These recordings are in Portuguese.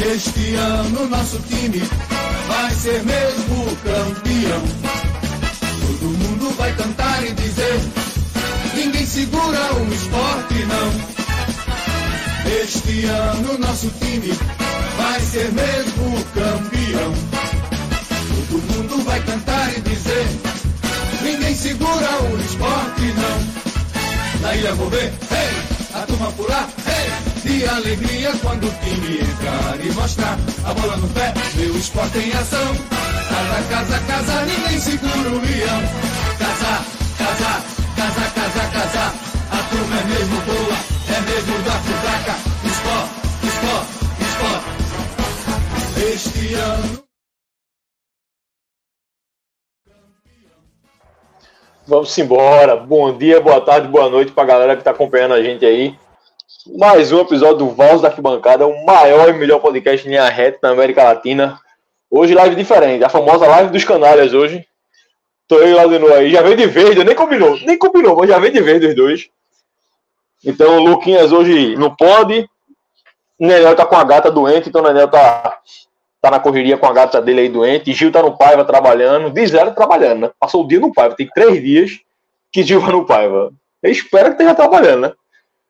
Este ano nosso time vai ser mesmo campeão. Todo mundo vai cantar e dizer: ninguém segura o esporte não. Este ano nosso time vai ser mesmo campeão. Todo mundo vai cantar e dizer: ninguém segura o esporte não. Na ilha vou ver, hey, a turma pular, hey, de alegria quando o time entrar e mostrar a bola no pé, meu esporte em ação. Casa, casa, casa, ninguém segura o leão. Casa, casa, casa, casa, casa, a turma é mesmo boa, é mesmo da fudaca. Esporte, esporte, esporte. Este ano. Vamos embora. Bom dia, boa tarde, boa noite pra galera que tá acompanhando a gente aí. Mais um episódio do Voz da Arquibancada, o maior e melhor podcast em linha reta na América Latina. Hoje live diferente, a famosa live dos canalhas hoje. Tô eu lá de novo aí, já veio de verde, nem combinou, mas já veio de verde os dois. Então o Luquinhas hoje não pode. O Nenel tá com a gata doente, então o Nenel tá na correria com a gata dele aí doente. Gil tá no Paiva trabalhando, de zero trabalhando, né? Passou o dia no Paiva, tem 3 dias que Gil vai no Paiva. Eu espero que esteja trabalhando, né?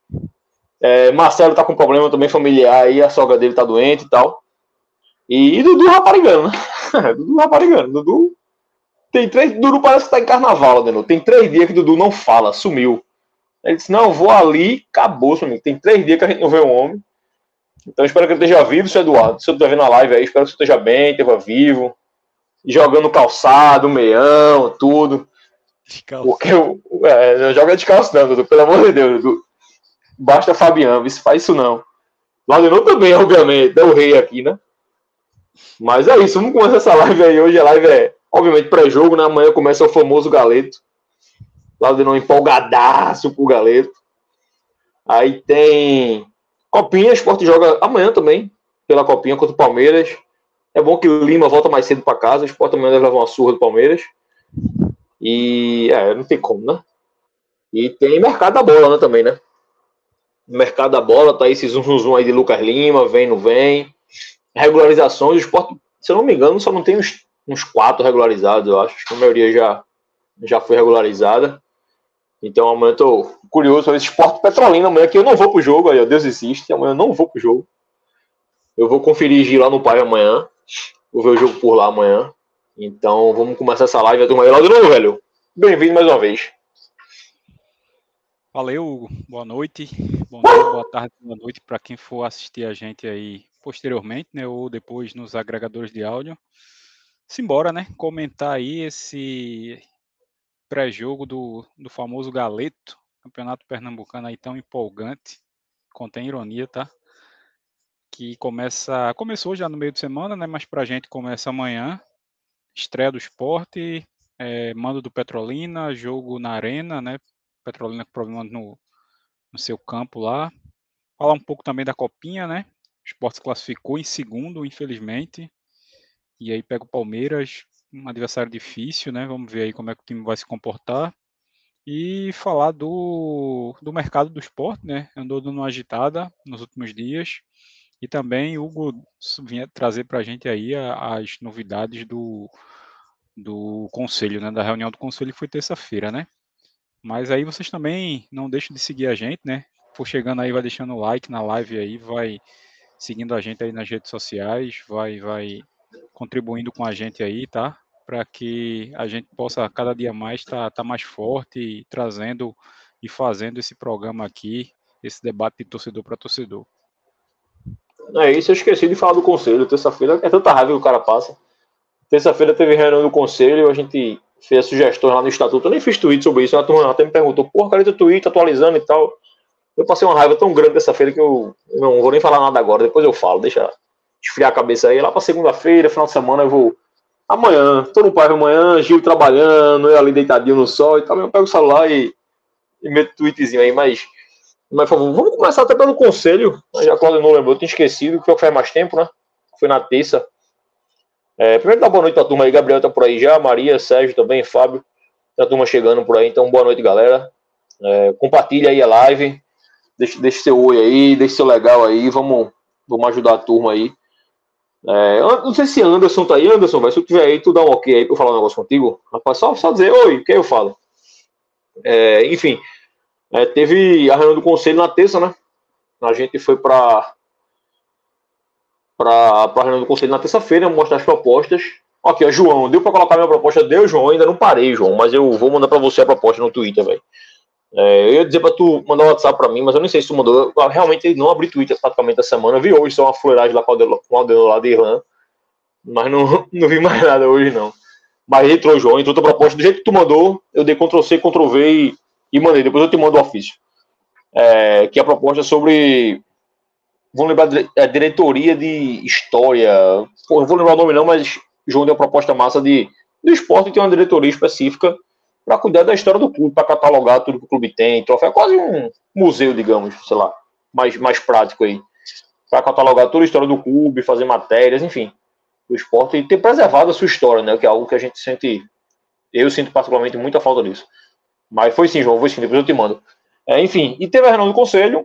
Marcelo tá com problema também familiar aí, a sogra dele tá doente e tal. E Dudu raparigando, né? Dudu raparigando. Dudu parece que tá em carnaval, né? Tem 3 dias que Dudu não fala, sumiu. Ele disse: não, eu vou ali, acabou, seu amigo. Tem 3 dias que a gente não vê o homem. Então espero que ele esteja vivo, seu Eduardo. Se você estiver vendo a live aí, espero que você esteja bem, esteja vivo. Jogando calçado, meião, tudo. Descalço. Porque não joga descalço não, Dudu. Pelo amor de Deus, Dudu. Basta Fabiano, isso faz isso não. Laudenor também, obviamente, é o rei aqui, né? Mas é isso, vamos começar essa live aí. Hoje a live é, obviamente, pré-jogo, né? Amanhã começa o famoso Galeto. Laudenor empolgadaço pro Galeto. Aí tem Copinha, o Sport joga amanhã também, pela Copinha contra o Palmeiras. É bom que o Lima volta mais cedo para casa, o Sport amanhã deve levar uma surra do Palmeiras. E, não tem como, né? E tem mercado da bola, né, também, né? Mercado da bola, tá aí esse zoom aí de Lucas Lima, vem, não vem. Regularizações, o Sport, se eu não me engano, só não tem uns 4 regularizados, eu acho. Acho que a maioria já foi regularizada. Então amanhã eu tô curioso sobre esse Sport Petrolina amanhã, que eu não vou pro jogo, aí, Deus existe, amanhã eu não vou pro jogo. Eu vou conferir Gil lá no Pai amanhã, vou ver o jogo por lá amanhã. Então vamos começar essa live, a turma aí lá de novo, velho. Bem-vindo mais uma vez. Valeu, boa noite, bom dia, boa tarde, boa noite para quem for assistir a gente aí posteriormente, né, ou depois nos agregadores de áudio. Simbora, né, comentar aí esse pré-jogo do famoso Galeto, campeonato pernambucano aí tão empolgante, contém ironia, tá? Que começou já no meio de semana, né, mas pra gente começa amanhã, estreia do Sport, mando do Petrolina, jogo na Arena, né, Petrolina com problema no seu campo lá. Falar um pouco também da Copinha, né? O Sport se classificou em segundo, infelizmente. E aí pega o Palmeiras, um adversário difícil, né? Vamos ver aí como é que o time vai se comportar. E falar do mercado do Sport, né? Andou dando uma agitada nos últimos dias. E também o Hugo vinha trazer para a gente aí as novidades do Conselho, né? Da reunião do Conselho, que foi terça-feira, né? Mas aí vocês também não deixem de seguir a gente, né? For chegando aí, vai deixando o like na live aí, vai seguindo a gente aí nas redes sociais, vai contribuindo com a gente aí, tá? Para que a gente possa cada dia mais tá mais forte e trazendo e fazendo esse programa aqui, esse debate de torcedor para torcedor. É isso, eu esqueci de falar do conselho. Terça-feira é tanta raiva que o cara passa. Terça-feira teve reunião do conselho, a gente fez sugestões lá no estatuto. Eu nem fiz tweet sobre isso, a turma até me perguntou: porra, cadê teu tweet atualizando e tal? Eu passei uma raiva tão grande dessa-feira que eu não vou nem falar nada agora, depois eu falo, deixa esfriar a cabeça aí. Lá pra segunda-feira, final de semana, eu vou. Amanhã, tô no Paiva amanhã, Gil trabalhando, eu ali deitadinho no sol e tal. Eu pego o celular e meto tweetzinho aí, mas por favor, vamos começar até pelo conselho. Já a Cláudia não lembrou, eu tinha esquecido, que foi o que faz mais tempo, né? Foi na terça. Primeiro dá boa noite pra turma aí, Gabriel tá por aí já, Maria, Sérgio também, Fábio, tem a turma chegando por aí, então boa noite, galera. Compartilha aí a live, deixa seu oi aí, deixa seu legal aí, vamos ajudar a turma aí. Não sei se Anderson tá aí. Anderson, vai, se tu tiver aí, tu dá um ok aí pra eu falar um negócio contigo. Rapaz, só dizer oi, que aí eu falo. Enfim, teve a reunião do conselho na terça, né? A gente foi para a reunião do conselho na terça-feira, mostrar as propostas. Aqui, ó, João, deu para colocar minha proposta? Deu, João, ainda não parei, João, mas eu vou mandar para você a proposta no Twitter, velho. Eu ia dizer para tu mandar um WhatsApp para mim, mas eu nem sei se tu mandou. Eu realmente não abri Twitter praticamente essa semana. Eu vi hoje só uma fuleiragem lá com o Aldeano lá de Irlanda, mas não vi mais nada hoje, não. Mas entrou, João, entrou a proposta do jeito que tu mandou, eu dei Ctrl+C, Ctrl+V e mandei. Depois eu te mando o ofício. Que é a proposta sobre... Vamos lembrar a diretoria de história. Pô, não vou lembrar o nome não, mas João deu uma proposta massa do esporte, tem uma diretoria específica para cuidar da história do clube, para catalogar tudo que o clube tem. Então, é quase um museu, digamos, sei lá, mais prático aí. Para catalogar toda a história do clube, fazer matérias, enfim, do esporte e ter preservado a sua história, né? Que é algo que a gente sente, eu sinto particularmente muita falta disso. Mas foi sim, João, foi sim, depois eu te mando. Enfim, e teve a reunião do conselho,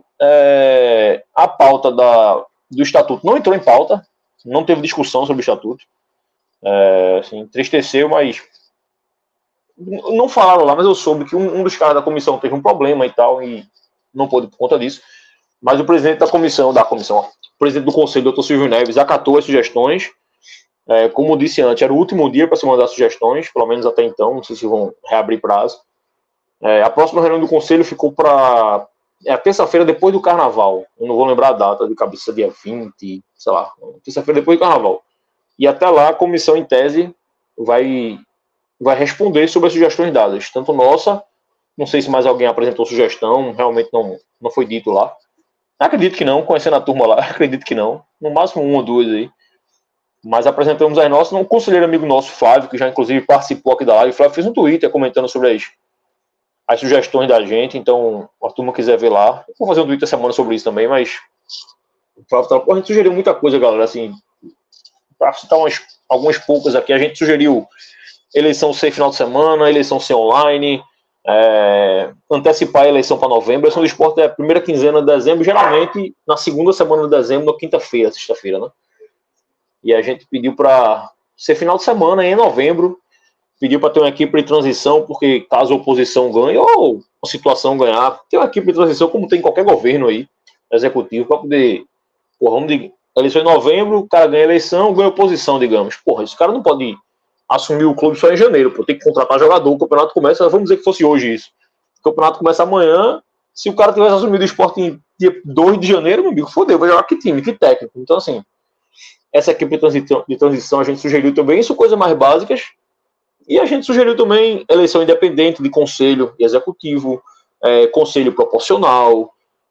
a pauta do estatuto não entrou em pauta, não teve discussão sobre o estatuto, assim, entristeceu, mas não falaram lá, mas eu soube que um dos caras da comissão teve um problema e tal, e não pôde por conta disso, mas o presidente o presidente do conselho, Dr. Silvio Neves, acatou as sugestões. Como eu disse antes, era o último dia para se mandar sugestões, pelo menos até então, não sei se vão reabrir prazo. A próxima reunião do conselho ficou para a terça-feira depois do carnaval. Eu não vou lembrar a data de cabeça, dia 20, sei lá, terça-feira depois do carnaval. E até lá a comissão, em tese, vai responder sobre as sugestões dadas. Tanto nossa, não sei se mais alguém apresentou sugestão, realmente não foi dito lá. Acredito que não, conhecendo a turma lá, acredito que não. No máximo uma ou duas aí. Mas apresentamos as nossas. Um conselheiro amigo nosso, Flávio, que já inclusive participou aqui da live, o Flávio fez um Twitter comentando sobre as sugestões da gente, então a turma quiser ver lá, eu vou fazer um Twitter semana sobre isso também, mas a gente sugeriu muita coisa, galera, assim, para citar algumas poucas aqui, a gente sugeriu eleição sem final de semana, eleição sem online, antecipar a eleição para novembro. A eleição do esporte é a primeira quinzena de dezembro, geralmente na segunda semana de dezembro, na quinta-feira, sexta-feira, né? E a gente pediu para ser final de semana, em novembro, pediu para ter uma equipe de transição, porque caso a oposição ganhe, ou a situação ganhar, ter uma equipe de transição como tem em qualquer governo aí, executivo, para poder, eleição em novembro, o cara ganha eleição, ganha oposição, digamos. Esse cara não pode assumir o clube só em janeiro, tem que contratar jogador, o campeonato começa, vamos dizer que fosse hoje isso. O campeonato começa amanhã, se o cara tivesse assumido o esporte em dia 2 de janeiro, meu amigo, fodeu, vai jogar que time, que técnico. Então, assim, essa equipe de transição a gente sugeriu também, isso coisas mais básicas. E a gente sugeriu também eleição independente de conselho e executivo, conselho proporcional,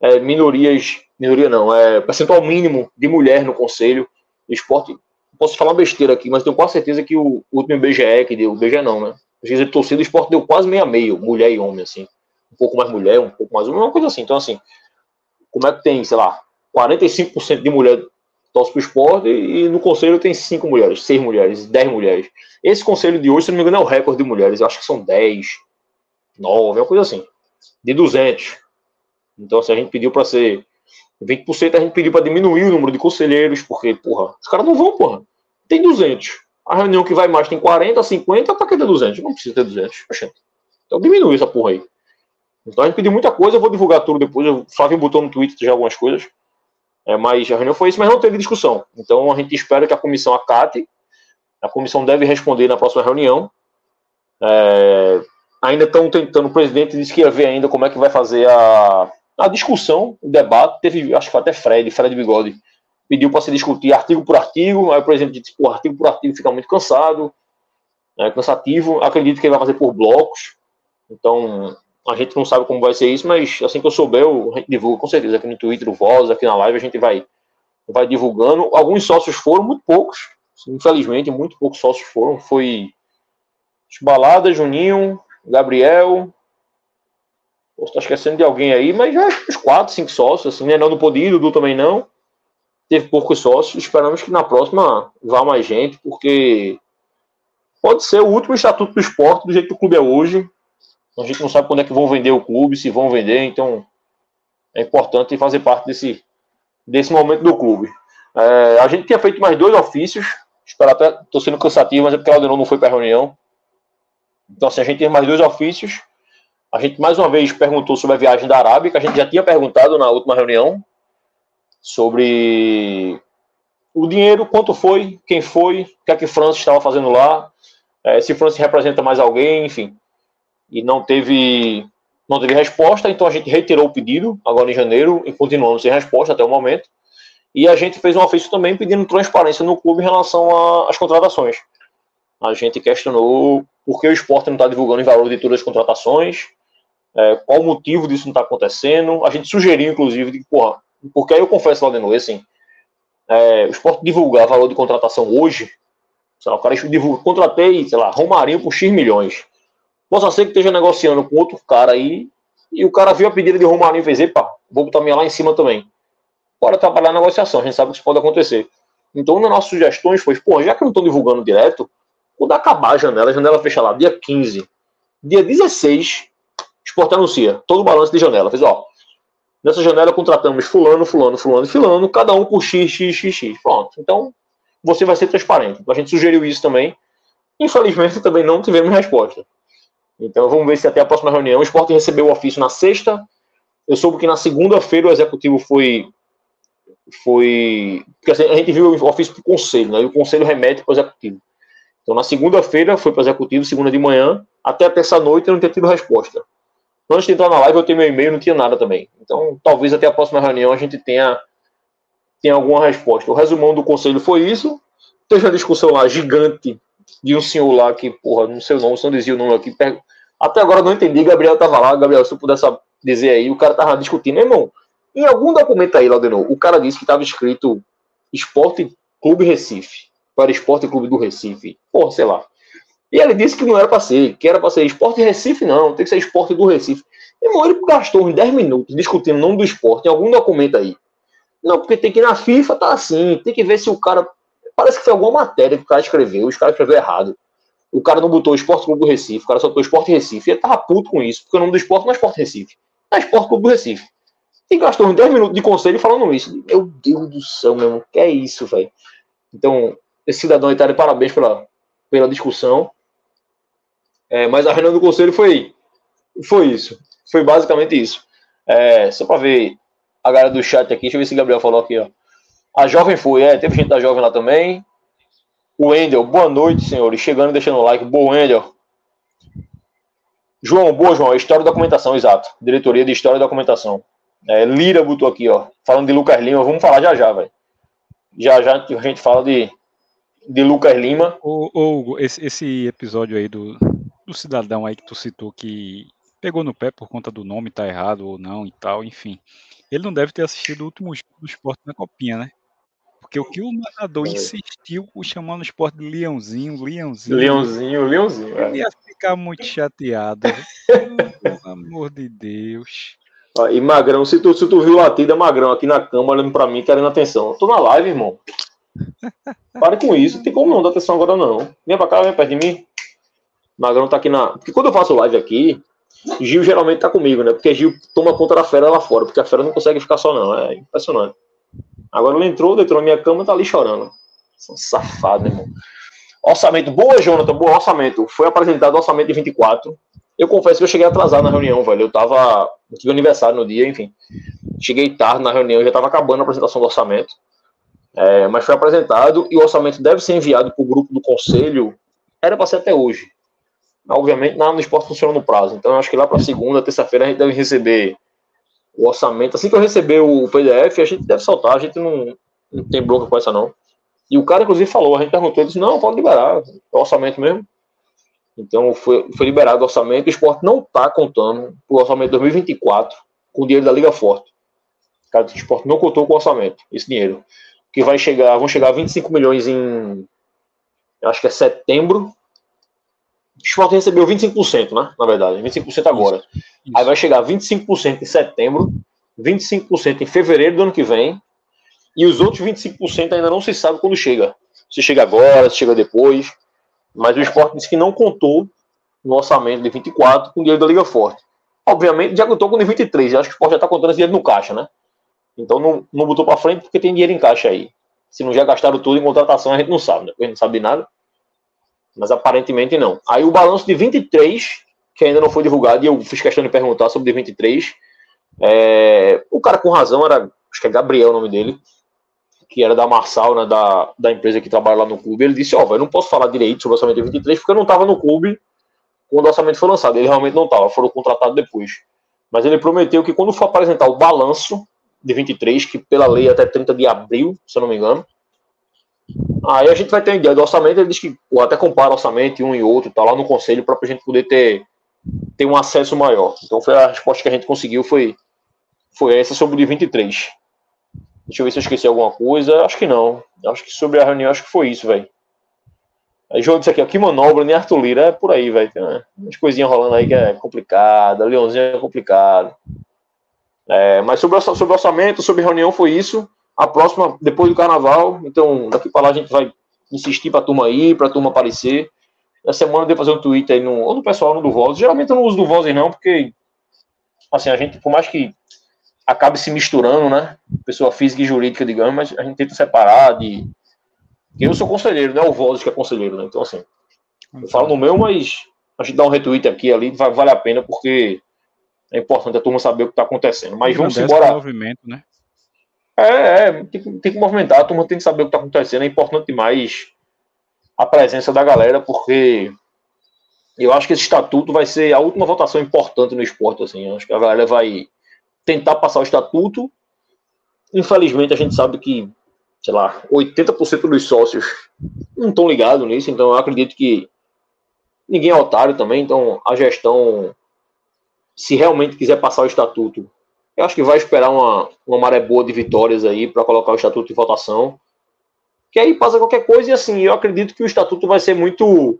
percentual mínimo de mulher no conselho. O esporte, posso falar besteira aqui, mas tenho quase certeza que o último IBGE que deu, o IBGE não, né? A gente torcida do esporte deu quase meio a meio, mulher e homem, assim. Um pouco mais mulher, um pouco mais homem, uma coisa assim. Então, assim, como é que tem, sei lá, 45% de mulher torce pro esporte e no conselho tem 5 mulheres, 6 mulheres, 10 mulheres. Esse conselho de hoje, se não me engano, é o recorde de mulheres. Eu acho que são 10, 9, uma coisa assim. De 200. Então, se a gente pediu para ser 20%, a gente pediu para diminuir o número de conselheiros, porque, os caras não vão, Tem 200. A reunião que vai mais tem 40, 50, para que ter 200? Não precisa ter 200. Então, diminui essa porra aí. Então, a gente pediu muita coisa, eu vou divulgar tudo depois. O Flávio botou no Twitter já algumas coisas. Mas a reunião foi isso, mas não teve discussão. Então, a gente espera que a comissão acate. A comissão deve responder na próxima reunião. Ainda estão tentando, o presidente disse que ia ver ainda como é que vai fazer a discussão, o debate. Teve, acho que foi até Fred Bigode, pediu para se discutir artigo por artigo. Aí o presidente disse, artigo por artigo fica muito cansativo. Acredito que ele vai fazer por blocos. Então, a gente não sabe como vai ser isso, mas assim que eu souber, a gente divulga com certeza aqui no Twitter, o Voz, aqui na live, a gente vai divulgando. Alguns sócios foram, muito poucos. Infelizmente, muito poucos sócios foram. Foi Balada, Juninho, Gabriel. Posso estar esquecendo de alguém aí, mas já uns 4, 5 sócios. Assim, né? Não pôde ir, Dudu também não. Teve poucos sócios. Esperamos que na próxima vá mais gente, porque pode ser o último estatuto do esporte do jeito que o clube é hoje. A gente não sabe quando é que vão vender o clube, se vão vender, então é importante fazer parte desse momento do clube. A gente tinha feito mais 2 ofícios, estou sendo cansativo, mas é porque o Aldenor não foi para a reunião. Então, assim, a gente teve mais 2 ofícios. A gente, mais uma vez, perguntou sobre a viagem da Arábia, que a gente já tinha perguntado na última reunião, sobre o dinheiro, quanto foi, quem foi, o que é que França estava fazendo lá, se França representa mais alguém, enfim. E não teve resposta, então a gente reiterou o pedido, agora em janeiro, e continuamos sem resposta até o momento. E a gente fez um ofício também pedindo transparência no clube em relação às contratações. A gente questionou por que o Sport não está divulgando o valor de todas as contratações, qual o motivo disso não está acontecendo. A gente sugeriu, inclusive, de, porque aí eu confesso lá de novo, assim, o Sport divulgar valor de contratação hoje, sei lá, o cara divulga, contratei, sei lá, Romarinho por X milhões. Possa ser que esteja negociando com outro cara aí, e o cara viu a pedida de Romarinho e fez, epa, vou botar minha lá em cima também. Bora trabalhar na negociação, a gente sabe que isso pode acontecer. Então, uma das nossas sugestões foi, já que não estão divulgando direto, quando acabar a janela fecha lá, dia 15, dia 16, o Sport anuncia todo o balanço de janela. Fez, nessa janela contratamos fulano, cada um por x. Pronto. Então, você vai ser transparente. A gente sugeriu isso também. Infelizmente, também não tivemos resposta. Então, vamos ver se até a próxima reunião. O Sport recebeu o ofício na sexta. Eu soube que na segunda-feira o executivo foi... Porque assim, a gente viu o ofício para o conselho, né? E o conselho remete para o executivo. Então, na segunda-feira foi para o executivo, segunda de manhã, até a terça-noite eu não tinha tido resposta. Antes de entrar na live, eu tenho meu e-mail, não tinha nada também. Então, talvez até a próxima reunião a gente tenha alguma resposta. O resumão do conselho foi isso. Teve uma discussão lá gigante de um senhor lá que, não sei o nome, se não dizia o nome aqui. Até agora eu não entendi, Gabriel estava lá. Gabriel, se eu pudesse dizer aí, o cara estava discutindo. Irmão, em algum documento aí, Laudenor, o cara disse que estava escrito Esporte Clube Recife. Para Esporte Clube do Recife. Sei lá. E ele disse que não era para ser, que era para ser Esporte Recife, não, tem que ser Esporte do Recife. Irmão, ele gastou uns 10 minutos discutindo o nome do esporte em algum documento aí. Não, porque tem que ir na FIFA, tá assim, tem que ver se o cara... Parece que foi alguma matéria que o cara escreveu, os caras escreveram errado. O cara não botou Esporte Clube do Recife, o cara só botou Esporte Recife. E ele tava puto com isso, porque o nome do esporte não é Esporte Recife, é Esporte Clube do Recife. E gastou uns 10 minutos de conselho falando isso. Meu Deus do céu, meu irmão, que é isso, velho? Então, esse cidadão aí tá de parabéns pela discussão. Mas a reunião do conselho foi isso. Foi basicamente isso. Só para ver a galera do chat aqui. Deixa eu ver se o Gabriel falou aqui. A jovem foi. Teve gente da jovem lá também. O Wendel, boa noite, senhores. Chegando e deixando o like. Boa, Wendel. João, boa, João. História e documentação, exato. Diretoria de História e Documentação. Lira botou aqui, falando de Lucas Lima. Vamos falar já, velho. Já a gente fala de Lucas Lima. Hugo, esse episódio aí do cidadão aí que tu citou que pegou no pé por conta do nome, tá errado ou não e tal, enfim. Ele não deve ter assistido o último jogo do Sport na Copinha, né? Porque o que o narrador insistiu chamando o Sport de Leãozinho. Ele ia ficar muito chateado. Pelo amor de Deus. E Magrão, se tu viu latida, Magrão aqui na cama olhando pra mim, querendo atenção. Eu tô na live, irmão. Pare com isso, não tem como não dar atenção agora não. Vem pra cá, vem perto de mim. Magrão tá aqui Porque quando eu faço live aqui, Gil geralmente tá comigo, né? Porque Gil toma conta da fera lá fora, porque a fera não consegue ficar só não, é impressionante. Agora ele entrou na minha cama e tá ali chorando. São safados, irmão. Orçamento, boa, Jonathan, bom orçamento. Foi apresentado o orçamento de 24. Eu confesso que eu cheguei atrasado na reunião, velho. Eu tive aniversário no dia, enfim. Cheguei tarde na reunião, já tava acabando a apresentação do orçamento. Mas foi apresentado e o orçamento deve ser enviado para o grupo do conselho. Era para ser até hoje. Obviamente, nada no esporte funciona no prazo. Então, eu acho que lá para segunda, terça-feira, a gente deve receber o orçamento. Assim que eu receber o PDF, a gente deve soltar. A gente não tem bronca com essa, não. E o cara, inclusive, falou. A gente perguntou, ele disse, não, pode liberar. É o orçamento mesmo. Então, foi liberado o orçamento. O esporte não está contando o orçamento de 2024 com o dinheiro da Liga Forte. O cara do esporte não contou com o orçamento, esse dinheiro. Que vão chegar a 25 milhões em, acho que é setembro. O Sport recebeu 25%, né? Na verdade, 25% agora. Isso. Aí vai chegar a 25% em setembro, 25% em fevereiro do ano que vem, e os outros 25% ainda não se sabe quando chega. Se chega agora, se chega depois. Mas o Sport disse que não contou no orçamento de 24 com o dinheiro da Liga Forte. Obviamente, já contou com o de 23. Acho que o Sport já está contando esse dinheiro no caixa, né? Então não botou para frente porque tem dinheiro em caixa aí. Se não já gastaram tudo em contratação, a gente não sabe, né? A gente não sabe de nada. Mas aparentemente não. Aí o balanço de 23, que ainda não foi divulgado, e eu fiz questão de perguntar sobre o de 23. O cara com razão era, acho que é Gabriel o nome dele, que era da Marçal, né, da empresa que trabalha lá no clube. Ele disse, eu não posso falar direito sobre o orçamento de 23, porque eu não estava no clube quando o orçamento foi lançado. Ele realmente não estava, foram contratados depois. Mas ele prometeu que quando for apresentar o balanço de 23, que pela lei é até 30 de abril, se eu não me engano, aí a gente vai ter uma ideia do orçamento. Ele diz que até compara o orçamento um e outro, tá lá no conselho, para a gente poder ter um acesso maior. Então foi a resposta que a gente conseguiu, foi essa sobre o de 23. Deixa eu ver se eu esqueci alguma coisa. Acho que não. Acho que sobre a reunião, acho que foi isso, velho. Aí jogo disso aqui, que manobra, nem Arthur Lira, é por aí, velho. Tem umas coisinhas rolando aí que é complicada. Leãozinho é complicado. Mas sobre orçamento, sobre reunião, foi isso. A próxima, depois do carnaval. Então, daqui para lá a gente vai insistir pra turma ir, pra turma aparecer. Na semana eu devo fazer um tweet aí ou no pessoal, no do Voz. Geralmente eu não uso do Voz não, porque assim, a gente, por mais que acabe se misturando, né? Pessoa física e jurídica, digamos, mas a gente tenta separar de... Eu sou conselheiro, não é o Voz que é conselheiro, né? Então, assim, eu falo no meu, mas a gente dá um retweet aqui ali, vale a pena, porque é importante a turma saber o que está acontecendo. Mas vamos embora. Movimento, né? Tem que movimentar, a turma tem que saber o que está acontecendo. É importante demais a presença da galera, porque eu acho que esse estatuto vai ser a última votação importante no esporte, assim. Eu acho que a galera vai tentar passar o estatuto. Infelizmente, a gente sabe que, sei lá, 80% dos sócios não estão ligados nisso, então eu acredito que ninguém é otário também, então a gestão, se realmente quiser passar o estatuto, eu acho que vai esperar uma maré boa de vitórias aí para colocar o estatuto em votação, que aí passa qualquer coisa. E assim, eu acredito que o estatuto vai ser muito...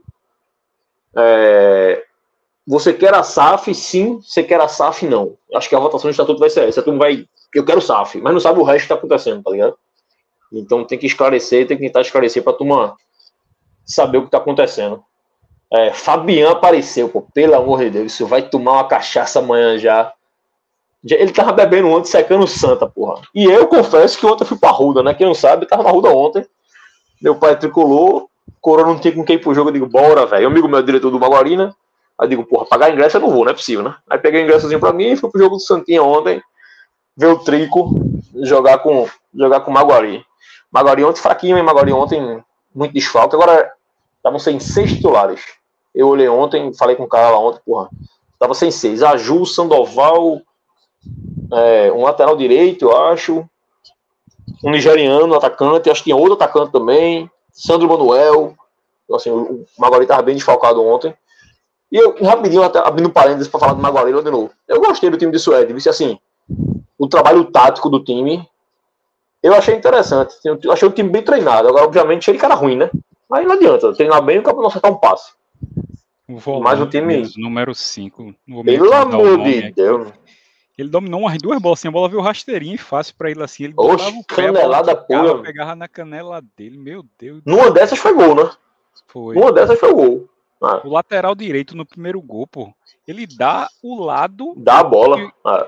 Você quer a SAF? Sim. Você quer a SAF? Não. Acho que a votação do estatuto vai ser essa. Tu vai... Eu quero SAF, mas não sabe o resto que está acontecendo, tá ligado? Então tem que esclarecer, tem que tentar esclarecer para a turma saber o que está acontecendo. Fabian apareceu, pô, pelo amor de Deus, isso vai tomar uma cachaça amanhã já. Ele tava bebendo ontem, secando Santa, porra. E eu confesso que ontem eu fui pra Ruda, né? Quem não sabe, eu tava na Ruda ontem. Meu pai tricolor, Coroa não tinha com quem ir pro jogo, eu digo, bora, velho. Amigo meu, diretor do Maguarina. Aí eu digo, porra, pagar ingresso eu não vou, não é possível, né? Aí peguei o ingressozinho pra mim e fui pro jogo do Santinha ontem, ver o Trico jogar com o Maguari. Maguari ontem fraquinho, hein? Maguari ontem muito desfalque. Agora estavam sem 6 titulares. Eu olhei ontem, falei com o cara lá ontem, porra. Tava sem 6. Aju, Sandoval, um lateral direito, eu acho. Um nigeriano, atacante. Acho que tinha outro atacante também. Sandro Manuel. Então, assim, o Maguari tava bem desfalcado ontem. E eu, rapidinho, até abrindo parênteses para falar do Maguari de novo. Eu gostei do time de Suede. Disse assim, o trabalho tático do time, eu achei interessante. Eu achei o time bem treinado. Agora, obviamente, cheio de cara ruim, né? Aí não adianta. Treinar bem, o cara não acertar um passe. Mas o time... Número 5. Pelo amor de Deus. Ele dominou umas 2 bolas assim, a bola veio rasteirinha e fácil pra ele assim. Ele canelada pura. Pegava na canela dele, meu Deus. Numa dessas foi gol, né? Foi. Numa dessas foi gol. O lateral direito no primeiro gol, pô, ele dá o lado... Dá a bola.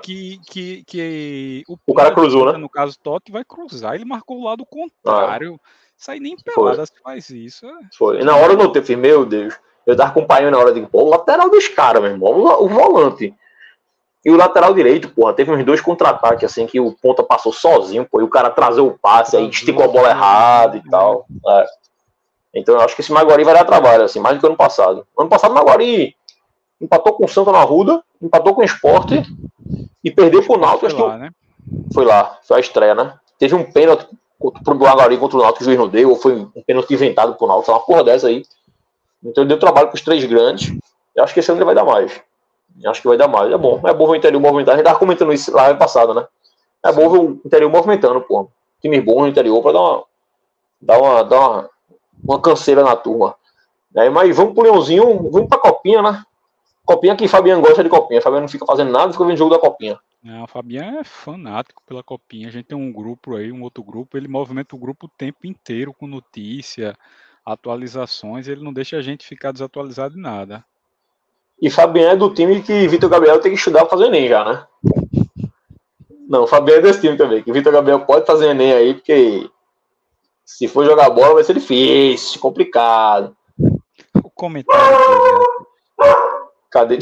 Que o cara cruzou, né? No caso, Totti vai cruzar. Ele marcou o lado contrário. Isso aí nem pelada se faz isso. Foi. E na hora eu notei, falei, meu Deus. Eu tava acompanhando na hora, digo, pô, o lateral dos caras, meu irmão. O volante. E o lateral direito, porra, teve uns 2 contra-ataques, assim, que o ponta passou sozinho, pô, e o cara trazou o passe, aí esticou a bola errada e tal. Então eu acho que esse Maguari vai dar trabalho, assim, mais do que ano passado. Ano passado o Maguari empatou com o Santa na Ruda, empatou com o Sport e perdeu pro Náutico. Foi lá, foi a estreia, né? Teve um pênalti pro Maguari contra o Náutico que o juiz não deu, ou foi um pênalti inventado pro Náutico, uma porra dessa aí. Então ele deu trabalho pros 3 grandes. Eu acho que esse ano ele vai dar mais. Acho que vai dar mais. É bom ver o interior movimentar. A gente tava comentando isso lá ano passado, né? É bom ver o interior movimentando, pô. Times bons no interior pra dar uma canseira na turma. Mas vamos pro Leãozinho, vamos pra Copinha, né? Copinha que Fabiano gosta de Copinha. Fabiano não fica fazendo nada, fica vendo jogo da Copinha. O Fabiano é fanático pela Copinha. A gente tem um grupo aí, um outro grupo. Ele movimenta o grupo o tempo inteiro com notícia, atualizações. Ele não deixa a gente ficar desatualizado de nada. E Fabiano é do time que Vitor Gabriel tem que estudar para fazer Enem já, né? Não, o Fabiano é desse time também, que Vitor Gabriel pode fazer Enem aí, porque Se for jogar bola, vai ser difícil, complicado. O comentário dele. Cadê?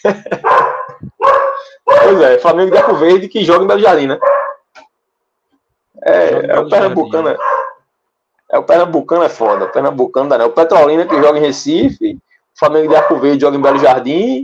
Pois é, Flamengo de Arco Verde que joga em Belo Jardim, né? É o Pernambucano. Jardim, né? O Pernambucano é foda. O Pernambucano dá, né? O Petrolina que joga em Recife, o Flamengo de Arco Verde joga em Belo Jardim.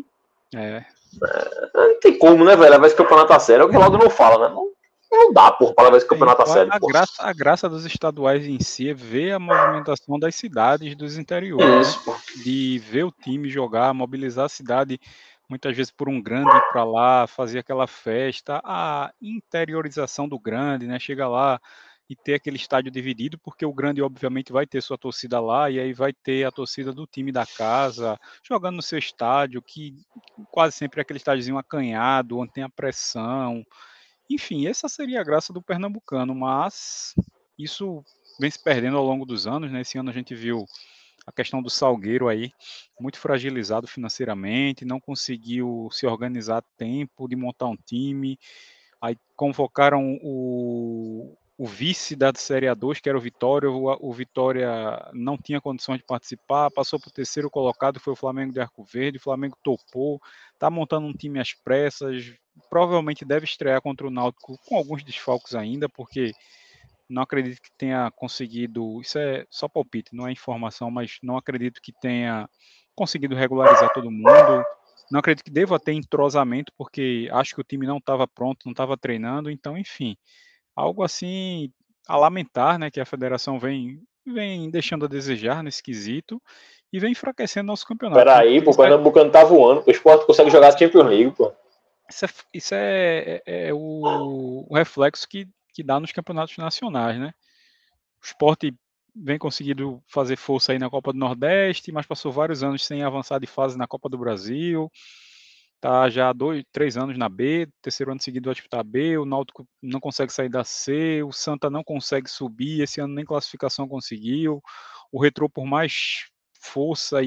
Não tem como, né, velho? Levar esse campeonato a sério. É o que o Ronaldo não fala, né? Não dá, porra, pra levar esse campeonato a sério. A graça dos estaduais em si é ver a movimentação das cidades dos interiores. Isso, né? De ver o time jogar, mobilizar a cidade, muitas vezes por um grande ir pra lá, fazer aquela festa, a interiorização do grande, né? Chega lá e ter aquele estádio dividido, porque o grande, obviamente, vai ter sua torcida lá, e aí vai ter a torcida do time da casa, jogando no seu estádio, que quase sempre é aquele estádiozinho acanhado, onde tem a pressão. Enfim, essa seria a graça do pernambucano, mas isso vem se perdendo ao longo dos anos, né? Esse ano a gente viu a questão do Salgueiro aí, muito fragilizado financeiramente, não conseguiu se organizar a tempo de montar um time, aí convocaram o vice da Série A2, que era o Vitória, o Vitória não tinha condições de participar, passou para o terceiro colocado, foi o Flamengo de Arco Verde, o Flamengo topou, está montando um time às pressas, provavelmente deve estrear contra o Náutico com alguns desfalques ainda, porque não acredito que tenha conseguido, isso é só palpite, não é informação, mas não acredito que tenha conseguido regularizar todo mundo, não acredito que deva ter entrosamento, porque acho que o time não estava pronto, não estava treinando, então, enfim, algo assim a lamentar, né, que a federação vem deixando a desejar nesse quesito e vem enfraquecendo nosso campeonato. Peraí, pô, o Pernambucano tá voando, o Sport consegue jogar a Champions League, pô. Isso é o reflexo que dá nos campeonatos nacionais, né? O Sport vem conseguindo fazer força aí na Copa do Nordeste, mas passou vários anos sem avançar de fase na Copa do Brasil. Tá já há 3 anos na B, terceiro ano seguido vai disputar a B, o Náutico não consegue sair da C, o Santa não consegue subir, esse ano nem classificação conseguiu, o Retrô, por mais força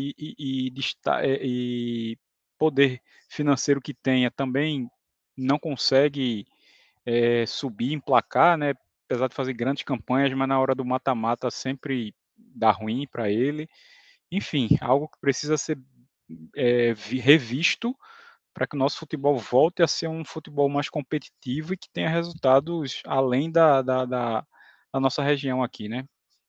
e poder financeiro que tenha, também não consegue subir, emplacar, né? Apesar de fazer grandes campanhas, mas na hora do mata-mata sempre dá ruim para ele. Enfim, algo que precisa ser revisto para que o nosso futebol volte a ser um futebol mais competitivo e que tenha resultados além da nossa região aqui, né?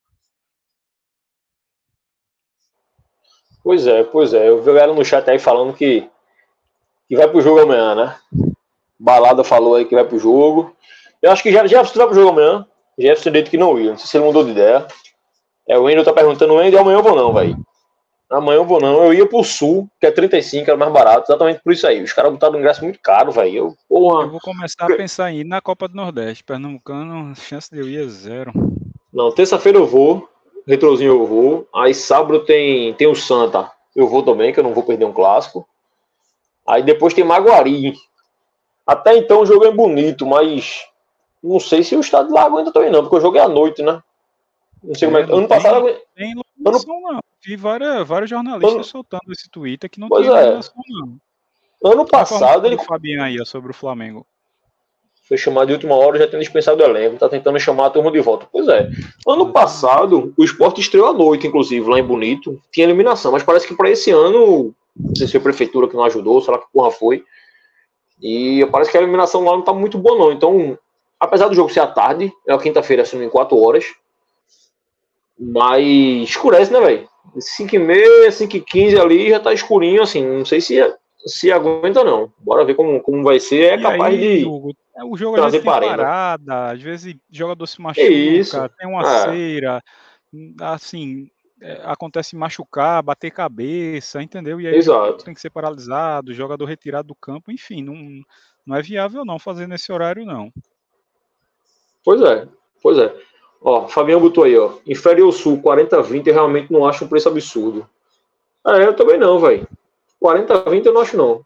Pois é. Eu vi a galera no chat aí falando que vai pro jogo amanhã, né? Balada falou aí que vai pro jogo. Eu acho que Jefferson vai pro jogo amanhã. Jefferson disse que não ia, não sei se ele mudou de ideia. O Wendel tá perguntando, Wendel, amanhã eu vou não, velho. Amanhã eu vou não. Eu ia pro Sul, que é 35, era mais barato, exatamente por isso aí. Os caras botaram um ingresso muito caro, velho. Eu vou começar a pensar em ir na Copa do Nordeste. Pernambucano, chance de eu ir é 0. Não, terça-feira eu vou. Retrozinho eu vou. Aí sábado tem o Santa. Eu vou também, que eu não vou perder um clássico. Aí depois tem Maguari. Até então o jogo é bonito, mas não sei se o estado lá aguenta também não, porque o jogo é à noite, né? Não sei como é que... Ano passado... Tem iluminação não. Vi vários jornalistas soltando esse Twitter que não tem iluminação não. Ano passado ele... O Fabiano aí sobre o Flamengo. Foi chamado de última hora, já tem dispensado o elenco, tá tentando chamar a turma de volta. Pois é. Ano passado, o Sport estreou à noite, inclusive, lá em Bonito. Tinha eliminação, mas parece que para esse ano, não sei se foi a prefeitura que não ajudou, sei lá que porra foi. E parece que a eliminação lá não tá muito boa, não. Então, apesar do jogo ser à tarde, é a quinta-feira, assim, em 4 horas. Mas escurece, né, velho? 5h30, 5h15 ali já tá escurinho, assim. Não sei se aguenta, não. Bora ver como vai ser. É capaz de. O jogo às vezes tem parada, às vezes o jogador se machuca, tem uma cera, assim, acontece machucar, bater cabeça, entendeu? E aí tem que ser paralisado, jogador retirado do campo, enfim, não é viável não fazer nesse horário, não. Pois é. Ó, Fabiano botou aí, ó, Inferior Sul, 40-20, eu realmente não acho um preço absurdo. Eu também não, velho. 40-20 eu não acho não.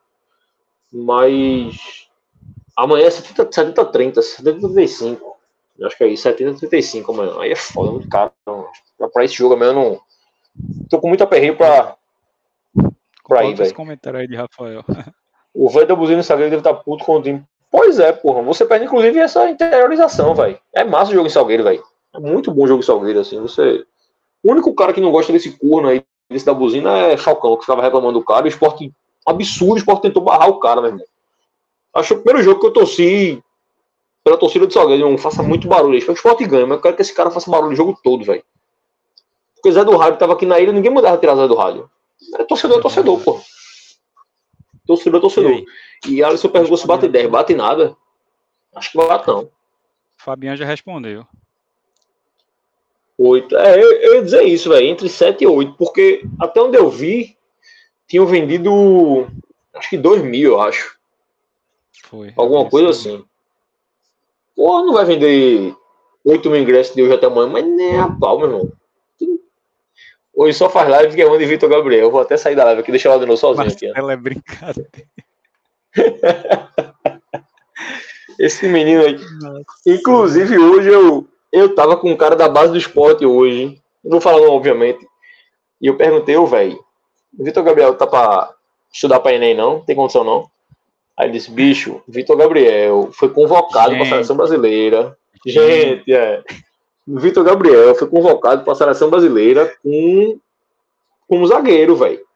Mas... amanhã é 70-30, 70-35. Acho que é isso, 70-35 amanhã. Aí é foda, muito caro. Pra esse jogo amanhã eu não. Tô com muito aperreio pra ir, velho. Esse comentário aí de Rafael. O velho da buzina Salgueiro deve estar puto com o time. Pois é, porra. Você perde inclusive essa interiorização, velho. É massa o jogo em Salgueiro, velho. É muito bom o jogo de Salgueiro, assim. O único cara que não gosta desse corno aí, desse da buzina, é Falcão, que ficava reclamando do cara. O Sport, absurdo, o Sport tentou barrar o cara, meu irmão. Acho que o primeiro jogo que eu torci pela torcida do Salgueiro, não faça muito barulho. O Sport ganha, mas eu quero que esse cara faça barulho o jogo todo, velho. Porque o Zé do Rádio tava aqui na ilha, ninguém mandava tirar o Zé do Rádio. Torcedor, pô. Torcedor. E Alisson perguntou se bate 10. Bate nada. Acho que bate não. Fabiano já respondeu. 8. Eu ia dizer isso, velho. Entre 7 e 8. Porque até onde eu vi, tinham vendido acho que 2.000, eu acho. Foi. Alguma coisa assim. Porra, não vai vender 8.000 ingressos de hoje até amanhã, mas nem a pau, meu irmão. Hoje só faz live Guerrão de Vitor Gabriel. Vou até sair da live aqui, deixa o Adenor sozinho aqui. Ela é brincadeira. Esse menino aí. Nossa. Inclusive, hoje eu tava com um cara da base do esporte hoje. Não vou falar não, obviamente. E eu perguntei, velho, o Vitor Gabriel tá pra estudar pra Enem, não? Tem condição, não? Aí ele disse, bicho, Vitor Gabriel foi convocado pra seleção brasileira. Gente, O Vitor Gabriel foi convocado para a seleção brasileira como zagueiro, velho.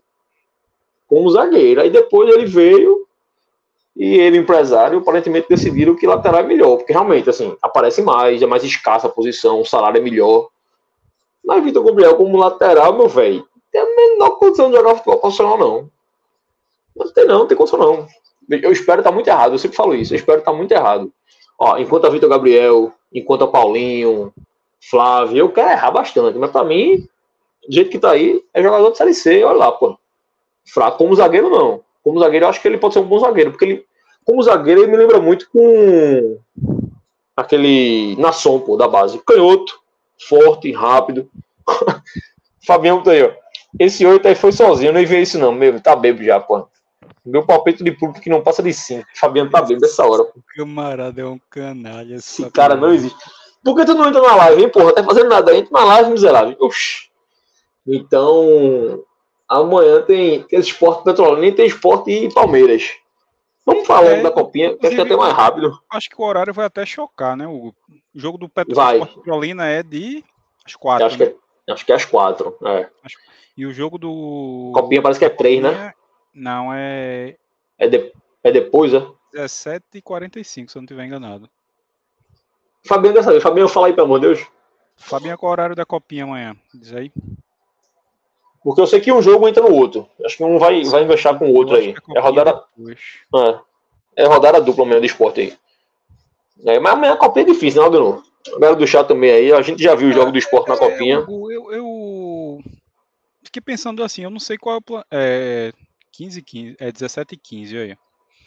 Como zagueiro. Aí depois ele veio e ele, empresário, aparentemente decidiram que lateral é melhor. Porque realmente, assim, aparece mais, é mais escassa a posição, o salário é melhor. Mas Vitor Gabriel como lateral, meu velho, tem a menor condição de jogar futebol profissional, não. Não tem condição, não. Eu espero estar muito errado, eu sempre falo isso, eu espero estar muito errado. Ó, enquanto a Vitor Gabriel, enquanto a Paulinho, Flávio, eu quero errar bastante, mas pra mim, do jeito que tá aí, é jogador de Série C, olha lá, pô. Fraco como zagueiro, não. Como zagueiro, eu acho que ele pode ser um bom zagueiro, porque ele, como zagueiro, ele me lembra muito com aquele Nasson, pô, da base. Canhoto, forte, rápido. Fabiano tá aí, ó. Esse 8 aí foi sozinho, eu não ia ver isso não, meu, tá bebo já, pô. Meu palpite de público que não passa de 5. Fabiano tá bem dessa hora. Pô. Camarada é um canalha. Esse cara não existe. Por que tu não entra na live, hein, porra? Tá fazendo nada. Entra na live, miserável. Oxi. Então, amanhã tem Esporte Petrolina, tem Esporte e Palmeiras. Vamos falar da Copinha, que acho que é até mais rápido. Acho que o horário vai até chocar, né? O jogo do Petrolina é de às 4. Acho que é às 4. É. E o jogo do... Copinha parece que é 3, né? Não, é... É depois, é? 17h45, se eu não estiver enganado. Fabiano dessa vez. Fabiano, fala aí, pelo amor de Deus. Fabiano, qual é o horário da Copinha amanhã? Diz aí. Porque eu sei que um jogo entra no outro. Acho que um vai enganchar com o outro aí. É rodada... É rodada dupla mesmo do esporte aí. Mas amanhã a Copinha é difícil, né, Adenor? A galera do chat também aí. A gente já viu o jogo do esporte na Copinha. Eu fiquei pensando assim, eu não sei qual é o plano... 15, é 17h15 aí.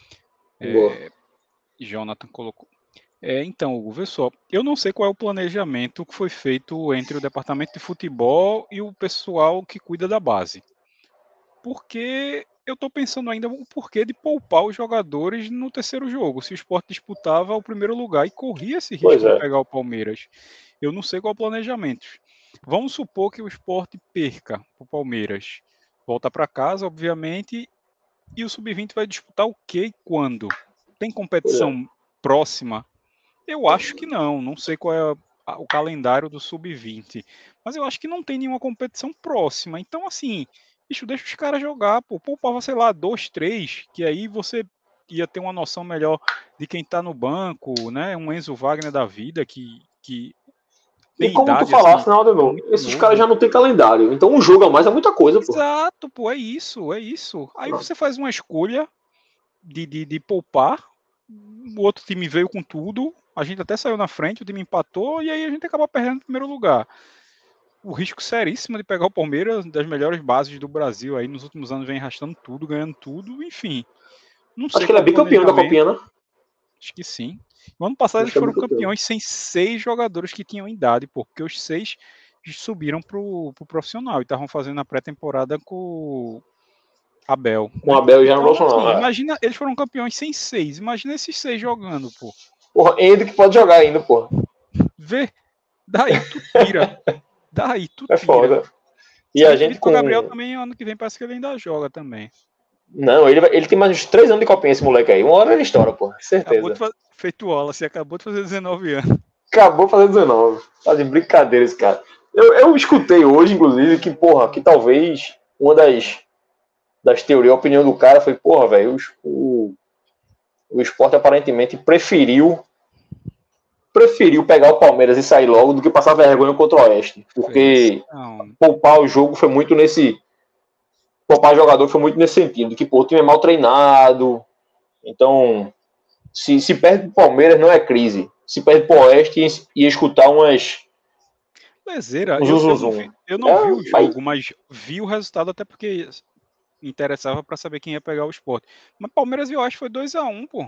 Jonathan colocou. Então, Hugo, vê só. Eu não sei qual é o planejamento que foi feito entre o departamento de futebol e o pessoal que cuida da base. Porque eu estou pensando ainda o porquê de poupar os jogadores no terceiro jogo. Se o Sport disputava o primeiro lugar e corria esse risco de pegar o Palmeiras. Eu não sei qual é o planejamento. Vamos supor que o Sport perca o Palmeiras. Volta para casa, obviamente, e o Sub-20 vai disputar o quê e quando? Tem competição próxima? Eu acho que não sei qual é o calendário do Sub-20, mas eu acho que não tem nenhuma competição próxima. Então, assim, bicho, deixa os caras jogar, pô, poupava, sei lá, 2, 3, que aí você ia ter uma noção melhor de quem tá no banco, né? Um Enzo Wagner da vida que e como idade, tu falaste, assim, não, esses caras já não tem calendário. Então um jogo a mais é muita coisa, pô. Exato, pô, é isso. Aí você faz uma escolha de poupar, o outro time veio com tudo, a gente até saiu na frente, o time empatou, e aí a gente acaba perdendo no primeiro lugar. O risco seríssimo de pegar o Palmeiras, das melhores bases do Brasil, aí nos últimos anos vem arrastando tudo, ganhando tudo, enfim. Não sei. Acho que ele é bicampeão da Copinha, né? Acho que sim. No ano passado eles foram campeões sem 6 jogadores que tinham idade, porque os 6 subiram pro profissional e estavam fazendo a pré-temporada com Abel. Com Abel já no profissional. Assim, imagina, eles foram campeões sem 6. Imagina esses 6 jogando, pô. Porra, ainda que pode jogar ainda, pô. Vê, daí tu tira. É foda. E a gente com o Gabriel também, ano que vem, parece que ele ainda joga também. Não, ele tem mais uns 3 anos de Copinha, esse moleque aí. Uma hora ele estoura, pô. Certeza. Feito Wallace, acabou de fazer 19 anos. Acabou fazendo 19. Fazem brincadeira esse cara. Eu escutei hoje, inclusive, que, porra, que talvez uma das teorias, a opinião do cara foi, porra, velho, o Sport aparentemente preferiu pegar o Palmeiras e sair logo do que passar vergonha contra o Oeste. Porque poupar o jogo foi muito nesse... Poupar jogador foi muito nesse sentido, que, pô, o time é mal treinado. Então, se perde pro Palmeiras, não é crise. Se perde pro Oeste, ia escutar umas... Lezeira, eu não vi o jogo, mas vi o resultado até porque interessava para saber quem ia pegar o Sport. Mas Palmeiras e Oeste foi 2-1, pô.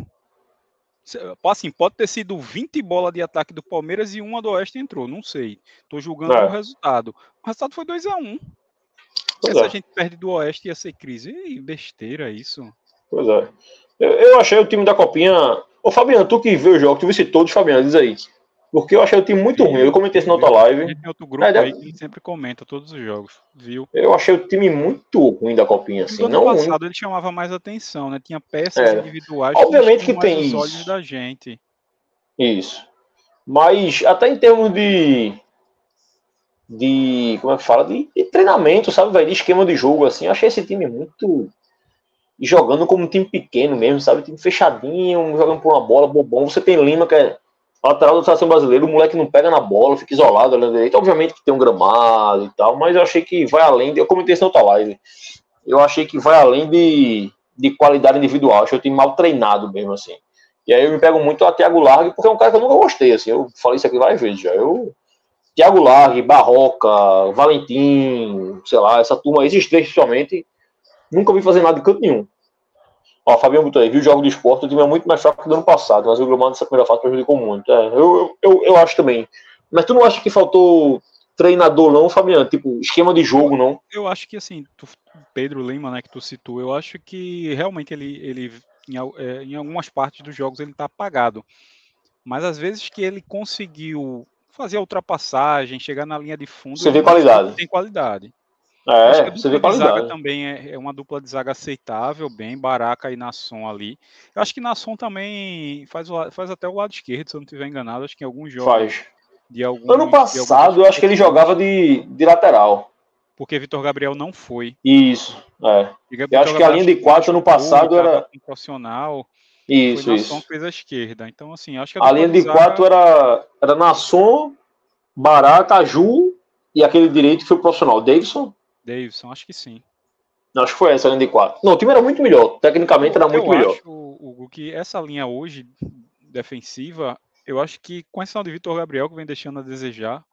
Assim, pode ter sido 20 bolas de ataque do Palmeiras e uma do Oeste entrou, não sei. Tô julgando o resultado. O resultado foi 2-1. Se a gente perde do Oeste ia ser crise. Ei, besteira isso. Pois é. Eu achei o time da Copinha... Ô Fabiano, tu que vê o jogo, tu visse todos, Fabiano, diz aí. Porque eu achei o time muito ruim. Eu comentei isso na outra live. Tem outro grupo aí que sempre comenta todos os jogos, viu? Eu achei o time muito ruim da Copinha. Assim, no ano passado ele chamava mais atenção, né? Tinha peças individuais obviamente que tem os isso. olhos da gente. Isso. Mas até em termos de como é que fala? De treinamento, sabe, velho? De esquema de jogo, assim. Eu achei esse time muito... jogando como um time pequeno mesmo, sabe? Time fechadinho, jogando por uma bola, bobão. Você tem Lima, que é lateral da seleção brasileira, o moleque não pega na bola, fica isolado ali na direita. Obviamente que tem um gramado e tal, mas eu achei que vai além eu comentei isso na outra live. Eu achei que vai além de qualidade individual. Achei o time mal treinado mesmo, assim. E aí eu me pego muito a Thiago Largue, porque é um cara que eu nunca gostei, assim. Eu falei isso aqui várias vezes já. Thiago Largue, Barroca, Valentim, sei lá, essa turma, esses três principalmente, nunca vi fazer nada de canto nenhum. Ó, Fabiano botou aí, viu o jogo do Sport, o time é muito mais fraco que do ano passado, mas o gramado dessa primeira fase prejudicou muito. Eu acho também. Mas tu não acha que faltou treinador não, Fabiano? Tipo, esquema de jogo não? Eu acho que assim, Pedro Lima, né, que tu citou, eu acho que realmente ele em algumas partes dos jogos ele tá apagado. Mas às vezes que ele conseguiu fazer a ultrapassagem, chegar na linha de fundo, você vê qualidade. Tem qualidade. Você vê qualidade. Zaga também é uma dupla de zaga aceitável, bem, Baraka e Nasson ali. Eu acho que Nasson também faz até o lado esquerdo, se eu não estiver enganado, acho que em alguns jogos. Faz. Ano passado, eu acho que ele jogava de lateral. Porque Vitor Gabriel não foi. Isso, eu acho que a linha de 4 ano passado era... profissional. Isso. Nasson fez a esquerda. Então, assim, acho que a linha de 4 era Nasson, Baraka, Ju e aquele direito que foi profissional, Davidson, acho que sim. Acho que foi essa a linha de 4. Não, o time era muito melhor. Tecnicamente era muito melhor. Eu acho, Hugo, que essa linha hoje, defensiva, eu acho que com a exceção de Vitor Gabriel, que vem deixando a desejar,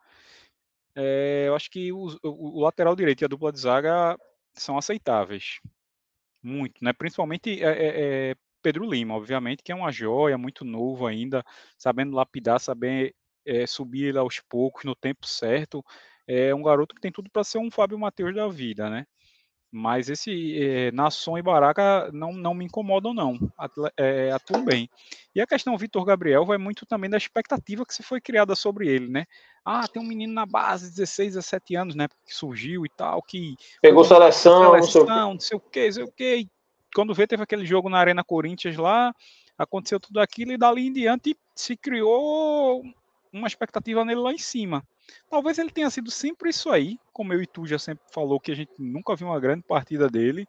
eu acho que o lateral direito e a dupla de zaga são aceitáveis. Muito, né? Principalmente Pedro Lima, obviamente, que é uma joia, muito novo ainda, sabendo lapidar, saber subir ele aos poucos, no tempo certo. É um garoto que tem tudo para ser um Fábio Matheus da vida, né? Mas esse Nasson e Baraka não me incomodam, não. Atuam bem. E a questão Vitor Gabriel vai muito também da expectativa que se foi criada sobre ele, né? Tem um menino na base, 16, 17 anos, né? Que surgiu e tal, que... Pegou seleção, não sei o quê. Quando vê, teve aquele jogo na Arena Corinthians lá, aconteceu tudo aquilo e dali em diante se criou uma expectativa nele lá em cima. Talvez ele tenha sido sempre isso aí, como eu e tu já sempre falou, que a gente nunca viu uma grande partida dele.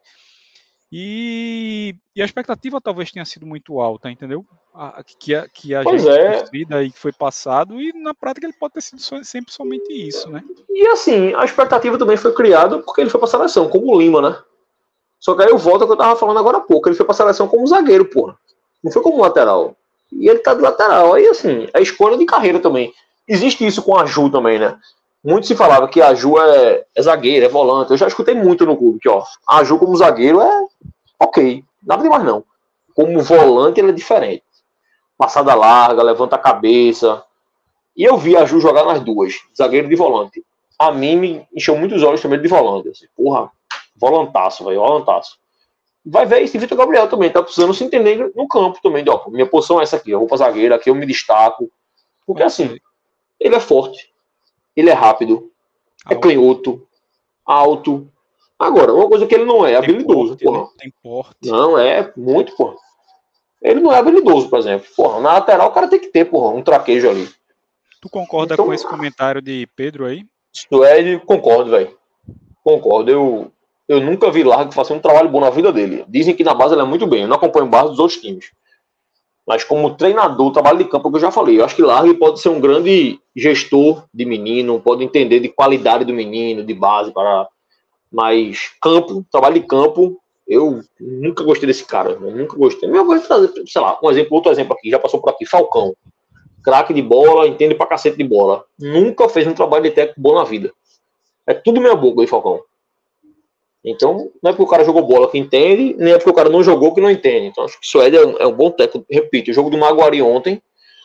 E a expectativa talvez tenha sido muito alta, entendeu? Que a gente torcida e que foi passado, e na prática ele pode ter sido sempre somente isso, né? E assim, a expectativa também foi criada porque ele foi pra seleção, como o Lima, né? Só que aí eu volto ao que eu tava falando agora há pouco, ele foi pra seleção como zagueiro, porra. Não foi como lateral. E ele tá de lateral. Aí assim, é escolha de carreira também. Existe isso com a Ju também, né? Muito se falava que a Ju é zagueiro, é volante. Eu já escutei muito no clube que, a Ju como zagueiro é ok, nada demais não. Como volante, ele é diferente. Passada larga, levanta a cabeça. E eu vi a Ju jogar nas duas, zagueiro e de volante. A mim me encheu muitos olhos também de volante. Assim, porra, volantaço, velho, volantaço. Vai ver esse Vitor Gabriel também, tá precisando se entender no campo também. Minha posição é essa aqui, eu vou pra zagueiro, aqui eu me destaco. Porque assim... Ele é forte, ele é rápido, é canhoto, alto. Agora, uma coisa que ele não é habilidoso, porra. Tem porte. Não, é muito, porra. Ele não é habilidoso, por exemplo. Porra, na lateral o cara tem que ter, porra, um traquejo ali. Tu concorda Então, com esse comentário de Pedro aí? Suede, concordo, velho. Concordo. Eu nunca vi Largue fazer um trabalho bom na vida dele. Dizem que na base ele é muito bem. Eu não acompanho base dos outros times. Mas como treinador, trabalho de campo, é o que eu já falei. Eu acho que Largue pode ser um grande gestor de menino, pode entender de qualidade do menino, de base, mas campo, trabalho de campo, eu nunca gostei desse cara. Eu nunca gostei. Eu vou trazer, sei lá, outro exemplo aqui, já passou por aqui, Falcão. Craque de bola, entende pra cacete de bola. Nunca fez um trabalho de técnico bom na vida. É tudo meia boca aí, Falcão. Então, não é porque o cara jogou bola que entende, nem é porque o cara não jogou que não entende. Então, acho que o Suede é um bom técnico. Repito, o jogo do Maguari ontem,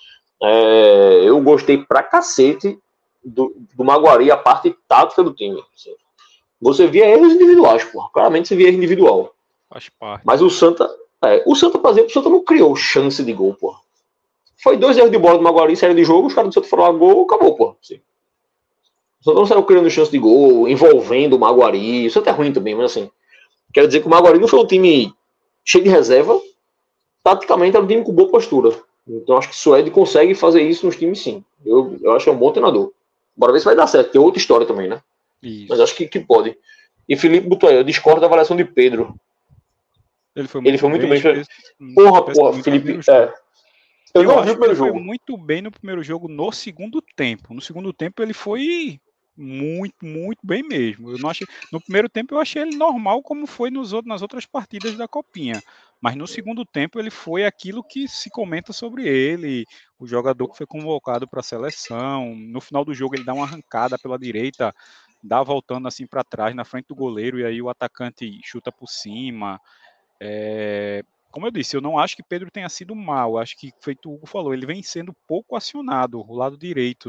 eu gostei pra cacete do Maguari, a parte tática do time. Assim. Você via erros individuais, porra. Claramente você via erro individual. Faz parte. Mas o Santa, por exemplo, o Santa não criou chance de gol, porra. Foi 2 erros de bola do Maguari, saíram de jogo, os caras do Santa foram lá, gol, acabou, porra. Assim. O Santa não saiu criando chance de gol, envolvendo o Maguari. Isso até é ruim também, mas assim. Quero dizer que o Maguari não foi um time cheio de reserva. Taticamente era um time com boa postura. Então acho que o Suede consegue fazer isso nos times sim. Eu acho que é um bom treinador. Bora ver se vai dar certo. Tem outra história também, né? Isso. Mas acho que pode. E Felipe botou aí, eu discordo da avaliação de Pedro. Ele foi muito bem. Porra, Felipe. Eu não vi o primeiro jogo. Ele foi muito bem no primeiro jogo, no segundo tempo. No segundo tempo ele foi muito, muito bem mesmo. Eu não achei, no primeiro tempo eu achei ele normal, como foi nas outras partidas da Copinha. Mas no segundo tempo ele foi aquilo que se comenta sobre ele, o jogador que foi convocado para a seleção. No final do jogo ele dá uma arrancada pela direita, dá voltando assim para trás, na frente do goleiro, e aí o atacante chuta por cima. Como eu disse, eu não acho que Pedro tenha sido mal. Acho que, feito o Hugo falou, ele vem sendo pouco acionado, o lado direito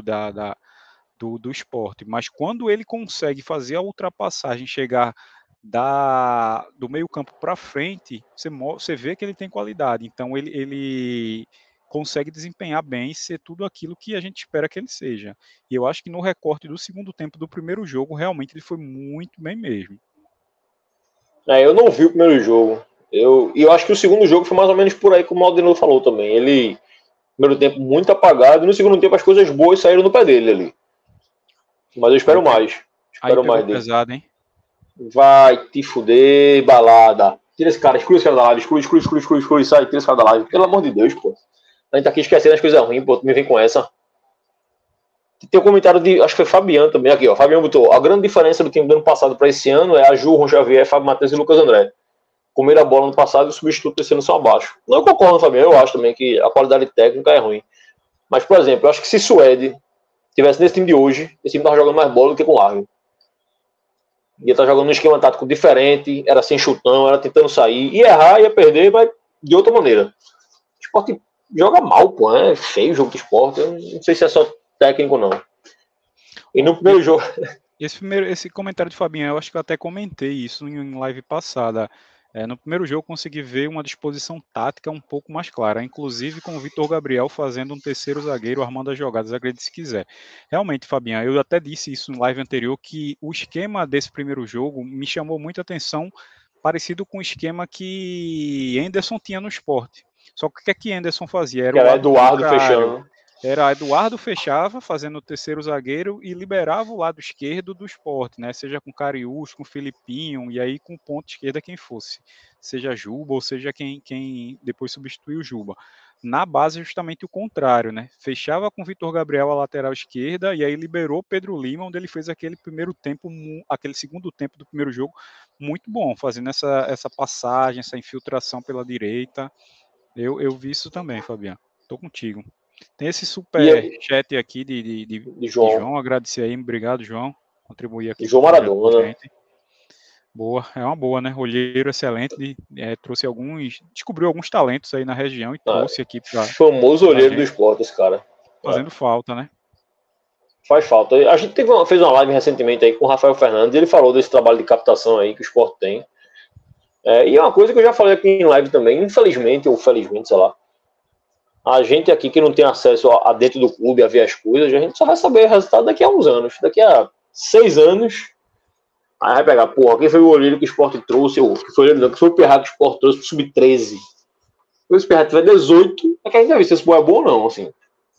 do esporte. Mas quando ele consegue fazer a ultrapassagem, chegar do meio campo para frente, você vê que ele tem qualidade. Então ele consegue desempenhar bem e ser tudo aquilo que a gente espera que ele seja. E eu acho que no recorte do segundo tempo do primeiro jogo, realmente ele foi muito bem mesmo. Eu não vi o primeiro jogo. Eu acho que o segundo jogo foi mais ou menos por aí, como o Aldinho falou também. Ele, no primeiro tempo, muito apagado, e no segundo tempo as coisas boas saíram no pé dele ali. Mas eu espero mais. Espero mais dele. Pesado, hein? Vai te fuder, balada. Tira esse cara, exclui esse cara da live, exclui, sai, tira esse cara da live. Pelo amor de Deus, pô. A gente tá aqui esquecendo as coisas ruins, pô. Tu me vem com essa. Tem um comentário de, acho que foi Fabiano também, aqui, ó. Fabiano botou, a grande diferença do time do ano passado para esse ano é a Ju, Ron Xavier, Fábio Matheus e Lucas André. Comeram a bola no passado e o substituto esse ano são abaixo. Não, eu concordo, Fabiano, eu acho também que a qualidade técnica é ruim. Mas, por exemplo, eu acho que se Suede tivesse nesse time de hoje, esse time tava jogando mais bola do que com o Largue. Ia estar jogando um esquema tático diferente, era sem chutão, era tentando sair, ia errar, ia perder, mas de outra maneira. O esporte joga mal, pô, é feio o jogo do esporte, eu não sei se é só técnico ou não. E no primeiro jogo... Esse comentário de Fabinho, eu acho que eu até comentei isso em live passada. No primeiro jogo eu consegui ver uma disposição tática um pouco mais clara, inclusive com o Vitor Gabriel fazendo um terceiro zagueiro, armando as jogadas, acredite se quiser. Realmente, Fabinho, eu até disse isso em live anterior, que o esquema desse primeiro jogo me chamou muita atenção, parecido com o esquema que Henderson tinha no Sport. Só que o que Henderson fazia? Era Eduardo fechando. Era Eduardo fechava, fazendo o terceiro zagueiro e liberava o lado esquerdo do Sport, né? Seja com Cariús, com Filipinho, e aí com ponta esquerda quem fosse. Seja Juba ou seja quem depois substituiu o Juba. Na base, justamente o contrário, né? Fechava com Vitor Gabriel a lateral esquerda e aí liberou Pedro Lima, onde ele fez aquele segundo tempo do primeiro jogo muito bom, fazendo essa passagem, essa infiltração pela direita. Eu vi isso também, Fabiano. Tô contigo. Tem esse super chat aqui de João. Agradecer aí, obrigado, João. Contribuir aqui. João Maradona. Boa, é uma boa, né? Olheiro excelente, descobriu alguns talentos aí na região e trouxe aqui para. Famoso olheiro do esporte, esse cara. Fazendo falta, né? Faz falta. A gente fez uma live recentemente aí com o Rafael Fernandes, ele falou desse trabalho de captação aí que o esporte tem. E é uma coisa que eu já falei aqui em live também, infelizmente ou felizmente, sei lá. A gente aqui que não tem acesso a dentro do clube a ver as coisas, a gente só vai saber o resultado daqui a uns anos. Daqui a 6 anos, aí vai pegar, porra, quem foi o olheiro que o esporte trouxe? Que foi o Perrado que o esporte trouxe pro sub-13. Se o Perrado tiver 18, é que a gente vai ver se esse boa é bom ou não, assim.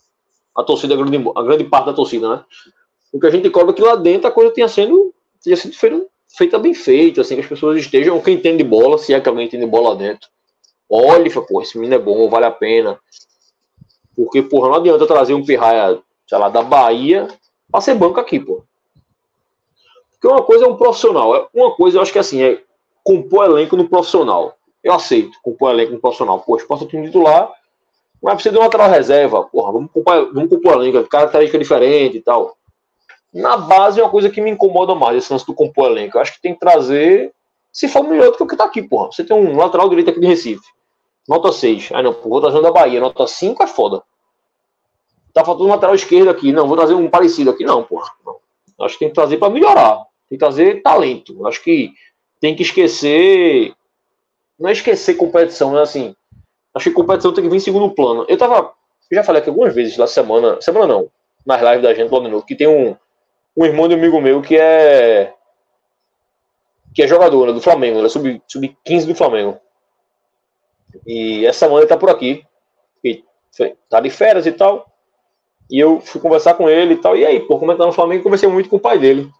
a torcida, a grande parte da torcida, né? O que a gente cobra é que lá dentro a coisa tenha sido feita bem feita, assim, que as pessoas estejam, quem entende de bola, se é que alguém entende de bola lá dentro, olhe e fala, pô, esse menino é bom, vale a pena. Porque, porra, não adianta trazer um pirraia, sei lá, da Bahia pra ser banco aqui, pô. Porque uma coisa é um profissional, uma coisa eu acho que assim, é compor elenco no profissional. Eu aceito compor elenco no profissional. Pô, posso ter um titular, mas precisa de uma lateral reserva, porra, vamos compor elenco, característica diferente e tal. Na base é uma coisa que me incomoda mais, esse lance do compor elenco. Eu acho que tem que trazer, se for melhor do que o que tá aqui, porra. Você tem um lateral direito aqui de Recife, nota 6. Aí não, pô, vou trazer um da Bahia, nota 5 é foda. Tá faltando um lateral esquerdo aqui, não, vou trazer um parecido aqui, não, porra. Não. Acho que tem que trazer pra melhorar. Tem que trazer talento. Acho que tem que esquecer. Não é esquecer competição, né? Assim, acho que competição tem que vir em segundo plano. Eu já falei aqui algumas vezes na semana não, nas lives da gente lá no novo, que tem um irmão de um amigo meu que é jogador, né, do Flamengo, ele é sub-15 do Flamengo. E essa semana ele tá por aqui. E tá de férias e tal. E eu fui conversar com ele e tal. E aí, pô, como é que tá no Flamengo? Eu conversei muito com o pai dele.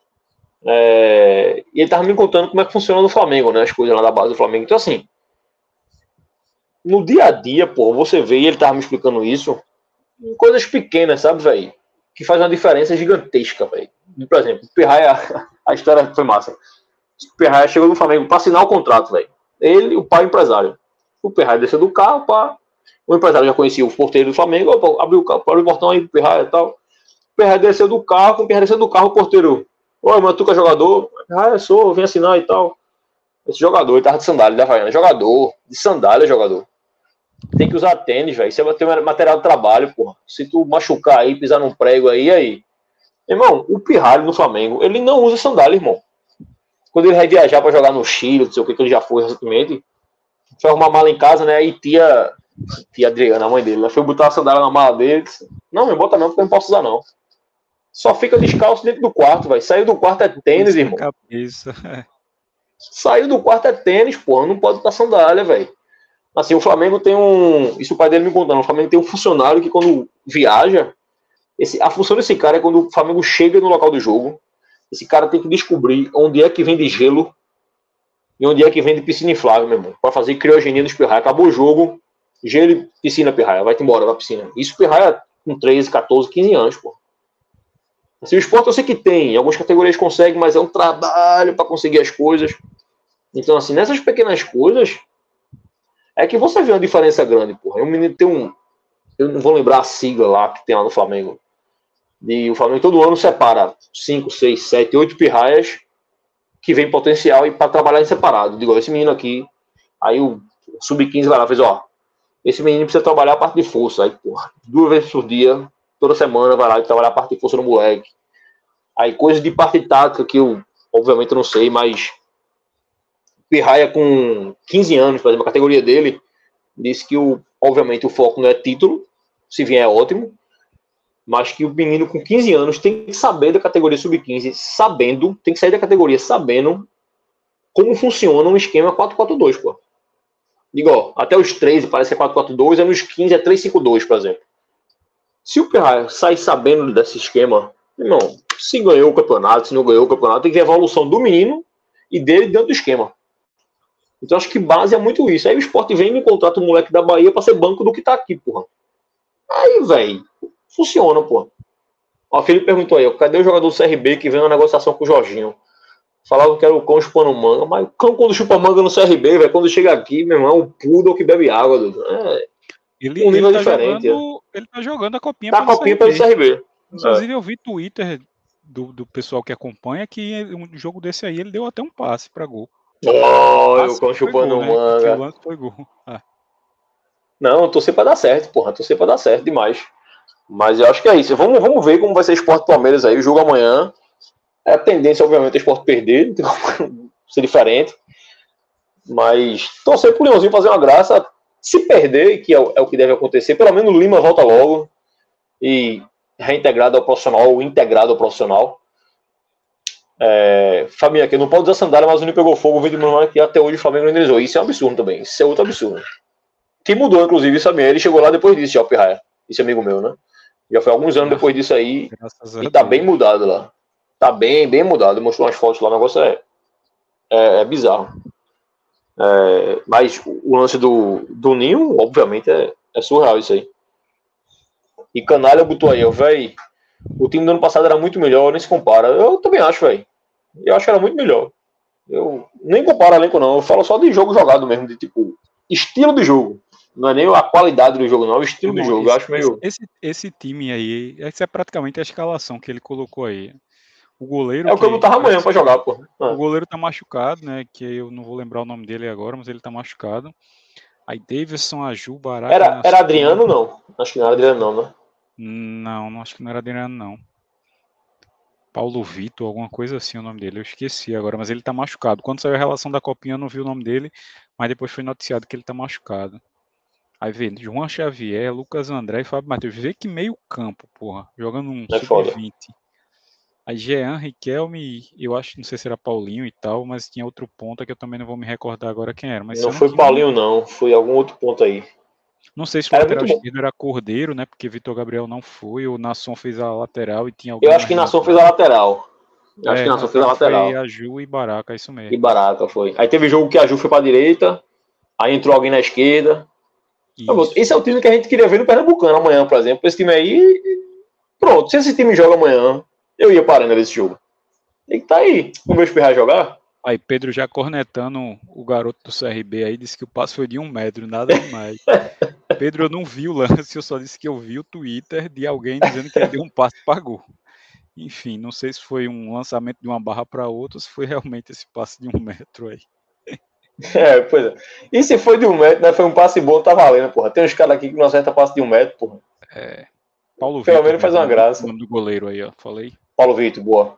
E ele tava me contando como é que funciona no Flamengo, né? As coisas lá da base do Flamengo. Então, assim, no dia a dia, pô, você vê, e ele tava me explicando isso, coisas pequenas, sabe, velho? Que faz uma diferença gigantesca, velho. Por exemplo, o Pirraia, a história foi massa. O Pirraia chegou no Flamengo pra assinar o contrato, velho. Ele, o pai, o empresário. O Pirraia desceu do carro, pá. O empresário já conhecia o porteiro do Flamengo, abriu o portão aí pro Pirraia e tal. O Pirraia desceu do carro, o porteiro: oi, mano, tu que é jogador? Ah, eu sou, vim assinar e tal. Esse jogador, ele tava de sandália, da Havaiana. Jogador, de sandália, jogador. Tem que usar tênis, velho. Você vai ter material de trabalho, porra. Se tu machucar aí, pisar num prego aí. Irmão, o Pirralho no Flamengo, ele não usa sandália, irmão. Quando ele vai viajar pra jogar no Chile, não sei o que ele já foi recentemente, foi arrumar mala em casa, né? Aí tia Adriana, a mãe dele, ela foi botar a sandália na mala dele. Disse, não, me bota não, porque eu não posso usar, não. Só fica descalço dentro do quarto, velho. Saiu do quarto é tênis, irmão. Isso. Saiu do quarto é tênis, porra. Não pode botar sandália, velho. Assim, o Flamengo tem isso o pai dele me contando. O Flamengo tem um funcionário que quando viaja, a função desse cara é quando o Flamengo chega no local do jogo, esse cara tem que descobrir onde é que vende gelo e onde é que vende piscina inflável, meu irmão. Pra fazer criogenia dos Pirraia. Acabou o jogo, gelo e piscina, Pirraia. Vai-te embora da piscina. Isso Pirraia com 13, 14, 15 anos, porra. Assim, o esporte eu sei que tem, algumas categorias conseguem, mas é um trabalho para conseguir as coisas. Então, assim, nessas pequenas coisas, é que você vê uma diferença grande, porra. O menino tem eu não vou lembrar a sigla lá que tem lá no Flamengo. E o Flamengo todo ano separa 5, 6, 7, 8 pirraias que vem potencial e para trabalhar em separado. Digo, esse menino aqui, aí o sub-15 vai lá e fez, ó, esse menino precisa trabalhar a parte de força. Aí, porra, 2 vezes por dia, toda semana vai lá e trabalhar a parte de força no moleque. Aí coisas de parte tática que eu, obviamente, não sei, mas Pirraia com 15 anos, por exemplo, a categoria dele, disse que, obviamente, o foco não é título, se vier é ótimo, mas que o menino com 15 anos tem que saber da categoria sub-15, tem que sair da categoria sabendo como funciona um esquema 4-4-2, pô. Digo, ó, até os 13 parece que é 4-4-2, é nos 15 é 3-5-2, por exemplo. Se o Pirraia sair sabendo desse esquema, irmão, se ganhou o campeonato, se não ganhou o campeonato, tem que ver a evolução do menino e dele dentro do esquema. Então acho que base é muito isso. Aí o Sport vem e me contrata um moleque da Bahia pra ser banco do que tá aqui, porra. Aí, velho, funciona, porra. Ó, o Felipe perguntou aí, cadê o jogador do CRB que veio na negociação com o Jorginho? Falava que era o cão chupando manga, mas o cão quando chupa manga no CRB, velho, quando chega aqui, meu irmão, é um poodle que bebe água, Dudu. Um nível diferente. Ele tá jogando a copinha pelo CRB. Inclusive, eu vi Twitter do pessoal que acompanha que um jogo desse aí ele deu até um passe pra gol. O cão chupando manga. O lance foi gol. Não, torcer pra dar certo, porra. Torcer pra dar certo demais. Mas eu acho que é isso. Vamos ver como vai ser o Sport Palmeiras aí. O jogo amanhã. É a tendência, obviamente, é o Sport perder. Não tem como ser diferente. Mas torcer pro Leãozinho fazer uma graça. Se perder, que é o que deve acontecer, pelo menos o Lima volta logo. E reintegrado ao profissional, ou integrado ao profissional. Família aqui, não pode usar sandália, mas o Nuno pegou fogo, o vídeo que até hoje o Flamengo não indenizou. Isso é um absurdo também. Isso é outro absurdo. Que mudou, inclusive, isso também. Ele chegou lá depois disso, já o Pirraia. Esse amigo meu, né? Já foi alguns anos depois disso aí. Graças a E tá Deus. bem mudado lá. Tá bem mudado. Mostrou umas fotos lá, o negócio é bizarro. Mas o lance do Ninho, obviamente, é surreal isso aí. E Canalha botou aí, velho. O time do ano passado era muito melhor, nem se compara. Eu também acho, velho. Eu acho que era muito melhor. Eu nem comparo elenco, não. Eu falo só de jogo jogado mesmo, de tipo, estilo de jogo. Não é nem a qualidade do jogo, não. É o estilo de jogo. Eu acho meio. Esse time aí, essa é praticamente a escalação que ele colocou aí. O goleiro. É o que eu botava amanhã pra jogar, pô. O goleiro tá machucado, né? Que eu não vou lembrar o nome dele agora, mas ele tá machucado. Aí Davidson, Aju, Baraka. Era Adriano, não? Acho que não era Adriano, não, né? Não, acho que não era Adriano, não. Paulo Vitor, alguma coisa assim o nome dele. Eu esqueci agora, mas ele tá machucado. Quando saiu a relação da Copinha, eu não vi o nome dele, mas depois foi noticiado que ele tá machucado. Aí vê João Xavier, Lucas André e Fábio Matheus. Vê que meio campo, porra. Jogando um sub-20. Aí Jean, Riquelme, eu acho, não sei se era Paulinho e tal, mas tinha outro ponta que eu também não vou me recordar agora quem era. Mas não foi Paulinho, não. Foi algum outro ponto aí. Não sei se o lateral esquerdo era Cordeiro, né? Porque Vitor Gabriel não foi. O Nasson fez a lateral e tinha alguém. Eu acho que Nasson fez a lateral. Acho que Nasson fez a lateral. Foi Aju e Baraka, isso mesmo. E Baraka foi. Aí teve jogo que a Aju foi pra direita. Aí entrou alguém na esquerda. Isso. Esse é o time que a gente queria ver no Pernambucano amanhã, por exemplo. Esse time aí. Pronto, se esse time joga amanhã, eu ia parando nesse jogo. Tem que tá aí. Vamos ver o Espirrar jogar? Aí Pedro já cornetando o garoto do CRB aí, disse que o passe foi de 1 metro, nada demais. Pedro, eu não vi o lance, eu só disse que eu vi o Twitter de alguém dizendo que ele deu um passe para gol. Enfim, não sei se foi um lançamento de uma barra para outra, ou se foi realmente esse passe de 1 metro aí. Pois é. E se foi de 1 metro, né? Foi um passe bom, tá valendo, porra. Tem uns caras aqui que não acerta passe de 1 metro, porra. Paulo Pelo menos faz uma graça. O nome do goleiro aí, ó. Falei. Paulo Vitor, boa.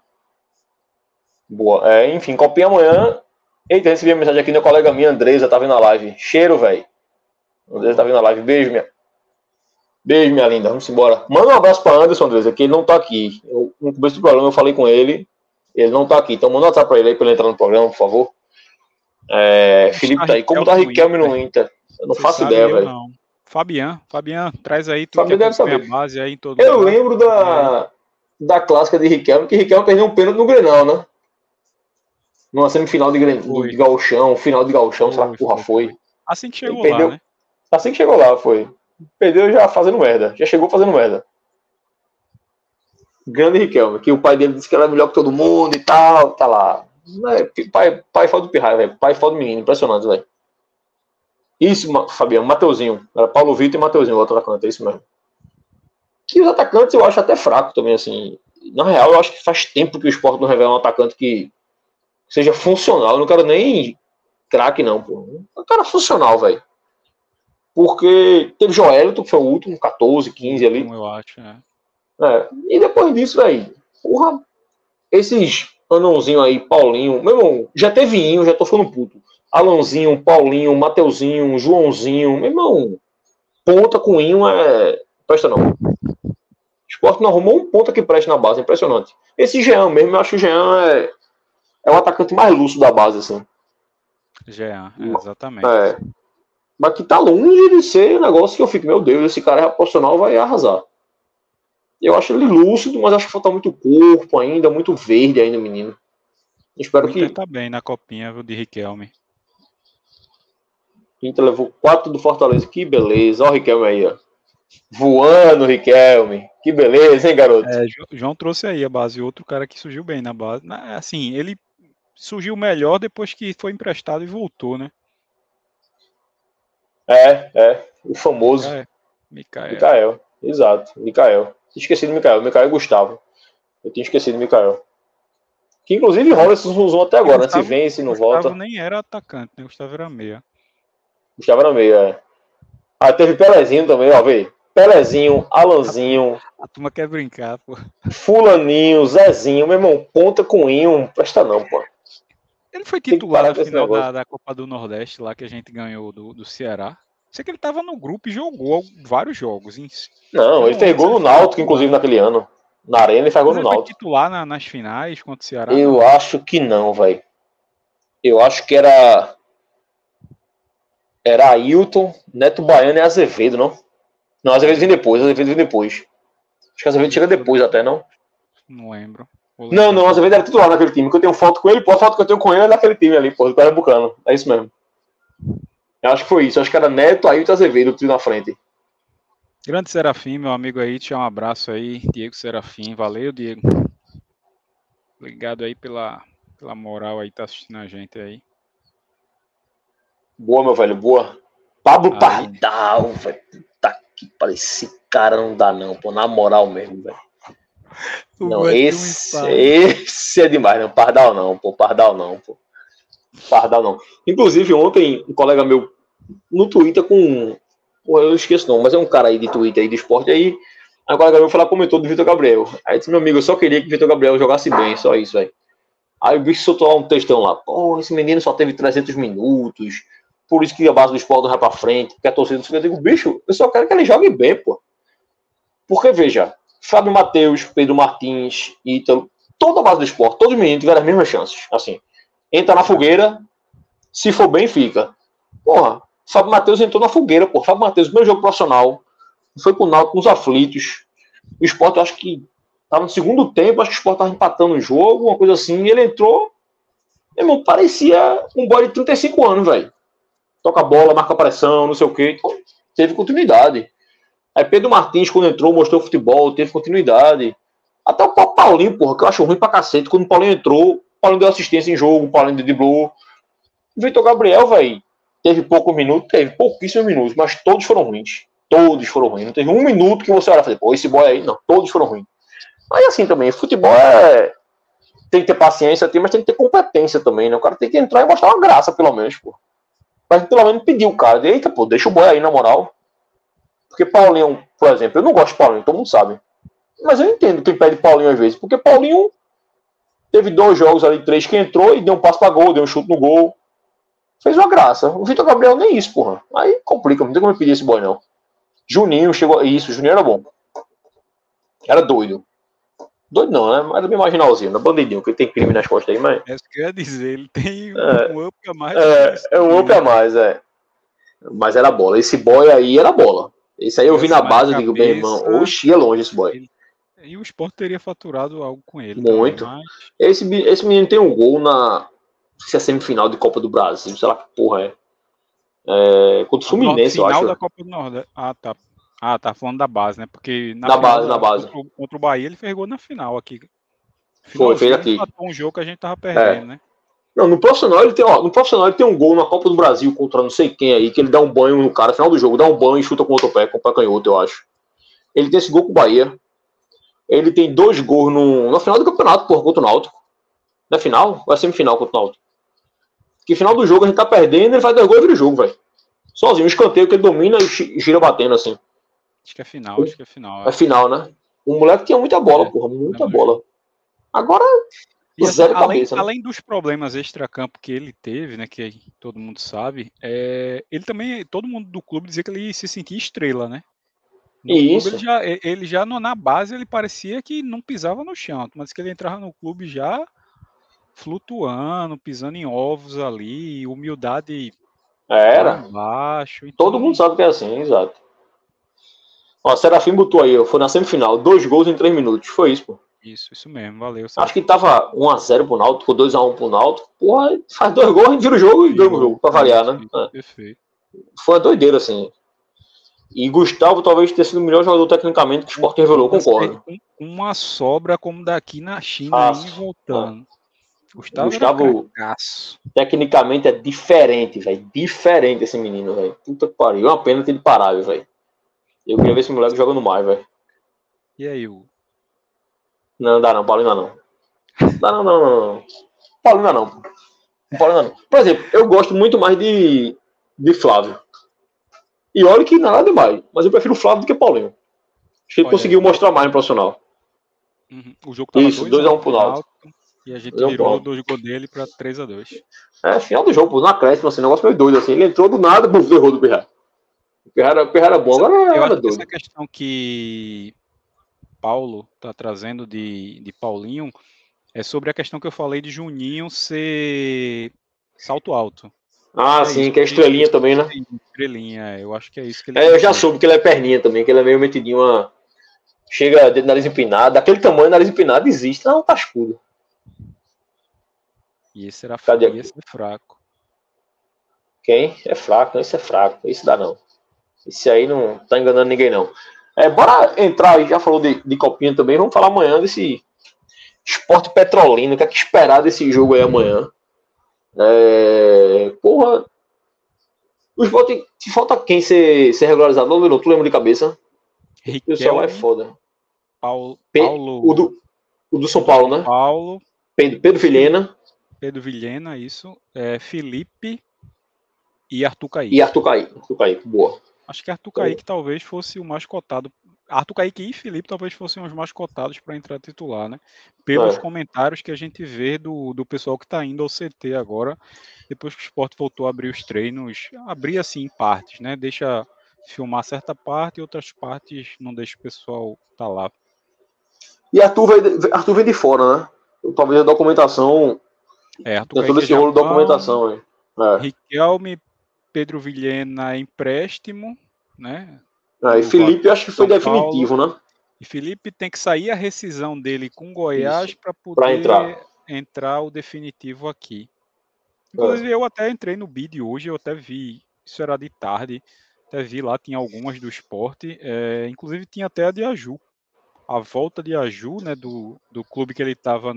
Enfim, Copinha amanhã. Eita, recebi a mensagem aqui da colega minha, Andresa, tá vendo a live. Cheiro, velho. Andresa tá vendo a live. Beijo, minha linda. Vamos embora. Manda um abraço pra Anderson, Andresa, que ele não tá aqui. No começo do programa eu falei com ele. Ele não tá aqui. Então manda um WhatsApp pra ele aí pra ele entrar no programa, por favor. Felipe tá aí. Como tá Riquelme no Inter? Eu não faço ideia, velho. Fabian, traz aí. Tu Fabian deve saber. Base aí em todo eu lugar. Lembro da clássica de Riquelme, que Riquelme perdeu um pênalti no Grenal, né? Numa semifinal de Gauchão, final de Gauchão, sei lá que porra foi. Assim que chegou lá, né? Assim que chegou lá, foi. Perdeu já fazendo merda. Já chegou fazendo merda. Grande Riquelme, que o pai dele disse que era melhor que todo mundo e tal, tá lá. Pai foda do Pirraia, velho. Pai foda do menino, impressionante, velho. Isso, Fabiano, Mateuzinho. Era Paulo Vitor e Mateuzinho, o outro atacante, é isso mesmo. Que os atacantes eu acho até fraco também, assim. Na real, eu acho que faz tempo que o Sport não revela um atacante que seja funcional. Eu não quero nem craque, não, pô. Um cara funcional, velho. Porque teve Joelito, que foi o último, 14, 15 ali. Eu acho, né? E depois disso, velho, porra, esses anãozinhos aí, Paulinho, meu irmão, já teve Inho, já tô ficando puto. Alanzinho, Paulinho, Mateuzinho, Joãozinho, meu irmão, ponta com Inho presta não. O Sport não arrumou um ponta que preste na base, impressionante. Esse Jean mesmo, eu acho que o Jean é o atacante mais lúcido da base, assim. Jean, exatamente. Mas que tá longe de ser um negócio que eu fico, meu Deus, esse cara é profissional, vai arrasar. Eu acho ele lúcido, mas acho que falta muito corpo ainda, muito verde ainda, menino. Espero que... tá bem na copinha de Riquelme. Inter levou 4 do Fortaleza, que beleza. Olha o Riquelme aí, ó. Voando, Riquelme. Que beleza, hein, garoto? João trouxe aí a base, outro cara que surgiu bem na base. Assim, ele surgiu melhor depois que foi emprestado e voltou, né? O famoso Mikael. Exato, Mikael. Esqueci do Mikael e Gustavo. Eu tinha esquecido do Mikael. Que inclusive rola esse zoom até agora, né? Se vem, se não volta. Gustavo nem era atacante, né? Gustavo era meia. Gustavo era meia, teve Pelezinho também, ó, velho. Pelezinho, Alanzinho. A turma quer brincar, pô. Fulaninho, Zezinho, meu irmão, ponta com Inho, não presta não, pô. Ele foi titular na final da Copa do Nordeste, lá que a gente ganhou do Ceará. Sei que ele tava no grupo e jogou vários jogos. Não, ele fez gol no Náutico, inclusive, naquele ano. Na Arena, ele fez gol no Náutico. Ele foi titular nas finais contra o Ceará? Eu acho que não, velho. Eu acho que era Ailton, Neto Baiano e Azevedo, não? Não, Azevedo vem depois. Acho que Azevedo chega depois até, não? Não lembro. Não, Azevedo era titular naquele time, que eu tenho foto com ele, pô, a foto que eu tenho com ele é daquele time ali, pô, do Pernambucano. É isso mesmo. Eu acho que foi isso, acho que era Neto, Ailton e Azevedo, o trio na frente. Grande Serafim, meu amigo aí, te dá um abraço aí, Diego Serafim. Valeu, Diego. Obrigado aí pela moral aí, tá assistindo a gente aí. Boa, meu velho, boa. Pablo Pardal, velho. Puta que pariu, esse cara não dá não, pô, na moral mesmo, velho. Não, esse é demais, não. Pardal não, pô. Pardal não. Inclusive, ontem, um colega meu no Twitter com... Pô, eu esqueço não, mas é um cara aí de Twitter aí, de esporte aí. Aí o colega meu comentou do Vitor Gabriel. Aí disse, meu amigo, eu só queria que o Vitor Gabriel jogasse bem, só isso, velho. Aí o bicho soltou lá um textão lá. Pô, esse menino só teve 300 minutos. Por isso que a base do esporte não vai pra frente. Porque a torcida do... Eu digo, bicho, eu só quero que ele jogue bem, pô. Porque, veja... Fábio Matheus, Pedro Martins, Ítalo, toda a base do esporte, todos os meninos tiveram as mesmas chances. Assim, entra na fogueira, se for bem, fica. Porra, Fábio Matheus entrou na fogueira, porra. Fábio Matheus, meu jogo profissional, foi pro Náutico nos aflitos. O esporte, eu acho que tava no segundo tempo, acho que o esporte tava empatando o jogo, uma coisa assim, e ele entrou, meu irmão, parecia um boy de 35 anos, velho. Toca a bola, marca pressão, não sei o quê. Então, teve continuidade. Aí Pedro Martins, quando entrou, mostrou futebol, teve continuidade. Até o Paulinho, porra, que eu acho ruim pra cacete. Quando o Paulinho entrou, o Paulinho deu assistência em jogo, o Paulinho driblou. O Vitor Gabriel, velho, teve poucos minutos, teve pouquíssimos minutos, mas todos foram ruins. Todos foram ruins. Não teve um minuto que você olha e fala, pô, esse boy aí, não, todos foram ruins. Aí assim também, futebol tem que ter paciência, mas tem que ter competência também, né? O cara tem que entrar e mostrar uma graça, pelo menos, pô. Mas pelo menos pedir o cara, eita, pô, deixa o boy aí, na moral. Porque Paulinho, por exemplo, eu não gosto de Paulinho, todo mundo sabe. Mas eu entendo quem pede Paulinho às vezes. Porque Paulinho teve 2 jogos ali, 3 que entrou e deu um passo pra gol, deu um chute no gol. Fez uma graça. O Vitor Gabriel nem isso, porra. Aí complica, não tem como eu pedir esse boy, não. Juninho chegou... Isso, Juninho era bom. Era doido. Doido não, né? Era bem marginalzinho, na bandidinho, que ele tem crime nas costas aí, mas... É isso que eu ia dizer, ele tem um up a mais. É um up a mais, é. Mas era bola. Esse boy aí era bola. Esse aí eu vi na base, eu digo, bem, irmão, oxi, ia longe esse boy. E o Sport teria faturado algo com ele. Muito. Também, mas... Esse menino tem um gol na... Não sei se é semifinal de Copa do Brasil, sei lá que porra é. Contra o Fluminense, eu acho. Final da Copa do Nordeste. Tá falando da base, né? Porque na base. Contra o Bahia ele fez gol na final aqui. Fez aqui. Um jogo que a gente tava perdendo, né? Não, no profissional ele tem um gol na Copa do Brasil contra não sei quem aí, que ele dá um banho no cara, no final do jogo, dá um banho e chuta com o outro pé, com o pé canhoto, eu acho. Ele tem esse gol com o Bahia. Ele tem 2 gols na final do campeonato, porra, contra o Náutico. Na final? Ou é semifinal contra o Náutico? Que final do jogo a gente tá perdendo, ele faz 2 gols e vira o jogo, velho. Sozinho, um escanteio que ele domina e gira batendo assim. Acho que é final. É final, né? O moleque tinha muita bola, porra, muita bola. Agora... E assim, além dos problemas extracampo que ele teve, né, que todo mundo sabe, ele também, todo mundo do clube dizia que ele se sentia estrela, né? No Isso. Clube, ele já na base ele parecia que não pisava no chão, mas que ele entrava no clube já flutuando, pisando em ovos ali, humildade era baixo. Então... Todo mundo sabe que é assim, exato. Ó, Serafim botou aí, foi na semifinal, 2 gols em 3 minutos, foi isso, pô. Isso mesmo, valeu. Acho que tava 1-0 pro Náutico, 2-1 pro Náutico. Porra, faz 2 gols, a gente vira o jogo e ganha o jogo, pra variar, né? Perfeito. Foi uma doideira, assim. E Gustavo talvez tenha sido o melhor jogador tecnicamente que o Sport revelou, concordo. Uma sobra como daqui na China, indo e voltando. Gustavo tecnicamente é diferente, velho. Diferente esse menino, velho. Puta que pariu. É uma pena ter ele parável, velho. Eu queria ver esse moleque jogando mais, velho. E aí, Hugo? Não, dá não, Paulinho não. Não. Paulinho não. Por exemplo, eu gosto muito mais de Flávio. E olha que nada demais, mas eu prefiro o Flávio do que Paulinho. Acho que ele conseguiu mostrar mais no profissional. O jogo tava 2-1 pro Náutico. E a gente virou 2 gols dele pra 3-2. Final do jogo, pô, no acréscimo, assim, negócio meio doido, assim. Ele entrou do nada, buf, errou do Pirra. O Pirra era bom, agora eu era acho doido. Essa questão que Paulo tá trazendo de Paulinho é sobre a questão que eu falei de Juninho ser salto alto. Sim, isso, que é estrelinha também, né? Estrelinha, eu acho que é isso que ele eu já soube que ele é perninha também, que ele é meio metidinho chega de nariz empinado, daquele tamanho, nariz empinado, existe, não, tá escuro. E esse era Cadê e esse é fraco. Quem? É fraco, esse é fraco, esse dá não. Esse aí não tá enganando ninguém, não. Bora entrar aí, já falou de copinha também, vamos falar amanhã desse Sport Petrolina, o que é que esperar desse jogo aí amanhã? Porra, o Sport, te falta quem ser regularizado, não, tu lembra de cabeça? O pessoal é foda. Paulo. O do São Paulo, né? Paulo. Pedro Vilhena. Pedro Vilhena, isso. Felipe e Arthur Kaique. E Arthur Kaique, boa. Acho que Arthur Kaique talvez fosse o mais cotado. Arthur Kaique e Felipe talvez fossem os mais cotados para entrar titular, né? Pelos comentários que a gente vê do pessoal que está indo ao CT agora, depois que o Sport voltou a abrir os treinos, abrir assim em partes, né? Deixa filmar certa parte e outras partes não deixa o pessoal estar lá. E Arthur vem de fora, né? Talvez a documentação. Arthur todo esse rolo de documentação aí. Riquelme, Pedro Vilhena empréstimo, né? E Felipe acho que foi definitivo, né? E Felipe tem que sair a rescisão dele com Goiás para poder entrar o definitivo aqui. Inclusive eu até entrei no bid hoje, eu até vi, isso era de tarde, até vi lá, tinha algumas do Sport, inclusive tinha até a de Aju. A volta de Aju, né, do clube que ele estava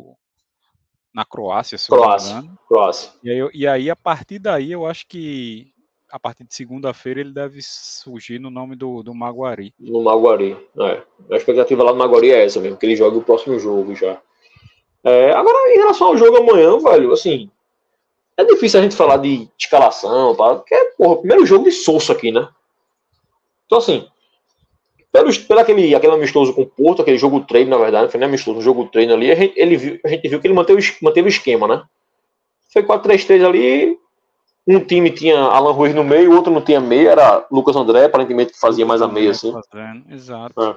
na Croácia, se eu não me engano. Croácia. E aí, a partir daí, eu acho que a partir de segunda-feira ele deve surgir no nome do Maguari. No Maguari, A expectativa lá no Maguari é essa mesmo, que ele jogue o próximo jogo já. Agora, em relação ao jogo amanhã, velho, assim, é difícil a gente falar de escalação, porque é, o primeiro jogo de Sousa aqui, né? Então, assim, pelo aquele amistoso com o Porto, aquele jogo treino, na verdade, foi nem amistoso, um jogo treino ali, a gente viu que ele manteve o esquema, né? Foi 4-3-3 ali, um time tinha Alan Ruiz no meio, o outro não tinha meio, era Lucas André, aparentemente que fazia mais a meia, assim. Exato.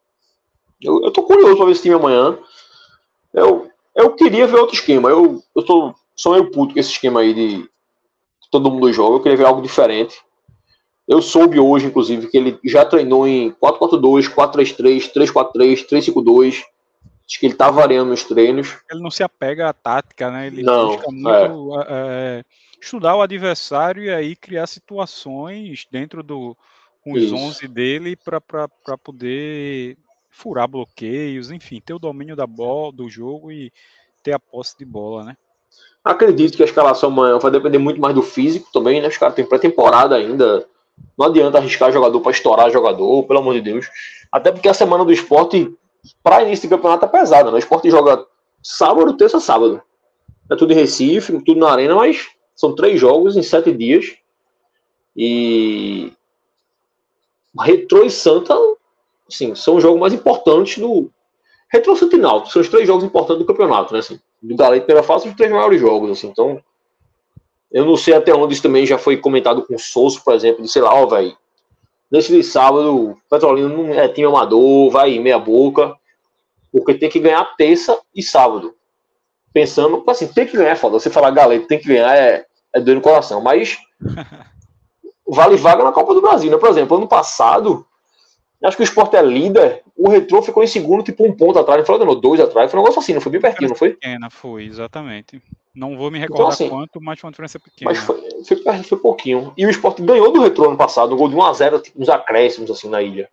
Eu tô curioso pra ver esse time amanhã. Eu queria ver outro esquema, sou meio puto com esse esquema aí de todo mundo joga, eu queria ver algo diferente. Eu soube hoje, inclusive, que ele já treinou em 4-4-2, 4-3-3, 3-4-3, 3-5-2. Acho que ele tá variando nos treinos. Ele não se apega à tática, né? Ele busca muito estudar o adversário e aí criar situações dentro com os 11 dele para poder furar bloqueios, enfim, ter o domínio da bola, do jogo e ter a posse de bola, né? Acredito que a escalação amanhã vai depender muito mais do físico também, né? Os caras têm pré-temporada ainda. Não adianta arriscar jogador para estourar jogador, pelo amor de Deus. Até porque a semana do esporte, para início de campeonato, é pesada, né? O esporte joga sábado, terça, sábado. É tudo em Recife, tudo na arena, mas são 3 jogos em 7 dias. E Retrô e Santa, assim, são os jogos mais importantes do... Retrô, Santa e Náutico são os 3 jogos importantes do campeonato, né? Assim, do Galete e Primeira Fase, os 3 maiores jogos, assim. Então, eu não sei até onde isso também já foi comentado com o Sousa, por exemplo, de sei lá, velho, nesse de sábado, o Petrolina não é time amador, vai meia boca, porque tem que ganhar terça e sábado. Pensando, assim, tem que ganhar é foda. Você falar, galera, tem que ganhar é dor no coração, mas vale vaga na Copa do Brasil, né? Por exemplo, ano passado, acho que o Sport é líder, o Retrô ficou em segundo, tipo 1 ponto atrás, não foi 2 atrás, foi um negócio assim, não foi bem pertinho, não foi? Pequena, foi, exatamente. Não vou me recordar então, assim, quanto, mas foi uma diferença pequena. Mas foi pouquinho. E o Sport ganhou do Retrô ano passado, um gol de 1-0, tipo, uns acréscimos assim na ilha.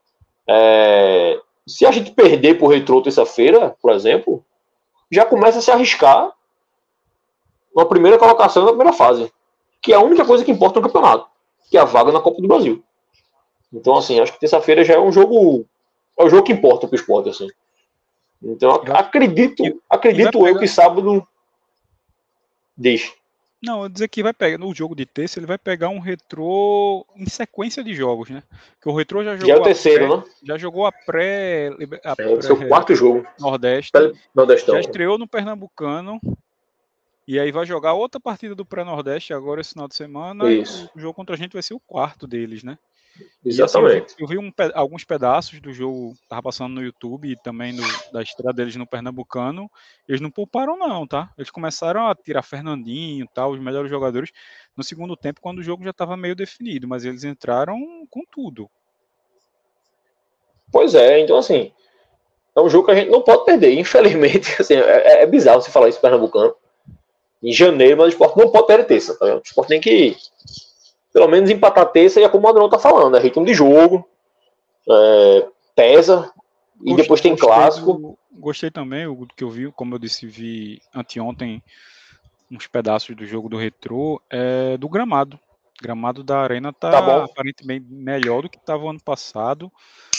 Se a gente perder pro Retrô terça-feira, por exemplo, já começa a se arriscar uma primeira colocação na primeira fase, que é a única coisa que importa no campeonato, que é a vaga na Copa do Brasil. Então, assim, acho que terça-feira já é um jogo. É o jogo que importa pro Sport, assim. Então, acredito eu que sábado. Deixa. Não, eu dizer que vai pegar no jogo de terça, ele vai pegar um Retrô em sequência de jogos, né? Porque o Retrô já jogou. Já é o terceiro, né? Já jogou a pré. É seu 4º jogo. Nordestão. Já estreou no Pernambucano. E aí vai jogar outra partida do pré-Nordeste agora esse final de semana. Isso. E o jogo contra a gente vai ser o 4º deles, né? Exatamente. E, assim, eu vi alguns pedaços do jogo, tava passando no YouTube e também da estreia deles no Pernambucano. Eles não pouparam não, tá? Eles começaram a tirar Fernandinho e tal, os melhores jogadores, no segundo tempo, quando o jogo já estava meio definido, mas eles entraram com tudo. Pois é, então assim, é um jogo que a gente não pode perder, infelizmente. Assim, é bizarro você falar isso Pernambucano. Em janeiro, mas o esporte não pode perder terça. Tá? O esporte tem que, pelo menos, empatar terça e é como o Adriano tá falando, é ritmo de jogo, pesa, e depois tem clássico. Gostei também, o que eu vi, como eu disse, vi anteontem uns pedaços do jogo do Retrô, do gramado. O gramado da Arena tá aparentemente melhor do que estava ano passado.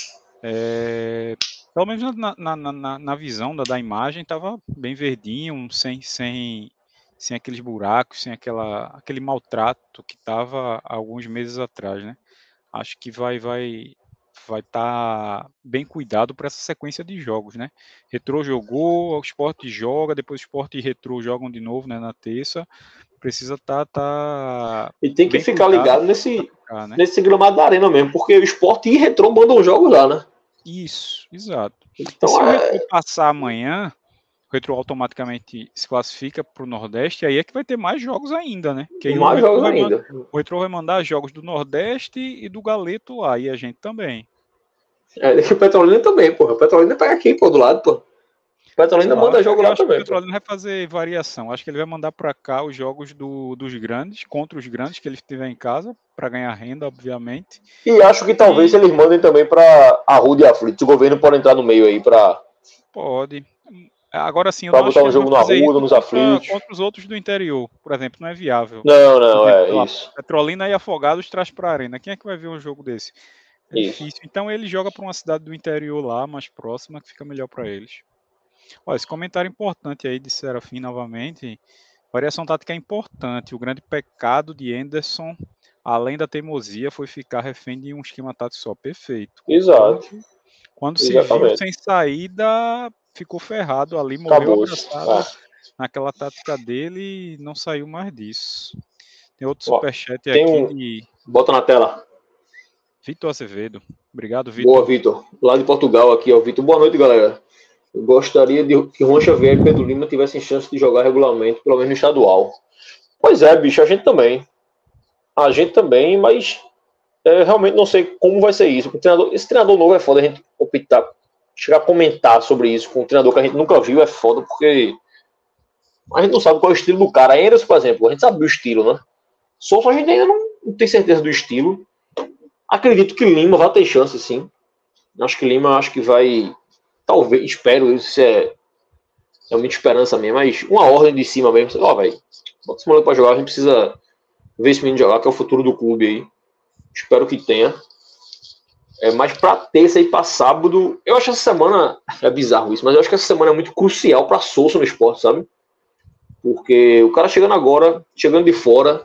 Pelo menos na visão da imagem, estava bem verdinho, sem aqueles buracos, sem aquele maltrato que estava alguns meses atrás, né? Acho que vai estar bem cuidado para essa sequência de jogos, né? Retrô jogou, o Sport joga, depois o Sport e Retrô jogam de novo, né, na terça. Precisa estar e tem que ficar ligado nesse gramado da Arena mesmo, porque o Sport e Retrô mandam jogos lá, né? Isso, exato. Então, se o Retrô passar amanhã, o Retrô automaticamente se classifica para o Nordeste, aí é que vai ter mais jogos ainda, né? Que aí mais jogos ainda. O Retrô vai mandar jogos do Nordeste e do Galeto lá, e a gente também. O Petrolina também, porra. O Petrolina pega aqui, pô, do lado, pô. O Petrolina manda jogo lá também. O Petrolina vai fazer variação. Acho que ele vai mandar para cá os jogos dos grandes, contra os grandes que ele tiver em casa, para ganhar renda, obviamente. E acho que talvez eles mandem também para Arruda e Aflitos. O governo pode entrar no meio aí para. Pode. Agora sim, eu não acho que botar um jogo no Arruda, nos Aflitos. Contra os outros do interior, por exemplo, não é viável. Não, isso. Petrolina e Afogados traz para a Arena. Quem é que vai ver um jogo desse? É difícil. Então ele joga para uma cidade do interior lá, mais próxima, que fica melhor para eles. Olha, esse comentário importante aí de Serafim novamente. Variação tática é importante. O grande pecado de Anderson, além da teimosia, foi ficar refém de um esquema tático só. Perfeito. Exato. Quando se viu sem saída, ficou ferrado ali, morreu abraçado naquela tática dele e não saiu mais disso. Tem outro superchat aqui. Bota na tela. Vitor Azevedo. Obrigado, Vitor. Boa, Vitor. Lá de Portugal aqui, ó. Vitor, boa noite, galera. Eu gostaria que Juan Xavier e Pedro Lima tivessem chance de jogar regularmente, pelo menos no estadual. Pois é, bicho, a gente também. Mas realmente não sei como vai ser isso. Esse treinador novo é foda, a gente optar, chegar a comentar sobre isso com um treinador que a gente nunca viu é foda, porque a gente não sabe qual é o estilo do cara. Anderson, por exemplo, a gente sabe o estilo, né? Souza a gente ainda não tem certeza do estilo. Acredito que Lima vai ter chance, sim. Acho que Lima vai... Talvez, espero, isso é muita esperança mesmo, mas uma ordem de cima mesmo. Velho, bota esse moleque pra jogar, a gente precisa ver esse menino jogar, que é o futuro do clube aí. Espero que tenha. Mas pra terça e pra sábado, eu acho que essa semana, é bizarro isso, mas eu acho que essa semana é muito crucial pra Souza no esporte, sabe? Porque o cara chegando de fora,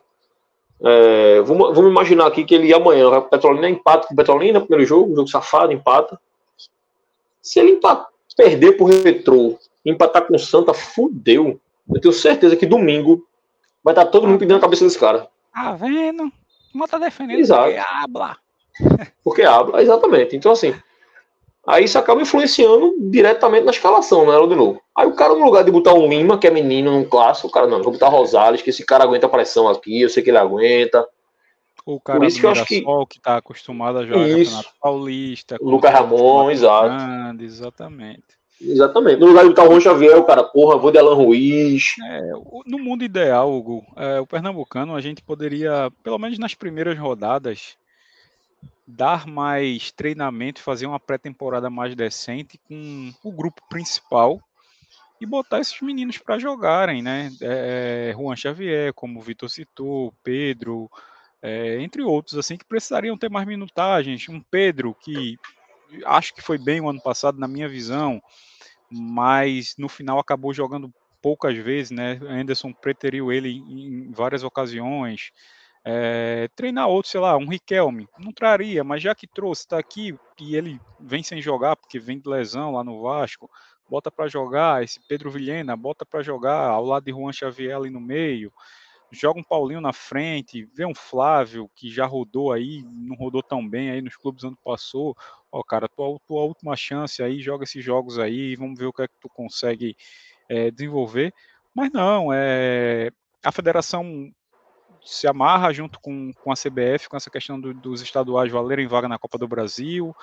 vamos imaginar aqui que ele amanhã vai pro Petrolina, empata com o Petrolina, primeiro jogo safado, empata. Se ele perder pro Retrô, empatar com o Santa, fudeu. Eu tenho certeza que domingo vai estar todo mundo pedindo a cabeça desse cara. Tá vendo? Como tá defendendo? Exato. Porque habla. Porque habla, exatamente. Então, assim, aí isso acaba influenciando diretamente na escalação, né, de novo. Aí o cara, no lugar de botar um Lima, que é menino num clássico, o cara, não, vou botar Rosales, que esse cara aguenta a pressão aqui, eu sei que ele aguenta. O cara do Mirassol que tá acostumado a jogar Campeonato Paulista. O Lucas Ramon, exato. Grande, exatamente. No lugar de botar o Juan Xavier, o cara, porra, vou de Alan Ruiz. No mundo ideal, Hugo, o pernambucano, a gente poderia, pelo menos nas primeiras rodadas, dar mais treinamento, fazer uma pré-temporada mais decente com o grupo principal e botar esses meninos para jogarem, né? Juan Xavier, como o Vitor citou, Pedro... entre outros, assim, que precisariam ter mais minutagens. Um Pedro, que acho que foi bem o ano passado, na minha visão, mas no final acabou jogando poucas vezes, né? Anderson preteriu ele em várias ocasiões. Treinar outro, sei lá, um Riquelme, não traria, mas já que trouxe, está aqui, e ele vem sem jogar, porque vem de lesão lá no Vasco, bota para jogar. Esse Pedro Vilhena, bota para jogar ao lado de Juan Xavier ali no meio. Joga um Paulinho na frente, vê um Flávio que já rodou aí, não rodou tão bem aí nos clubes ano passou. Cara, tua última chance aí, joga esses jogos aí, vamos ver o que é que tu consegue desenvolver. Mas não, a federação se amarra junto com a CBF, com essa questão dos estaduais valerem vaga na Copa do Brasil.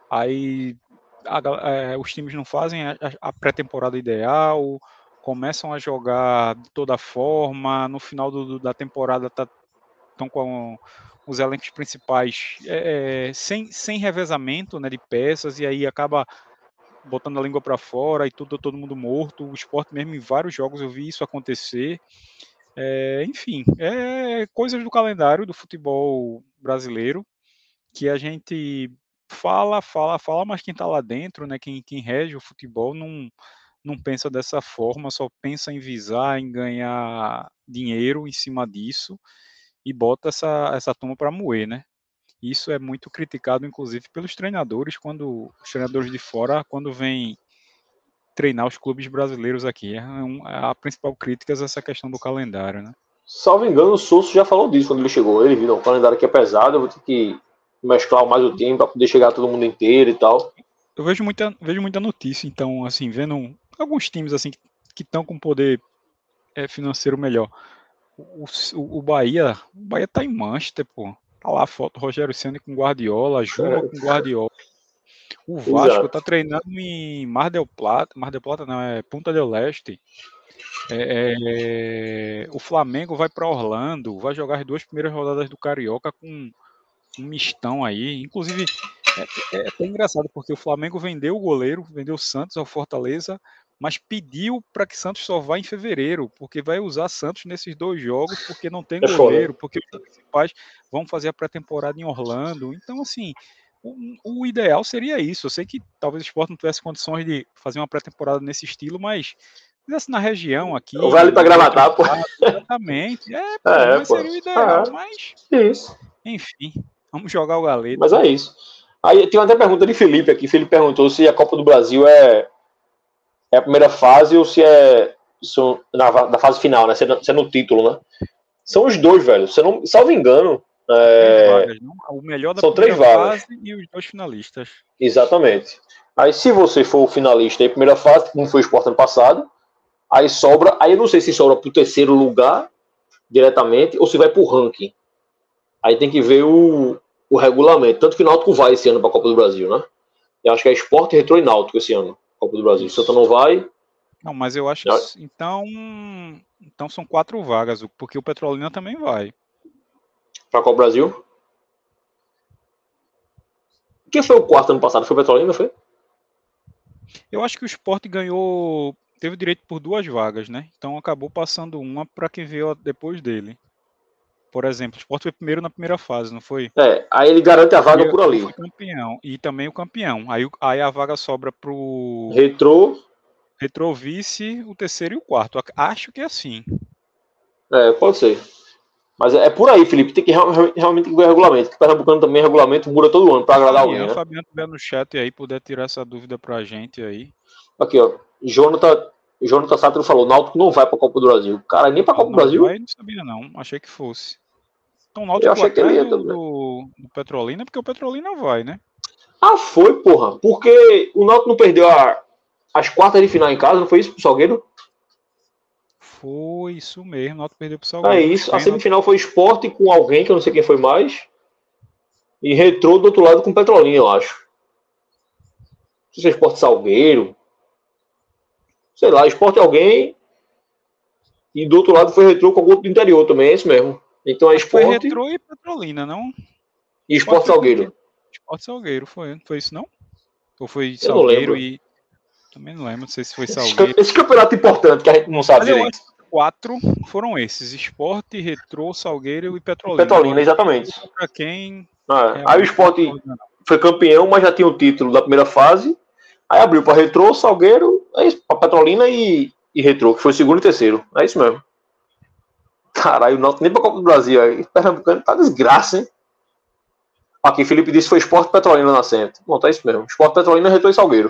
aí os times não fazem a pré-temporada ideal, começam a jogar de toda forma, no final da temporada estão com os elencos principais sem revezamento, né, de peças, e aí acaba botando a língua para fora e todo mundo morto. O Sport mesmo, em vários jogos eu vi isso acontecer. Enfim, coisas do calendário do futebol brasileiro que a gente fala, mas quem está lá dentro, né, quem rege o futebol não pensa dessa forma, só pensa em visar, em ganhar dinheiro em cima disso e bota essa turma para moer, né? Isso é muito criticado, inclusive, pelos treinadores, os treinadores de fora, quando vêm treinar os clubes brasileiros aqui. A principal crítica é essa questão do calendário, né? Salvo engano, o Sousa já falou disso quando ele chegou. Ele viu, o calendário aqui é pesado, eu vou ter que mesclar mais o time para poder chegar todo mundo inteiro e tal. Eu vejo muita notícia, então, assim, vendo alguns times assim que estão com poder financeiro melhor. O Bahia tá em Manchester, pô. Tá lá a foto, Rogério Ceni com Guardiola, Juma com Guardiola. O Vasco tá treinando em Mar del Plata não, é Punta del Este. O Flamengo vai para Orlando, vai jogar as 2 primeiras rodadas do Carioca com um mistão aí. Inclusive, é até engraçado, porque o Flamengo vendeu o goleiro, vendeu o Santos ao Fortaleza, mas pediu para que Santos só vá em fevereiro, porque vai usar Santos nesses 2 jogos, porque não tem goleiro, porque os principais vão fazer a pré-temporada em Orlando. Então, assim, o ideal seria isso. Eu sei que talvez o Sport não tivesse condições de fazer uma pré-temporada nesse estilo, mas fizesse na região aqui. O Vale para Gravatar, pô. Exatamente. Mas seria o ideal, mas... Isso. Enfim, vamos jogar o Galeto. Mas é isso. Aí tem até pergunta de Felipe aqui. Felipe perguntou se a Copa do Brasil é a primeira fase ou se é na fase final, né? Se é no título, né? São os 2, velho. Se eu não, salvo engano. 3 vagas, não? O melhor da são 3 vagas. Fase e os 2 finalistas. Exatamente. Aí se você for o finalista em primeira fase, como foi o Sport ano passado, aí sobra. Aí eu não sei se sobra pro 3º lugar diretamente ou se vai pro ranking. Aí tem que ver o regulamento. Tanto que o Náutico vai esse ano para a Copa do Brasil, né? Eu acho que é Sport, Retrô e Náutico esse ano, Copa do Brasil. Santa não vai. Não, mas eu acho que então são 4 vagas, porque o Petrolina também vai. Para a Copa do Brasil? Quem foi o 4º ano passado? Foi o Petrolina, foi? Eu acho que o Sport teve direito por 2 vagas, né? Então acabou passando uma para quem veio depois dele. Por exemplo, o Sport foi primeiro na primeira fase, não foi? Aí ele garante a vaga por ali. Foi campeão, e também o campeão. Aí a vaga sobra pro Retrô, vice, o 3º e o 4º. Acho que é assim. Pode ser. Mas é por aí, Felipe. Tem que realmente ver o regulamento. Que Pernambucano também regulamento muda todo ano para agradar alguém, né? O Fabiano estiver no chat aí, puder tirar essa dúvida pra gente aí. Aqui, ó. Jonathan Sátiro falou, Náutico não vai para a Copa do Brasil. Cara, nem para a Copa do Brasil? Não sabia não, achei que fosse. Então o Náutico eu achei que ele ia do Petrolina, porque o Petrolina vai, né? Foi, porra. Porque o Náutico não perdeu as quartas de final em casa, não foi isso pro Salgueiro? Foi isso mesmo, o Náutico perdeu pro Salgueiro. É isso, a semifinal foi Sport com alguém, que eu não sei quem foi mais, e Retrô do outro lado com Petrolina, eu acho. Não sei se é Sport Salgueiro. Sei lá, Sport alguém, e do outro lado foi Retrô com algum outro do interior também, é isso mesmo. Então é Sport... Foi Retrô e Petrolina, não? E Sport Salgueiro. Sport Salgueiro, foi isso não? Ou foi Salgueiro e... Também não lembro, não sei se foi Salgueiro. Esse campeonato importante que a gente não sabe direito. 4 foram esses: Sport, Retrô, Salgueiro e Petrolina. Petrolina, exatamente. Para quem... Aí o Sport foi campeão, mas já tinha o título da primeira fase. Aí abriu para Retrô, Salgueiro, para Petrolina e Retrô, que foi 2º e 3º. É isso mesmo. Caralho, o Náutico nem para a Copa do Brasil. Aí Pernambucano tá desgraça, hein? Aqui, Felipe disse que foi Sport Petrolina nascente. Bom, tá isso mesmo. Sport Petrolina, Retrô e Salgueiro.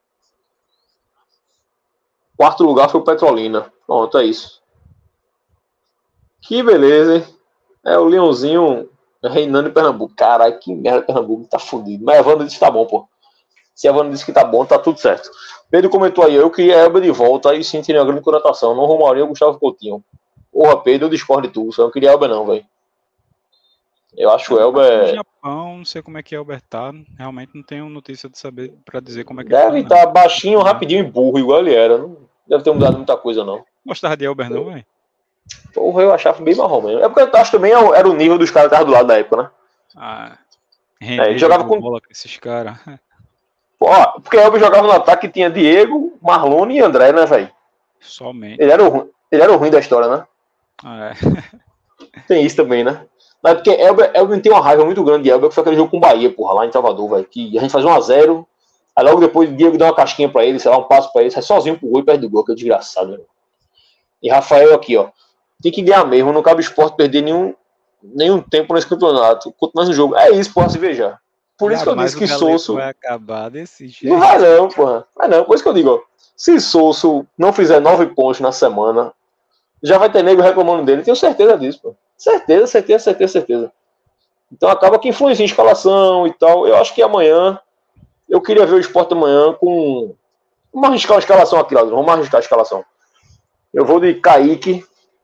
4º lugar foi o Petrolina. Pronto, é isso. Que beleza, hein? O Leãozinho reinando em Pernambuco. Caralho, que merda, Pernambuco tá fudido. Mas a Wanda disse que tá bom, pô. Se a Wanda disse que tá bom, tá tudo certo. Pedro comentou aí, eu queria Elber de volta, aí sim teria uma grande conotação. Não Romarinho ou Gustavo Coutinho. Porra, Pedro, eu discordo de tudo. Eu não queria Elber não, velho. Eu acho o No Elber... Japão, não sei como é que Elber tá. Realmente não tenho notícia de saber para dizer como é que Deve ele tá, estar baixinho, rapidinho e burro, igual ele era. Não deve ter mudado muita coisa, não. Gostava de Elber não, velho? Porra, eu achava bem marrom mesmo. É porque eu acho também era o nível dos caras que estavam do lado da época, né? Ah, Ele jogava com... bola com esses caras. Ó, porque o Elber jogava no ataque que tinha Diego, Marlone e André, né, velho? Somente. Ele era o ruim da história, né? Ah, Tem isso também, né? Mas porque Elber tem uma raiva muito grande de Elber, que foi aquele jogo com o Bahia, porra, lá em Salvador, velho. Que a gente faz 1-0, aí logo depois o Diego dá uma casquinha pra ele, sei lá, um passo pra ele, sai sozinho pro gol e perde o gol, que é desgraçado, velho. E Rafael aqui, ó. Tem que ganhar mesmo, não cabe o Sport perder nenhum tempo nesse campeonato. Quanto mais no jogo. É isso, porra, se veja. Por isso que eu disse que Sousso... vai acabar desse jeito. Não vai não, porra. Vai não, por isso que eu digo, ó. Se Sousso não fizer 9 pontos na semana, já vai ter nego reclamando dele. Tenho certeza disso, pô. Certeza. Então acaba que influencia em escalação e tal. Eu acho que amanhã, eu queria ver o Sport amanhã com... Vamos arriscar uma escalação aqui, Lázaro. Vamos arriscar a escalação. Eu vou de Kaique,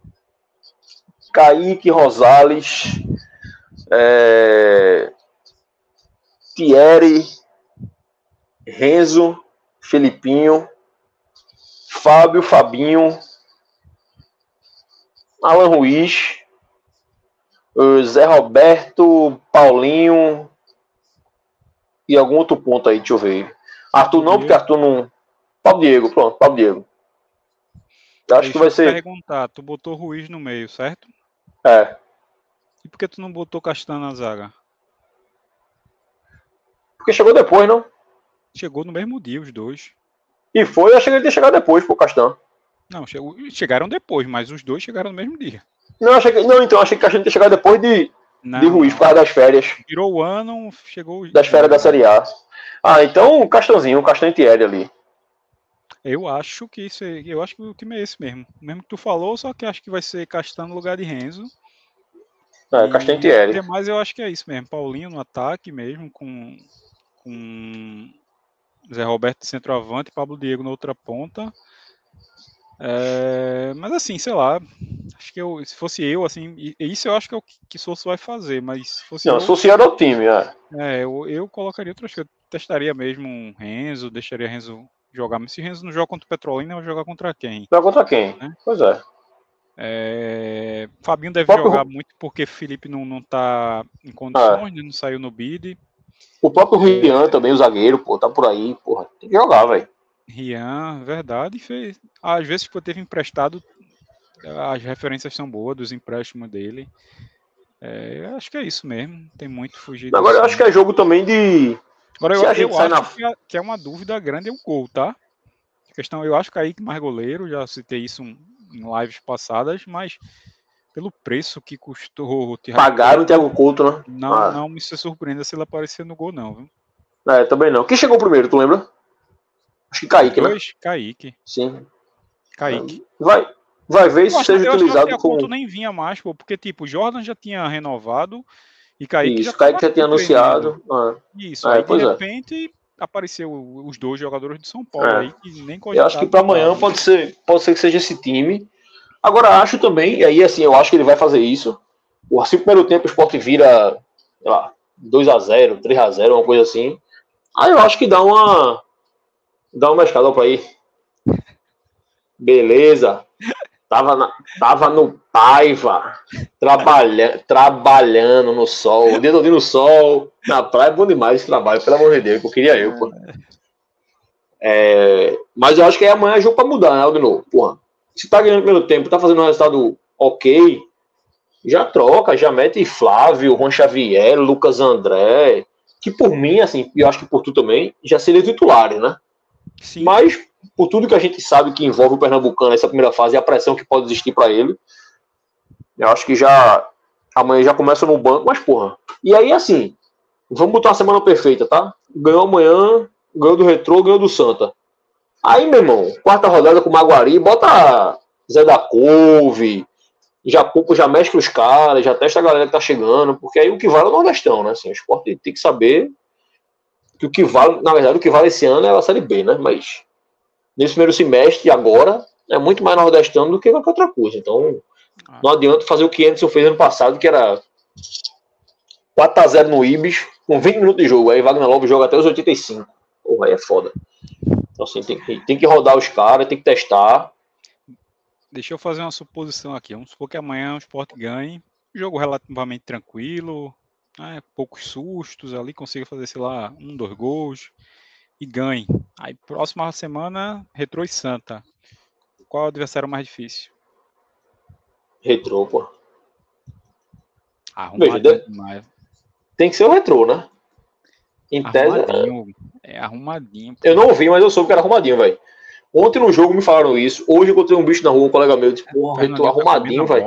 Rosales, Thierry, Renzo, Felipinho, Fabinho, Alan Ruiz, Zé Roberto, Paulinho e algum outro ponto aí, deixa eu ver. Arthur não, porque Arthur não... Pablo Diego. Acho que vai ser... perguntar, tu botou Ruiz no meio, certo? É. E por que tu não botou Castan na zaga? Porque chegou depois, não? Chegou no mesmo dia, os dois. E foi, eu achei que ele ia chegar depois, pro Castan. Não, chegaram depois, mas os dois chegaram no mesmo dia. Achei que Castan ia chegar depois de Ruiz, por causa das férias. Virou o ano, chegou... Das férias da Série A. Então o Castanzinho, o Castan e Thierry ali. Eu acho que o time é esse mesmo. Mesmo que tu falou, só que acho que vai ser Castan no lugar de Renzo. Castan e Thierry. Mas eu acho que é isso mesmo. Paulinho no ataque mesmo, com Zé Roberto de centroavante e Pablo Diego na outra ponta. Mas assim, sei lá. Acho que se fosse eu, assim, isso eu acho que é o que Sousso vai fazer, mas se fosse associado ao time, eu colocaria outras coisas. Testaria mesmo um Renzo, deixaria Renzo jogar. Mas se Renzo não joga contra o Petrolina, vai jogar contra quem? Joga contra quem? Né? Pois é. Fabinho deve jogar muito porque Felipe não tá em condições, não saiu no bid. O próprio Rian também, o zagueiro, pô, tá por aí, porra. Tem que jogar, velho. Rian, verdade, fez. Às vezes teve emprestado, as referências são boas dos empréstimos dele. Acho que é isso mesmo, tem muito fugir. Agora eu acho que é jogo também de... Agora eu acho que é uma dúvida grande é o gol, tá? A questão, eu acho que Kaique mais goleiro, já citei isso em lives passadas, mas pelo preço que custou... Pagaram o Thiago Couto, né? Não me surpreenda se ele aparecer no gol, não, viu? Também não. Quem chegou primeiro, tu lembra? Acho que Kaique, né? Kaique. Sim. Kaique. Vai ver se seja utilizado como... Couto nem vinha mais, pô, porque tipo, Jordan já tinha renovado e Kaique Kaique já tinha anunciado. Isso, aí de repente apareceu os dois jogadores de São Paulo aí que nem eu acho que para amanhã pode ser que seja esse time. Agora acho também, e aí assim, eu acho que ele vai fazer isso. Assim, no primeiro tempo o Sport vira, sei lá, 2-0, 3-0, uma coisa assim. Aí eu acho que dá uma escada para aí. Beleza. Tava no Paiva, trabalhando no sol, o dia todo no sol, na praia é bom demais esse trabalho, pelo amor de Deus, que eu queria pô. Mas eu acho que amanhã é jogo pra mudar, né, de novo, porra. Se tá ganhando pelo tempo, tá fazendo um resultado ok, já troca, já mete Flávio, Juan Xavier, Lucas André, que por mim, assim, eu acho que por tu também, já seria titulares, né? Sim. Mas, por tudo que a gente sabe que envolve o Pernambucano nessa primeira fase e a pressão que pode existir para ele, eu acho que amanhã já começa no banco, mas porra. E aí, assim, vamos botar uma semana perfeita, tá? Ganhou amanhã, ganhou do Retrô, ganhou do Santa. Aí, meu irmão, quarta rodada com o Maguari, bota Zé da Couve, já mescla os caras, já testa a galera que tá chegando, porque aí o que vale é o Nordestão, né? Assim, o Sport tem que saber que o que vale, na verdade, o que vale esse ano é a Série B, né? Mas nesse primeiro semestre, agora, é muito mais nordestano do que qualquer outra coisa. Então, não adianta fazer o que Anderson fez ano passado, que era 4x0 no Ibis, com 20 minutos de jogo. Aí Wagner Love joga até os 85. Porra, aí é foda. Então, assim, tem que rodar os caras, tem que testar. Deixa eu fazer uma suposição aqui. Vamos supor que amanhã o Sport ganhe. Jogo relativamente tranquilo, né? Poucos sustos ali, consiga fazer, sei lá, 1, 2 gols e ganhe. Aí, próxima semana, Retrô e Santa. Qual é o adversário mais difícil? Retrô, pô. Arrumadinho demais. Tem que ser o Retrô, né? Em Arrumadinho. É arrumadinho. Pô. Eu não ouvi, mas eu soube que era arrumadinho, velho. Ontem no jogo me falaram isso. Hoje eu encontrei um bicho na rua, um colega meu, disse, porra, Retrô arrumadinho, velho.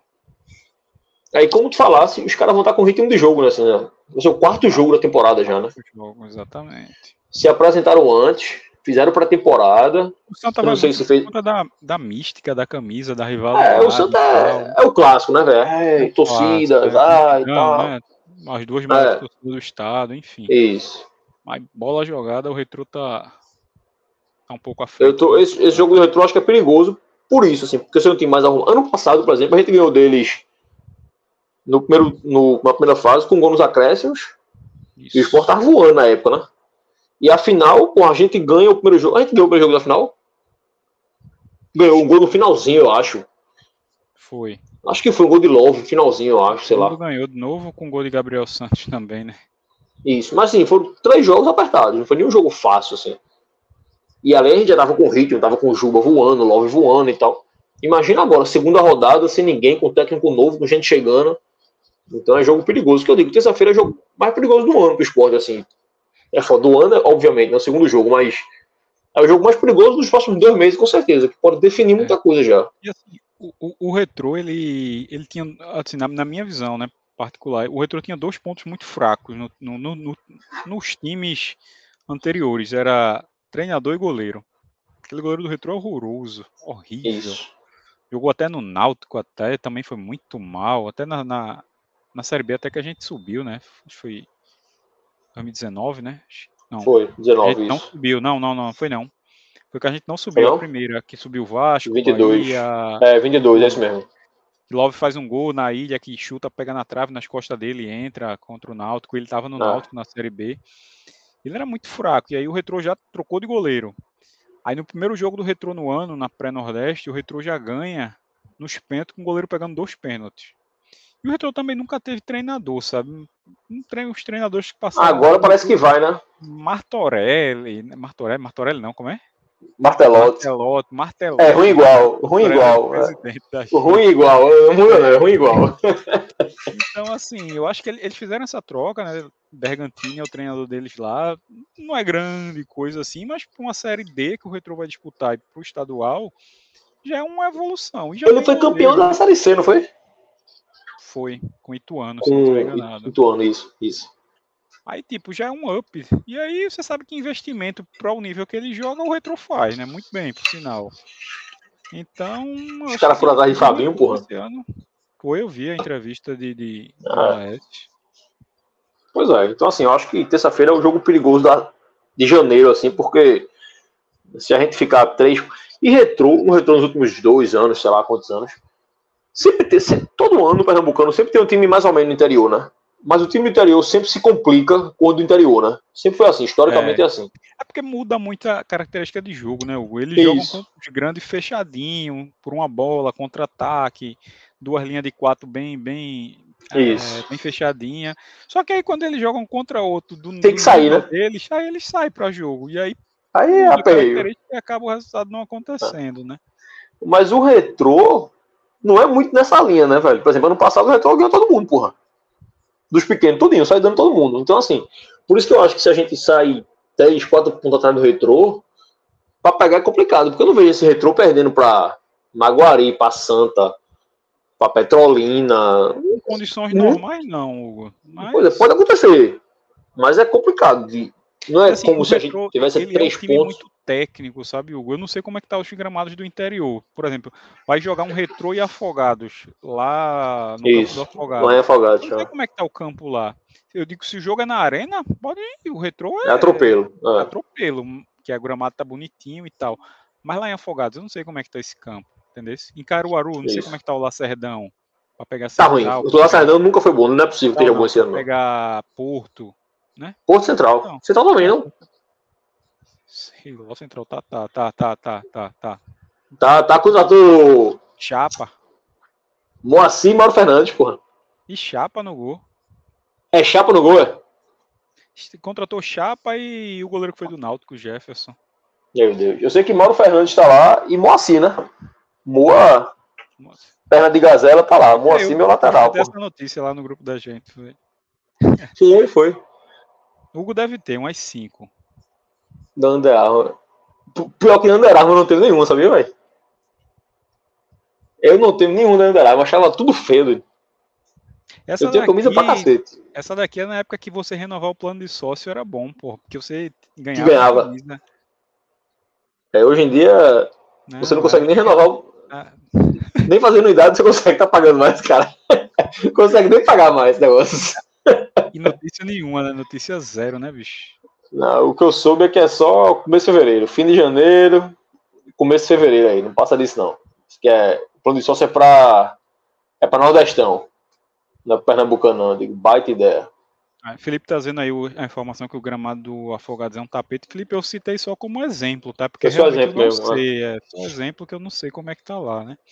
Aí, como tu falasse, os caras vão estar com ritmo de jogo, né? Assim, né? Esse é o 4º jogo da temporada já, né? Exatamente. Se apresentaram antes, fizeram pré-temporada. O Santa não sei se fez da mística da camisa, da rivalidade. O Santa é o clássico, né, velho? Torcida, e tal. Né? As duas maiores torcidas do estado, enfim. Isso. Mas bola jogada, o Retrô tá um pouco à frente. Esse jogo do Retrô acho que é perigoso por isso, assim, porque você não tem mais arrumado. Ano passado, por exemplo, a gente ganhou deles na primeira fase com gol nos acréscimos. Isso. E o Sport tava voando na época, né? E a final, pô, a gente ganha o primeiro jogo. A gente ganhou o primeiro jogo da final? Ganhou um gol no finalzinho, eu acho. Foi. Acho que foi um gol de Love, finalzinho, eu acho, sei lá. Ganhou de novo com o gol de Gabriel Santos também, né? Isso, mas assim, foram 3 jogos apertados, não foi nenhum jogo fácil, assim. E além a gente já tava com ritmo, tava com o Juba voando, Love voando e tal. Imagina agora, segunda rodada, sem ninguém, com técnico novo, com gente chegando. Então é jogo perigoso, que eu digo, terça-feira é o jogo mais perigoso do ano pro Sport, assim. É foda, do ano, obviamente, é o segundo jogo, mas é o jogo mais perigoso dos próximos 2 meses, com certeza, que pode definir muita coisa já. E assim, o Retrô, ele tinha, assim, na minha visão, né, particular, o Retrô tinha 2 pontos muito fracos nos times anteriores, era treinador e goleiro. Aquele goleiro do Retrô é horroroso, horrível. Isso. Jogou até no Náutico, também foi muito mal, até na Série B até que a gente subiu, né, foi 2019, né? Não. Foi, 19 isso. Não subiu, não, foi não. Foi que a gente não subiu a primeira, que subiu o Vasco, 22. Bahia... 22, é isso mesmo. Love faz um gol na ilha, que chuta, pega na trave, nas costas dele, entra contra o Náutico, ele tava no Náutico na Série B. Ele era muito fraco, e aí o Retrô já trocou de goleiro. Aí no primeiro jogo do Retrô no ano, na pré-Nordeste, o Retrô já ganha nos pênaltis, com o goleiro pegando 2 pênaltis. E o Retrô também nunca teve treinador, sabe? Os treinadores que passaram... Agora parece que vai, né? Martorelli não, como é? Martelotti. É ruim igual. Ruim igual. Então, assim, eu acho que eles fizeram essa troca, né? Bergantini é o treinador deles lá. Não é grande coisa assim, mas para uma Série D que o Retrô vai disputar e para o estadual, já é uma evolução. Ele foi campeão da Série C, não foi? Foi, com Ituano, se não estiver enganado. Ituano, isso. Aí, tipo, já é um up. E aí, você sabe que investimento para o nível que ele joga, o Retrô faz, né? Muito bem, por sinal. Então... Os caras foram atrás de Fabinho, porra. Eu vi a entrevista de Pois é, então assim, eu acho que terça-feira é um jogo perigoso de janeiro, assim, porque se a gente ficar 3... E Retrô nos últimos 2 anos, sei lá quantos anos, todo ano o Pernambucano sempre tem um time mais ou menos no interior, né? Mas o time do interior sempre se complica com o do interior, né? Sempre foi assim, historicamente é assim. É porque muda muito a característica de jogo, né, Hugo? Eles jogam com os grandes fechadinho, por uma bola, contra-ataque, 2 linhas de 4 bem fechadinha. Só que aí quando eles jogam contra outro tem que sair, né? Aí eles saem para jogo. E aí é aperreio. E acaba o resultado não acontecendo, né? Mas o Retrô não é muito nessa linha, né, velho? Por exemplo, ano passado o Retrô ganhou todo mundo, porra. Dos pequenos, tudinho, sai dando todo mundo. Então, assim, por isso que eu acho que se a gente sair 3, 4 pontos atrás do Retrô, pra pegar é complicado, porque eu não vejo esse Retrô perdendo pra Maguari, pra Santa, pra Petrolina. Em condições normais, não, Hugo. Mas... Pode acontecer, mas é complicado. Não é assim, como se a gente tivesse 3 pontos. Muito técnico, sabe, Hugo? Eu não sei como é que tá os gramados do interior. Por exemplo, vai jogar um Retrô e Afogados lá no campo do Afogados. Lá em Afogados. Não sei como é que tá o campo lá. Eu digo, se o jogo é na arena, pode ir. O Retrô é atropelo. É atropelo, que a gramado tá bonitinho e tal. Mas lá em Afogados, eu não sei como é que tá esse campo, entendeu? Em Caruaru, não sei como é que tá o Lacerdão. Pra pegar Tá ruim. O Lacerda nunca foi bom, não é possível que esteja bom esse ano. Pegar Porto, né? Porto Central. Não. Central também, não? Sei, o Central tá. Tá contratou Chapa. Moacir e Mauro Fernandes, porra. E Chapa no gol. É Chapa no gol, é? Contratou Chapa e o goleiro que foi do Náutico, Jefferson. Meu Deus. Eu sei que Mauro Fernandes tá lá e Moacir, né? Moa... Perna de gazela tá lá. Moacir, meu lateral. Eu essa notícia lá no grupo da gente. Foi. Hugo deve ter umas 5. Da Under Armour. Pior que Under Armour eu não tenho nenhuma, sabia, velho? Eu não tenho nenhum da Under Armour. Eu achava tudo feio. Eu tenho camisa pra cacete. Essa daqui é na época que você renovar o plano de sócio era bom, porra. Porque você ganhava. Camisa. Hoje em dia, você não consegue nem renovar. Nem fazendo idade você consegue estar pagando mais, cara. Consegue nem pagar mais negócio. E notícia nenhuma, né? Notícia zero, né, bicho? Não, o que eu soube é que é só começo de fevereiro. Fim de janeiro, começo de fevereiro aí. Não passa disso, não. Que o plano de sócio é pra Nordestão. Não é pra Pernambucano, não. Eu digo, baita ideia. Felipe tá dizendo aí a informação que o gramado do Afogados é um tapete. Felipe, eu citei só como exemplo, tá? Porque só exemplo eu não mesmo, sei. É só exemplo que eu não sei como é que tá lá, né?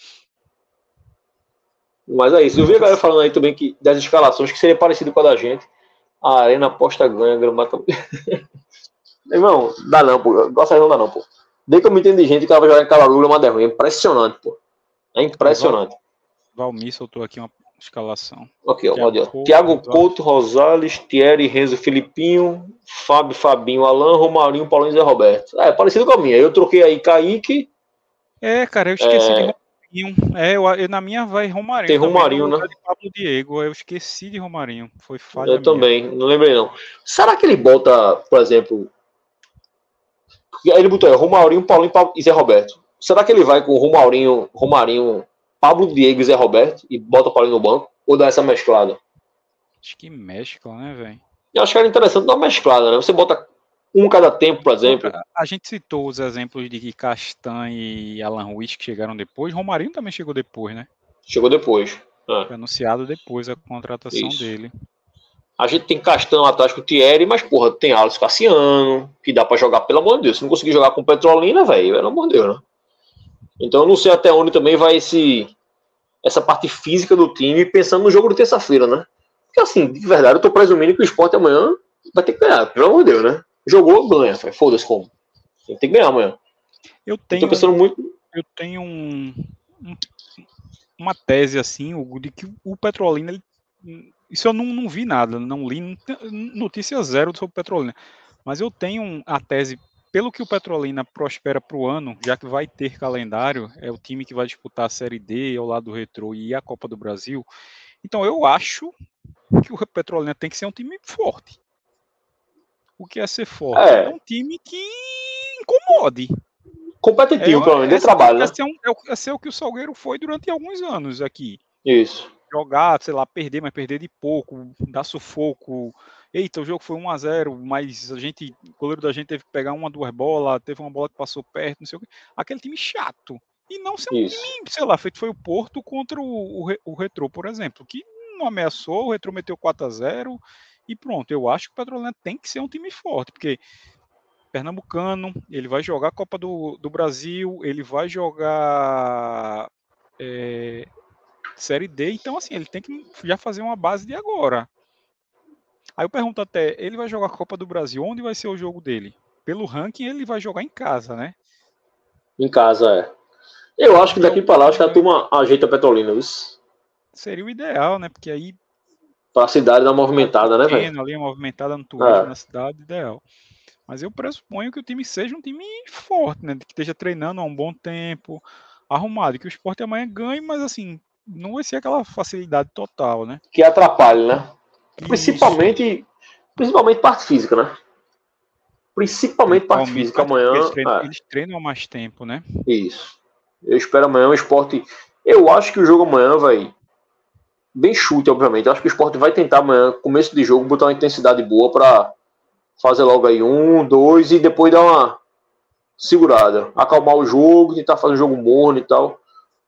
Mas é isso. Eu vi a galera falando aí também que das escalações que seria parecido com a da gente. A Arena aposta ganha, gramado. Irmão, dá não, pô. Gosta não dá não, pô. Desde que eu me entendo de gente que ela vai jogar em Caruaru, gramado é ruim. É impressionante, pô. É impressionante. Valmir soltou aqui uma escalação. Ok, ó. Thiago Couto, Rosales, Thierry, Renzo, Filipinho, Fábio, Fabinho, Alan, Romarinho, Paulinho e Zé Roberto. É parecido com a minha. Eu troquei aí Kaique. Cara, eu esqueci de Romarinho. Eu na minha vai Romarinho. Tem Romarinho, né? De Pablo Diego. Eu esqueci de Romarinho. Foi falha. Eu também, não lembrei não. Será que ele bota, por exemplo. Aí ele botou Romarinho, Paulinho e Zé Roberto. Será que ele vai com Romarinho, Pablo Diego e Zé Roberto e bota o Paulinho no banco? Ou dá essa mesclada? Acho que mescla, né, velho? Eu acho que era interessante dar uma mesclada, né? Você bota um cada tempo, por exemplo. A gente citou os exemplos de Castan e Alan Ruiz que chegaram depois. Romarinho também chegou depois, né? Chegou depois. Foi anunciado depois a contratação dele. A gente tem Castan atrás com o Thierry, mas, porra, tem Alisson Cassiano, que dá pra jogar, pelo amor de Deus. Se não conseguir jogar com Petrolina, velho, pelo amor de Deus, né? Então eu não sei até onde também vai essa parte física do time, pensando no jogo de terça-feira, né? Porque assim, de verdade, eu tô presumindo que o Sport amanhã vai ter que ganhar, pelo amor de Deus, né? Jogou, ganha, foda-se como. Tem que ganhar amanhã. Eu tenho uma tese assim, Hugo, de que o Petrolina, isso eu não vi nada, não li notícia zero sobre o Petrolina, mas eu tenho a tese, pelo que o Petrolina prospera para o ano, já que vai ter calendário, é o time que vai disputar a Série D ao lado do Retrô e a Copa do Brasil, então eu acho que o Petrolina tem que ser um time forte. O que é ser forte? É um time que incomode. Competitivo, pelo menos, de trabalho, né? É ser o que o Salgueiro foi durante alguns anos aqui. Isso. Jogar, sei lá, perder, mas perder de pouco, dar sufoco. Eita, o jogo foi 1-0, mas o goleiro da gente teve que pegar 1 ou 2 bolas, teve uma bola que passou perto, não sei o que. Aquele time chato. E não ser um time, sei lá, feito foi o Porto contra o Retrô, por exemplo, que não ameaçou, o Retrô meteu 4-0 e pronto. Eu acho que o Petrolina tem que ser um time forte, porque Pernambucano, ele vai jogar a Copa do Brasil, ele vai jogar Série D, então assim, ele tem que já fazer uma base de agora. Aí eu pergunto até, ele vai jogar a Copa do Brasil, onde vai ser o jogo dele? Pelo ranking, ele vai jogar em casa, né? Em casa, é. Eu acho que daqui para lá, acho que a turma ajeita a Petrolina, isso. Seria o ideal, né? Porque aí... Para a cidade dar uma movimentada, né, velho? Ali, movimentada no turismo, na cidade, ideal. Mas eu pressuponho que o time seja um time forte, né? Que esteja treinando há um bom tempo, arrumado. Que o Sport amanhã ganhe, mas assim, não vai ser aquela facilidade total, né? Que atrapalhe, né? Principalmente parte física, né? Principalmente parte física amanhã. Eles treinam há mais tempo, né? Isso. Eu espero amanhã o Sport. Eu acho que o jogo amanhã vai. Bem chute, obviamente. Eu acho que o Sport vai tentar amanhã, começo de jogo, botar uma intensidade boa para fazer logo aí 1, 2 e depois dar uma segurada. Acalmar o jogo, tentar fazer um jogo morno e tal.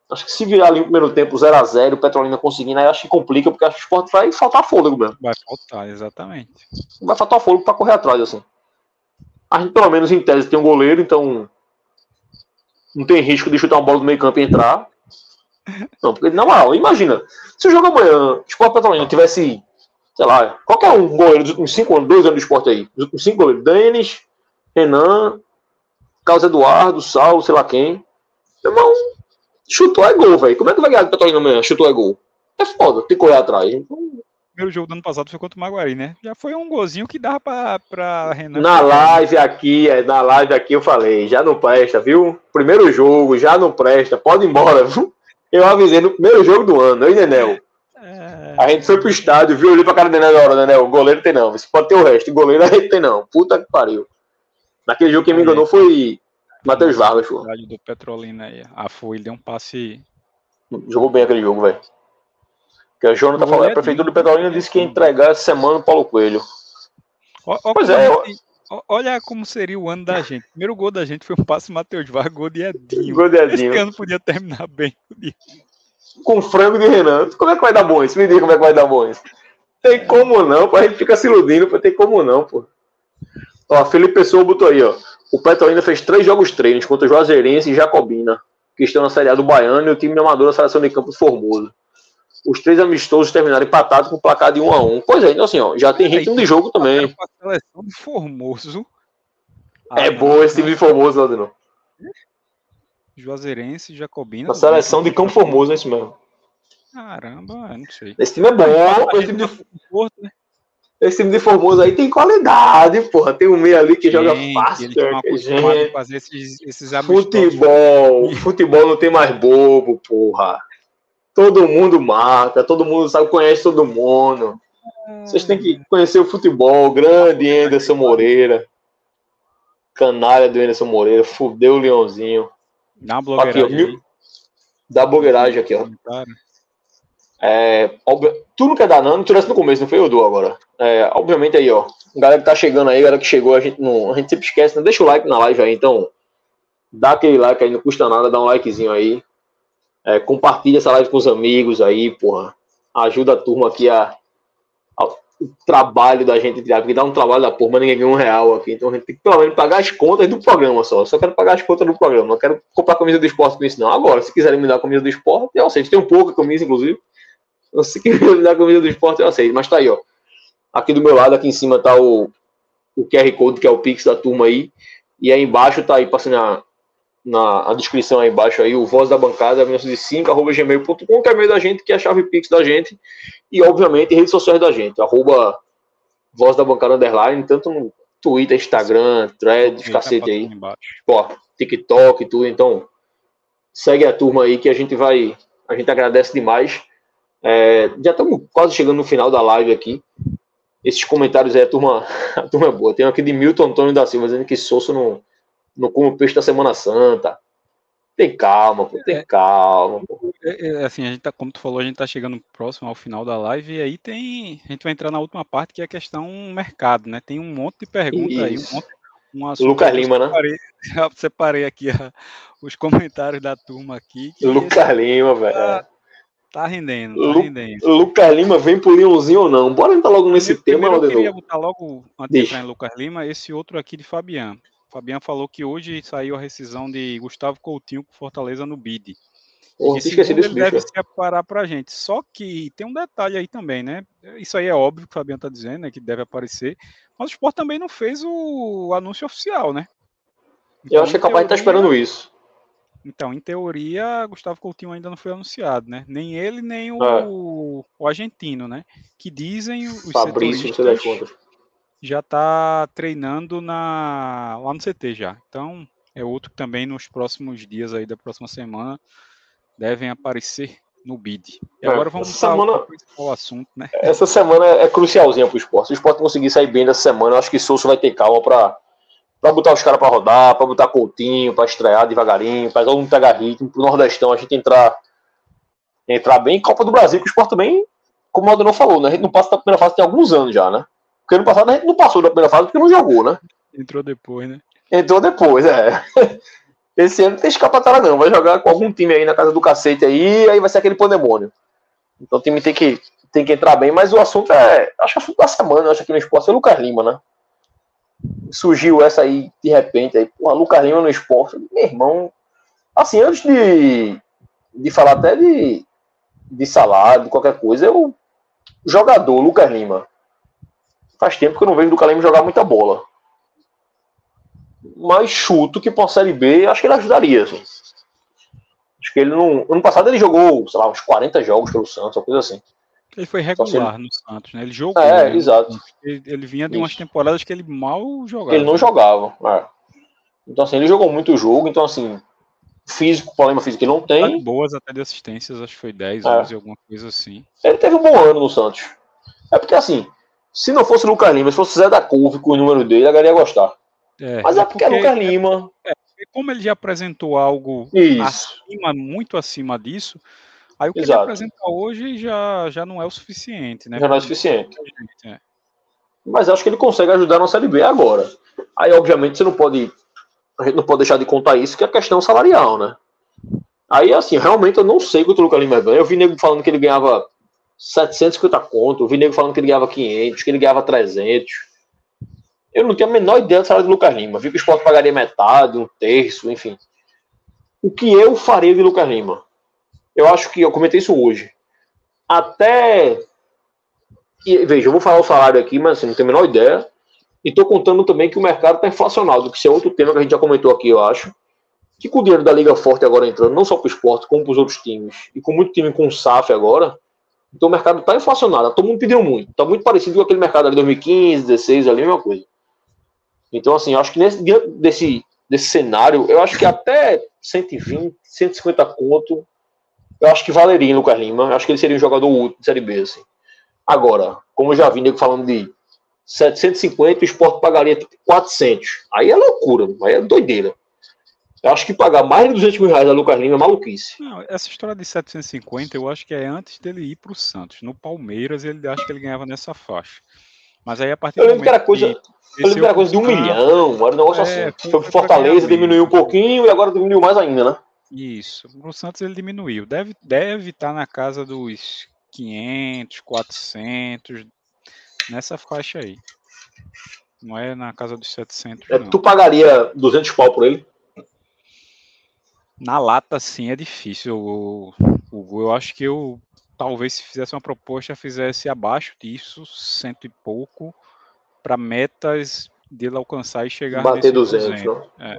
Acho que se virar ali no primeiro tempo 0x0, o Petrolina conseguindo, aí acho que complica, porque acho que o Sport vai faltar fôlego mesmo. Vai faltar, exatamente. Vai faltar fôlego pra correr atrás, assim. A gente, pelo menos, em tese, tem um goleiro, então não tem risco de chutar uma bola do meio campo e entrar. Não, porque, na moral, imagina, se o jogo amanhã, o Sport Petrolina tivesse, sei lá, qualquer um goleiro dos últimos 5 anos, 2 anos do Sport aí, dos últimos 5 goleiros, Denis, Renan, Carlos Eduardo, Saulo, sei lá quem, irmão, chutou é gol, velho. Como é que vai ganhar do Petrolina amanhã? Chutou é gol. É foda, tem que correr atrás. O primeiro jogo do ano passado foi contra o Maguari, né? Já foi um golzinho que dava pra Renan. Na live aqui eu falei, já não presta, viu? Primeiro jogo, já não presta, pode ir embora, viu? Eu avisei no primeiro jogo do ano, eu e Nenel. A gente foi pro estádio, viu ali pra cara do Nenel na hora, Nenel, o goleiro tem não, você pode ter o resto, o goleiro a gente tem não. Puta que pariu. Naquele jogo quem me enganou foi Matheus Vargas, pô. Do Petrolina aí. Foi, ele deu um passe. Jogou bem aquele jogo, velho. Que a Jonathan falou, a prefeitura do Petrolina disse que ia entregar essa semana o Paulo Coelho. Pois é. Olha como seria o ano da gente. O primeiro gol da gente foi um passe Matheus Vargas, gol de Edinho. Gol de Edinho. Esse ano podia terminar bem. Com frango de Renan. Como é que vai dar bom isso? Me diga como é que vai dar bom isso. Tem como não, pô. A gente fica se iludindo, pô. Tem como não, pô. Ó, Felipe Pessoa botou aí, ó. O Petrolina fez 3 jogos treinos contra Juazeirense e Jacobina, que estão na Série A do Baiano, e o time de amador da Seleção de Campos Formoso. Os 3 amistosos terminaram empatados com o placar de 1-1. Pois é, então assim, ó, já tem ritmo de jogo também. A Seleção de Formoso. É bom esse time de Formoso, Ladino. Juazeirense, Jacobina. A Seleção de Campo Formoso é isso mesmo. Caramba, eu não sei. Esse time é bom. Esse time de Formoso aí tem qualidade, porra. Tem um meio ali que joga fácil. Fazer esses futebol não tem mais bobo, porra. Todo mundo marca, todo mundo sabe, conhece todo mundo. Vocês têm que conhecer o futebol. Grande Anderson Moreira. Canalha do Anderson Moreira. Fudeu o Leãozinho. Dá uma blogueiragem aqui, dá blogueiragem aqui, ó. Tu não quer dar não tivesse no começo, não foi eu dou agora. Obviamente aí, ó. Galera que tá chegando aí, galera que chegou, a gente sempre esquece, não deixa o like na live aí, então dá aquele like aí, não custa nada, dá um likezinho aí. Compartilha essa live com os amigos aí, porra. Ajuda a turma aqui o trabalho da gente, porque dá um trabalho da porra, mas ninguém ganha R$1 aqui, então a gente tem que pelo menos pagar as contas do programa só. Só quero pagar as contas do programa, não quero comprar camisa do esporte com isso não. Agora, se quiserem me dar camisa do esporte, eu aceito. Tem um pouco camisa, inclusive. Se quiserem me dar camisa do esporte, eu aceito. Mas tá aí, ó. Aqui do meu lado, aqui em cima tá o QR Code, que é o Pix da turma aí. E aí embaixo tá aí, passando na descrição aí embaixo aí, o Voz da Bancada, 1905@gmail.com, que é o e-mail da gente, que é a chave Pix da gente. E, obviamente, redes sociais da gente. @Voz da Bancada _, tanto no Twitter, Instagram, Threads, cacete aí. Pô, TikTok e tudo. Então, segue a turma aí que a gente agradece demais. Já estamos quase chegando no final da live aqui. Esses comentários aí, a turma é boa. Tem aqui de Milton Antônio da Silva dizendo que Sosso não come o peixe da Semana Santa. Tem calma, pô. Tem calma, pô. Assim, a gente tá, como tu falou, a gente tá chegando próximo ao final da live e aí a gente vai entrar na última parte, que é a questão mercado, né? Tem um monte de perguntas aí, Lucas Lima, né? Separei aqui os comentários da turma aqui. Lucas Lima, velho. Tá rendendo, Lucas Lima vem pro Leãozinho ou não? Bora entrar logo nesse tema, eu queria botar logo, antes de entrar em Lucas Lima, esse outro aqui de Fabian. Fabian falou que hoje saiu a rescisão de Gustavo Coutinho com Fortaleza no BID. Ele deve se separar pra gente. Só que tem um detalhe aí também, né? Isso aí é óbvio que o Fabian tá dizendo, né? Que deve aparecer. Mas o Sport também não fez o anúncio oficial, né? Então, eu acho que é capaz de estar esperando isso. Então, em teoria, Gustavo Coutinho ainda não foi anunciado, né? Nem ele, nem o argentino, né? Que dizem os Fabrício, setoristas já tá treinando lá no CT já. Então, é outro que também nos próximos dias aí da próxima semana devem aparecer no BID. E agora vamos para o principal assunto, né? Essa semana é crucialzinha pro esporte. Se o esporte conseguir sair bem dessa semana, eu acho que Souza vai ter calma para botar os caras para rodar, para botar Coutinho, para estrear devagarinho, para todo mundo pegar ritmo, pro Nordestão a gente entrar bem em Copa do Brasil, que o esporte também, como o Adonão falou, né? A gente não passa da primeira fase tem alguns anos já, né? Porque ano passado a gente não passou da primeira fase porque não jogou, né? Entrou depois, né? Entrou depois, Esse ano não tem escapatória não, vai jogar com algum time aí na casa do cacete aí vai ser aquele pandemônio. Então o time tem que entrar bem, mas o assunto acho que o assunto da semana, acho que no esporte é o Lucas Lima, né? Surgiu essa aí de repente, aí, porra, Lucas Lima no esporte, meu irmão, assim, antes de falar até de salário, de qualquer coisa, o jogador, Lucas Lima, faz tempo que eu não vejo o Lucas Lima jogar muita bola. Mas chuto que para a Série B, acho que ele ajudaria. Assim. Acho que ele não. Ano passado ele jogou, sei lá, uns 40 jogos pelo Santos, uma coisa assim. Ele foi regular no Santos, né? Ele jogou. Né? Exato. Ele vinha de umas temporadas que ele mal jogava. Ele não jogava. Então, assim, ele jogou muito jogo, então, assim, físico, problema físico ele não tem. Boas até de assistências, acho que foi 10, 11, alguma coisa assim. Ele teve um bom ano no Santos. É porque, assim, se não fosse o Lucas Lima, se fosse o Zé da Couve com o número dele, a galera ia gostar. Mas é porque é Lucas Lima. Como ele já apresentou algo muito acima disso, aí o que ele apresenta hoje já não é o suficiente, né? Já não é o suficiente. Mas acho que ele consegue ajudar na Série B agora. Aí, obviamente, a gente não pode deixar de contar isso, que é a questão salarial, né? Aí, assim, realmente eu não sei quanto o Lucas Lima ganha. Eu vi nego falando que ele ganhava 750 conto, eu vi nego falando que ele ganhava 500, que ele ganhava 300. Eu não tenho a menor ideia do salário do Lucas Lima. Vi que o Sport pagaria metade, um terço, enfim. O que eu faria de Lucas Lima? Eu acho que eu comentei isso hoje. Veja, eu vou falar o salário aqui, mas assim, não tenho a menor ideia. E estou contando também que o mercado está inflacionado, que isso é outro tema que a gente já comentou aqui, eu acho. Que com o dinheiro da Liga Forte agora entrando, não só para o Sport, como para os outros times, e com muito time com SAF agora, então o mercado está inflacionado. Todo mundo pediu muito. Está muito parecido com aquele mercado ali de 2015, 2016, ali, a mesma coisa. Então, assim, eu acho que diante desse cenário, eu acho que até 120, 150 conto, eu acho que valeria em Lucas Lima. Eu acho que ele seria um jogador útil de Série B, assim. Agora, como eu já vi nego falando de 750, o Sport pagaria tipo 400. Aí é loucura, aí é doideira. Eu acho que pagar mais de 200 mil reais a Lucas Lima é maluquice. Não, essa história de 750, eu acho que é antes dele ir para o Santos. No Palmeiras, ele acha que ele ganhava nessa faixa. Mas aí, a partir do momento que era coisa de 1 milhão, era um negócio assim. Foi pro Fortaleza, diminuiu um pouquinho e agora diminuiu mais ainda, né? Isso. Pro Santos ele diminuiu. Deve estar na casa dos 500, 400, nessa faixa aí. Não é na casa dos 700, não. Tu pagaria 200 pau por ele? Na lata, sim, é difícil. Eu acho que talvez se fizesse uma proposta, fizesse abaixo disso, 100 e pouco, para metas dele alcançar e chegar bater 200, né?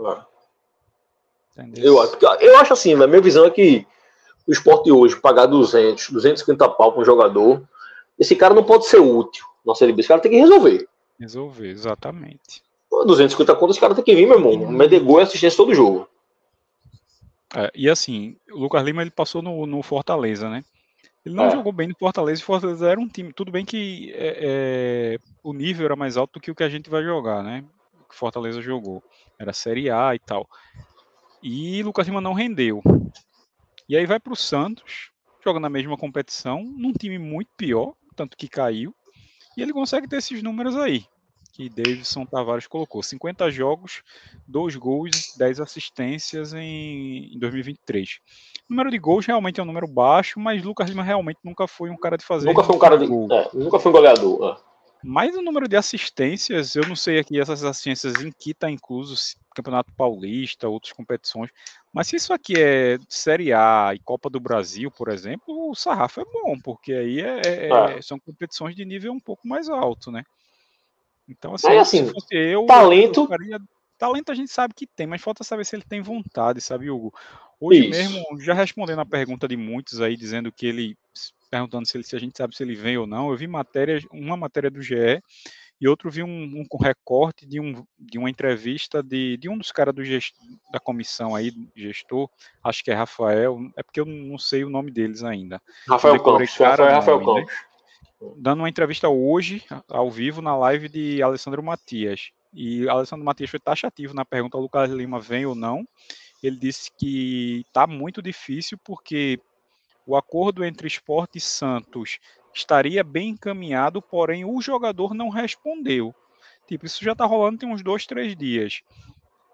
Eu acho assim, na minha visão é que o Sport hoje pagar 200, 250 pau para um jogador, esse cara não pode ser útil na Série B, esse cara tem que resolver. Exatamente. 250 contas, esse cara tem que vir, meu irmão. Medegol e assistência todo jogo. E assim, o Lucas Lima ele passou no Fortaleza, né? Ele não jogou bem no Fortaleza, e o Fortaleza era um time, tudo bem que o nível era mais alto do que o que a gente vai jogar, né? O que o Fortaleza jogou. Era Série A e tal. E Lucas Lima não rendeu. E aí vai para o Santos, joga na mesma competição, num time muito pior, tanto que caiu, e ele consegue ter esses números aí, que Davidson Tavares colocou. 50 jogos, 2 gols, 10 assistências em 2023. O número de gols realmente é um número baixo, mas Lucas Lima realmente nunca foi um cara de fazer nunca foi um cara de gol. Nunca foi um goleador. Mas o número de assistências, eu não sei aqui essas assistências em que está incluso Campeonato Paulista, outras competições, mas se isso aqui é Série A e Copa do Brasil, por exemplo, o sarrafo é bom, porque aí são competições de nível um pouco mais alto, né? Então, assim, se fosse talento... talento a gente sabe que tem, mas falta saber se ele tem vontade, sabe, Hugo? Hoje mesmo, já respondendo a pergunta de muitos aí, dizendo que ele... perguntando se a gente sabe se ele vem ou não, eu vi uma matéria do GE e outro vi um recorte de uma entrevista de um dos caras da comissão aí, gestor, acho que é Rafael, é porque eu não sei o nome deles ainda. Rafael Campos, né? Dando uma entrevista hoje, ao vivo, na live de Alessandro Matias. E Alessandro Matias foi taxativo na pergunta ao Lucas Lima vem ou não. Ele disse que está muito difícil porque o acordo entre Sport e Santos estaria bem encaminhado, porém o jogador não respondeu. Tipo, isso já está rolando tem uns 2, 3 dias.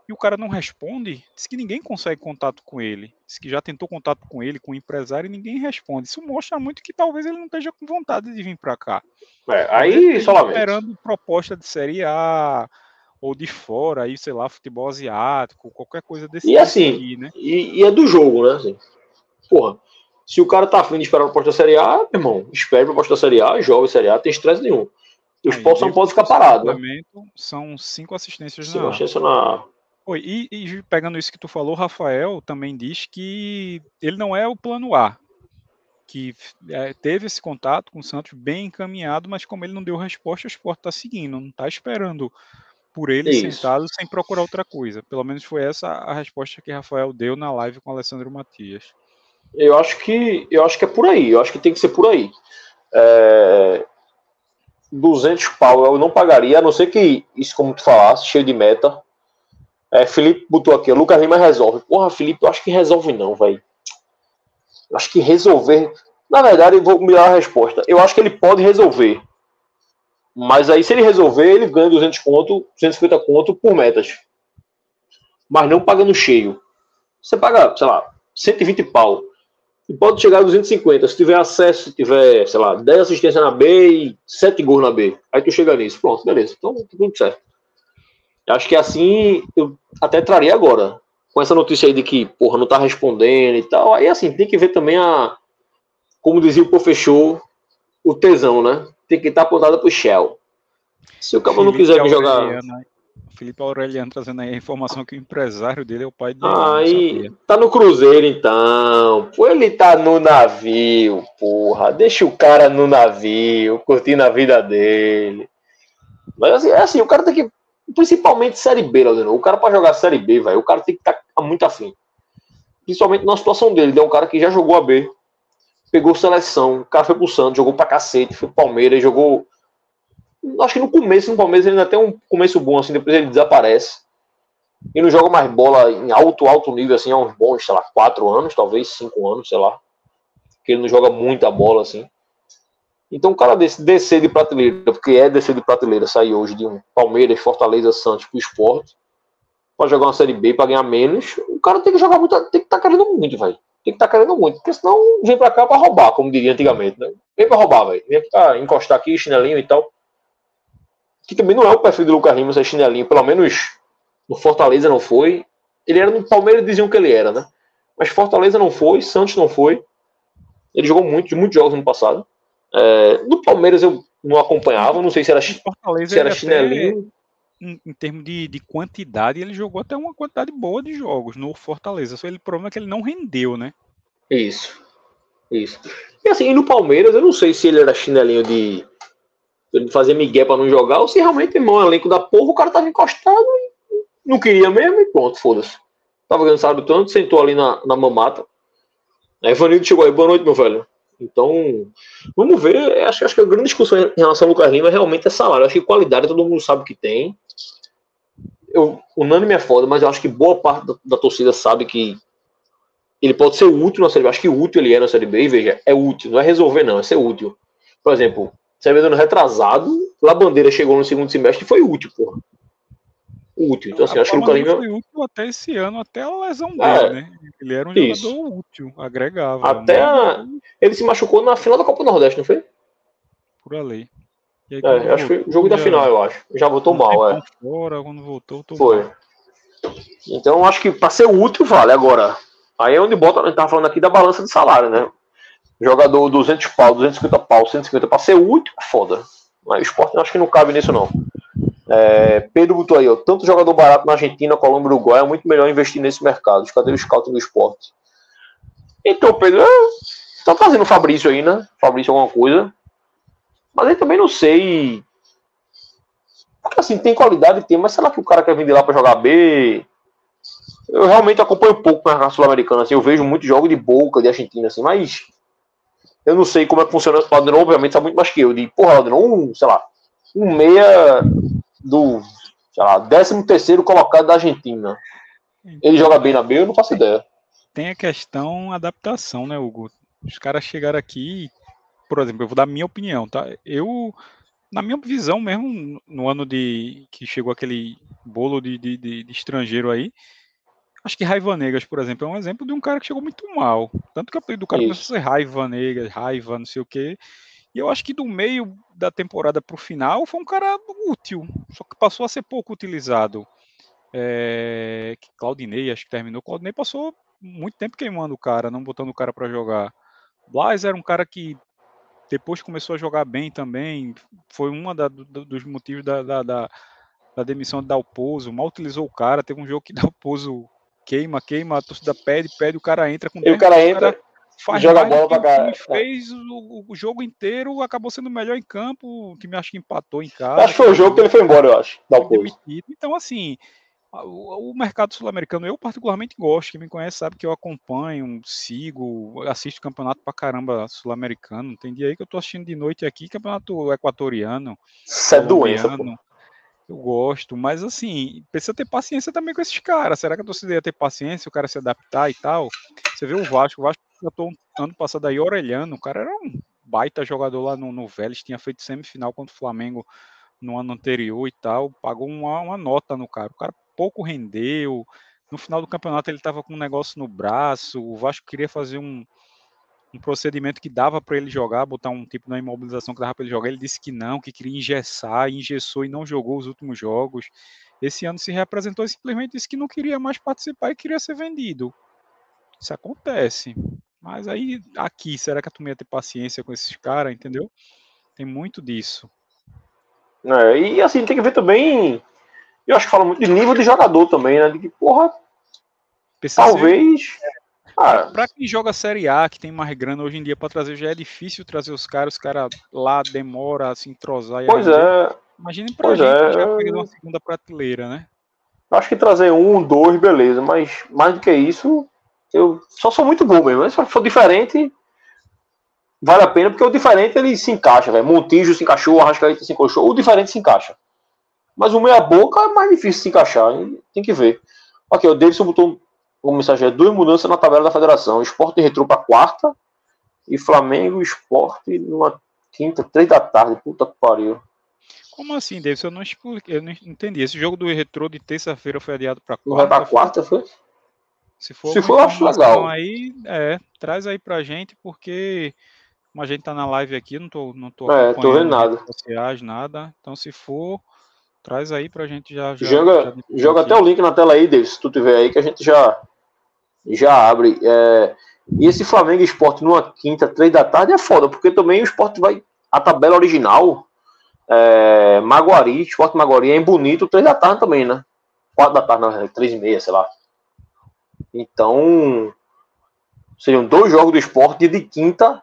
e o cara não responde, diz que ninguém consegue contato com ele. Diz que já tentou contato com ele, com o empresário, e ninguém responde. Isso mostra muito que talvez ele não esteja com vontade de vir para cá. Aí só lamento. Esperando proposta de Série A, ou de fora, aí, sei lá, futebol asiático, qualquer coisa desse tipo assim, aqui, né? E é do jogo, né? Assim, porra, se o cara tá afim de esperar a proposta da Série A, meu irmão, espere a proposta da Série A, joga a Série A, tem estresse nenhum. O Sport não pode ficar parado, né? São 5 assistências na A. Oi, e pegando isso que tu falou, Rafael também diz que ele não é o plano A, que teve esse contato com o Santos bem encaminhado, mas como ele não deu resposta, o Sport está seguindo, não está esperando por ele sentado sem procurar outra coisa. Pelo menos foi essa a resposta que Rafael deu na live com o Alessandro Matias. Eu acho que é por aí, eu acho que tem que ser por aí. 200 pau eu não pagaria, a não ser que, isso como tu falasse, cheio de meta. Felipe botou aqui, o Lucas Lima resolve. Porra, Felipe, eu acho que resolve não, velho. Eu acho que resolver... Na verdade, eu vou mudar a resposta. Eu acho que ele pode resolver. Mas aí, se ele resolver, ele ganha 200 conto, 250 conto por metas. Mas não pagando cheio. Você paga, sei lá, 120 pau. E pode chegar a 250. Se tiver acesso, se tiver, sei lá, 10 assistências na B e 7 gols na B. Aí tu chega nisso. Pronto, beleza. Então, tudo certo. Acho que assim, eu até traria agora. Com essa notícia aí de que, porra, não tá respondendo e tal. Aí, assim, tem que ver também como dizia o Pofechou, o tesão, né? Tem que estar apontado pro Shell. Se o cara não quiser me jogar... Felipe Aureliano trazendo aí a informação que o empresário dele é o pai dele. Aí, tá no cruzeiro então. Pô, ele tá no navio, porra. Deixa o cara no navio, curtindo a vida dele. Mas assim, o cara tem que... Principalmente Série B, Leandro. O cara pra jogar Série B, velho, o cara tem que estar muito afim. Principalmente na situação dele. Ele é um cara que já jogou a B. Pegou seleção. O cara foi pro Santos, jogou pra cacete. Foi pro Palmeiras, jogou... Acho que no Palmeiras ele ainda tem um começo bom, assim, depois ele desaparece. E não joga mais bola em alto nível, assim, há uns bons, sei lá, 4 anos, talvez 5 anos, sei lá. Porque ele não joga muita bola, assim. Então o cara descer de prateleira, porque descer de prateleira, sair hoje de um Palmeiras, Fortaleza, Santos pro Sport, pra jogar uma Série B, pra ganhar menos, o cara tem que jogar muito, tem que estar querendo muito, velho. Tem que estar querendo muito, porque senão vem pra cá pra roubar, como diria antigamente, né? Vem pra roubar, velho. Vem pra encostar aqui, chinelinho e tal. Que também não é o perfil do Lucas Lima ser chinelinho, pelo menos no Fortaleza não foi. Ele era no Palmeiras, diziam que ele era, né? Mas Fortaleza não foi, Santos não foi. Ele jogou muitos jogos no passado. No Palmeiras eu não acompanhava, não sei se era chinelinho. Em termos de quantidade, ele jogou até uma quantidade boa de jogos no Fortaleza. Só o problema é que ele não rendeu, né? Isso. E assim, no Palmeiras, eu não sei se ele era chinelinho de ele fazer migué pra não jogar, ou se realmente, irmão, elenco da porra, o cara tava encostado e não queria mesmo, e pronto, foda-se. Tava cansado tanto, sentou ali na mamata. Aí Vanildo chegou aí, boa noite, meu velho. Então, vamos ver. Acho que a grande discussão em relação ao Lucas Lima realmente é salário. Acho que qualidade todo mundo sabe que tem. Unânime é foda, mas eu acho que boa parte da torcida sabe que ele pode ser útil na Série B. Acho que útil ele é na Série B, e veja, é útil, não é resolver não, é ser útil. Por exemplo, Série B do ano retrasado, Labandeira chegou no segundo semestre e foi útil, porra. Útil. Então, assim, acho que o Lucas Lima foi útil até esse ano, até a lesão dele, né? Ele era um jogador útil, agregava. Ele se machucou na final da Copa do Nordeste, não foi? Por ali. Aí, acho que foi o jogo da final, eu acho. Já voltou mal, fora, quando voltou, foi. Mal. Então, acho que para ser útil, vale. Agora, aí é onde bota, a gente tava falando aqui da balança de salário, né? Jogador 200 pau, 250 pau, 150 para ser útil, foda. Mas o Sport acho que não cabe nisso, não. Pedro botou aí, ó, tanto jogador barato na Argentina, Colômbia e Uruguai, é muito melhor investir nesse mercado. Cadê o scouting do Sport? Então, Pedro, tá fazendo o Fabrício aí, né? Fabrício alguma coisa. Mas eu também não sei. Porque assim, tem qualidade, tem, mas será que o cara quer vir de lá pra jogar B? Eu realmente acompanho pouco na Sul-Americana, assim, eu vejo muitos jogos de Boca, de Argentina, assim, mas eu não sei como é que funciona. O Ladrão, obviamente, sabe muito mais que eu. De, porra, Ladrão, sei lá, um meia do, sei lá, 13º colocado da Argentina. Ele joga bem na B, eu não faço ideia. Tem a questão adaptação, né, Hugo? Os caras chegaram aqui, por exemplo, eu vou dar minha opinião, tá? Eu na minha visão mesmo, no ano que chegou aquele bolo de estrangeiro aí, acho que Raiva Negas, por exemplo, é um exemplo de um cara que chegou muito mal. Tanto que o apelido do cara começou a ser Raiva Negas, Raiva, não sei o quê. E eu acho que do meio da temporada pro final foi um cara útil, só que passou a ser pouco utilizado. Claudinei, acho que terminou. Claudinei passou muito tempo queimando o cara, não botando o cara para jogar. Blas era um cara que depois começou a jogar bem também. Foi um dos motivos da demissão de Dalpozo. Mal utilizou o cara. Teve um jogo que Dalpozo queima, a torcida pede, o cara entra com E o cara entra, faz joga a bola pra cá. Fez o jogo inteiro, acabou sendo o melhor em campo, que me acho que empatou em casa. Acho que foi o jogo que ele foi embora, eu acho. Então, assim, o mercado sul-americano, eu particularmente gosto. Quem me conhece sabe que eu acompanho, sigo, assisto campeonato pra caramba sul-americano. Tem dia aí que eu tô assistindo de noite aqui, campeonato equatoriano. Isso é doença, pô. Eu gosto, mas assim, precisa ter paciência também com esses caras. Será que a torcida ia ter paciência, o cara se adaptar e tal? Você vê o Vasco tratou ano passado aí Orelhano, o cara era um baita jogador lá no Vélez, tinha feito semifinal contra o Flamengo no ano anterior e tal, pagou uma nota no cara. O cara pouco rendeu, no final do campeonato ele estava com um negócio no braço, o Vasco queria fazer um procedimento que dava para ele jogar, botar um tipo de imobilização que dava para ele jogar, ele disse que não, que queria engessar, engessou e não jogou os últimos jogos. Esse ano se reapresentou e simplesmente disse que não queria mais participar e queria ser vendido. Isso acontece. Mas aí, aqui, será que a turma ia ter paciência com esses caras, entendeu? Tem muito disso. E assim, tem que ver também, eu acho que fala muito de nível de jogador também, né? De que, porra, talvez... Pra quem joga Série A, que tem mais grana hoje em dia pra trazer, já é difícil trazer os caras lá demora a se entrosar. Pois é. Imagina pra gente que já pegou uma segunda prateleira, né? Acho que trazer 1, 2, beleza, mas mais do que isso, eu só sou muito bom mesmo. Mas se for diferente, vale a pena, porque o diferente ele se encaixa, velho. Montijo se encaixou, o Arrascaeta se encaixou, o diferente se encaixa. Mas o meia boca é mais difícil de se encaixar, tem que ver. Ok, o Davidson botou como mensagem, 2 mudanças na tabela da federação. Sport Retrô para quarta e Flamengo Sport numa quinta, 3 da tarde. Puta que pariu. Como assim, Davidson? Eu não entendi. Esse jogo do Retrô de terça-feira foi adiado para quarta? Não vai para quarta, foi? Se for, eu acho legal. Aí, traz aí pra gente, porque como a gente tá na live aqui, não tô acompanhando tô vendo nada. Redes sociais, nada. Então, se for, traz aí pra gente já joga até o link na tela aí, David, se tu tiver aí, que a gente já abre. E esse Flamengo Sport numa quinta, 3 da tarde é foda, porque também o Sport vai... A tabela original, Maguari, Sport Maguari é em Bonito, 3 da tarde também, né? 4 da tarde, não, 3h30, sei lá. Então, seriam 2 jogos do Sport de quinta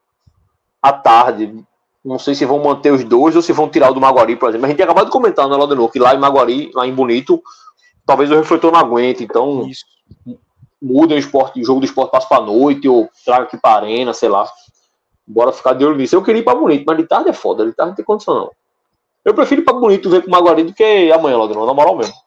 à tarde. Não sei se vão manter os 2 ou se vão tirar o do Maguari, por exemplo. A gente tinha acabado de comentar no Laudenor que lá em Maguari, lá em Bonito, talvez o refletor não aguente. Então, muda o jogo do Sport, passa pra noite ou traga aqui pra arena, sei lá. Bora ficar de olho nisso. Eu queria ir pra Bonito, mas de tarde é foda. De tarde não tem condição, não. Eu prefiro ir pra Bonito ver com o Maguari do que amanhã, Laudenor, na moral mesmo.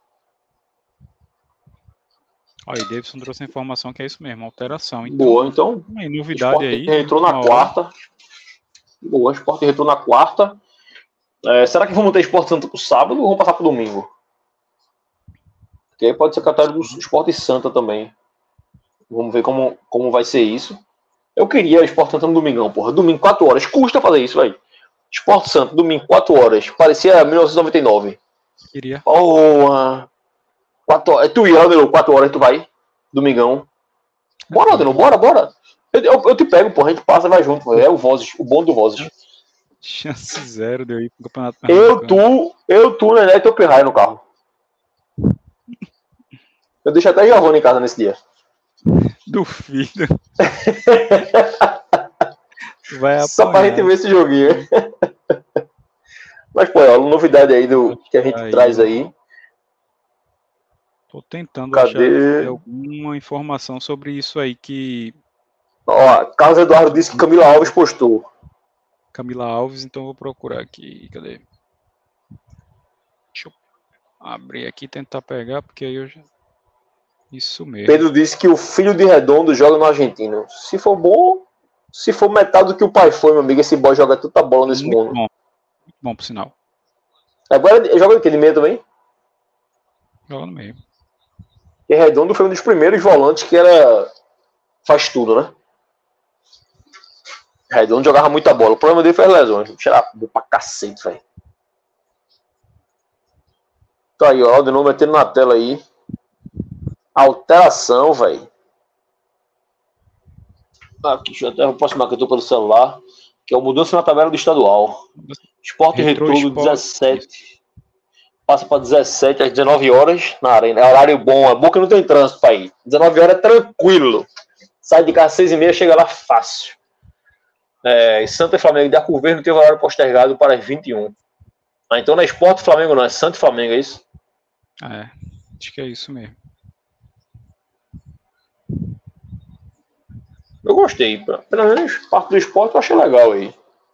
Aí, Davidson trouxe a informação que é isso mesmo, alteração. Então, boa, então. Novidade aí. Entrou na quarta. Boa, Sport retrou na quarta. Será que vamos ter Sport Santa pro sábado ou vamos passar pro domingo? Porque aí pode ser catálogo do Sport Santa também. Vamos ver como vai ser isso. Eu queria Sport Santa no domingão, porra. Domingo, 4 horas. Custa fazer isso, velho. Sport Santa, domingo, 4 horas. Parecia 1999. Queria. Porra. 4 horas. Tu ia, Adenor, 4 horas, tu vai? Domingão. Bora, Adenor, bora. Eu te pego, porra, a gente passa e vai junto. É o Vozes, o bom do Vozes. Chance 0 de eu ir pro campeonato. Tu, Nené e teu Pirraia no carro. Eu deixo até Giovanni em casa nesse dia. Duvido. Vai só pra gente ver esse joguinho. Mas, pô, a novidade aí que a gente traz aí. Tô tentando achar alguma informação sobre isso aí que... Ó, Carlos Eduardo disse que Camila Alves postou. Camila Alves, então eu vou procurar aqui. Cadê? Deixa eu abrir aqui e tentar pegar, porque aí eu já... Isso mesmo. Pedro disse que o filho de Redondo joga no Argentino. Se for bom, se for metade do que o pai foi, meu amigo, esse boy joga tanta bola nesse mundo. Bom. Muito bom, por sinal. Agora ele joga naquele meio também. Joga no meio. E Redondo foi um dos primeiros volantes que faz tudo, né? Redondo jogava muita bola. O problema dele foi as lesões. Cheirava pra cacete, velho. Tá aí, ó. De novo metendo na tela aí. Alteração, velho. Aqui, deixa eu até aproximar que eu tô pelo celular. Que é o mudança na tabela do estadual. Sport Retrô do 17. Passa para 17 às 19 horas na arena. É horário bom. É bom que não tem trânsito para ir. 19 horas é tranquilo. Sai de casa às 6h30, chega lá fácil. Santa e Flamengo de Arco Verde teve horário postergado para as 21. Então não é Sport Flamengo, não. É Santa e Flamengo, é isso? Acho que é isso mesmo. Eu gostei. Pelo menos parte do esporte eu achei legal aí.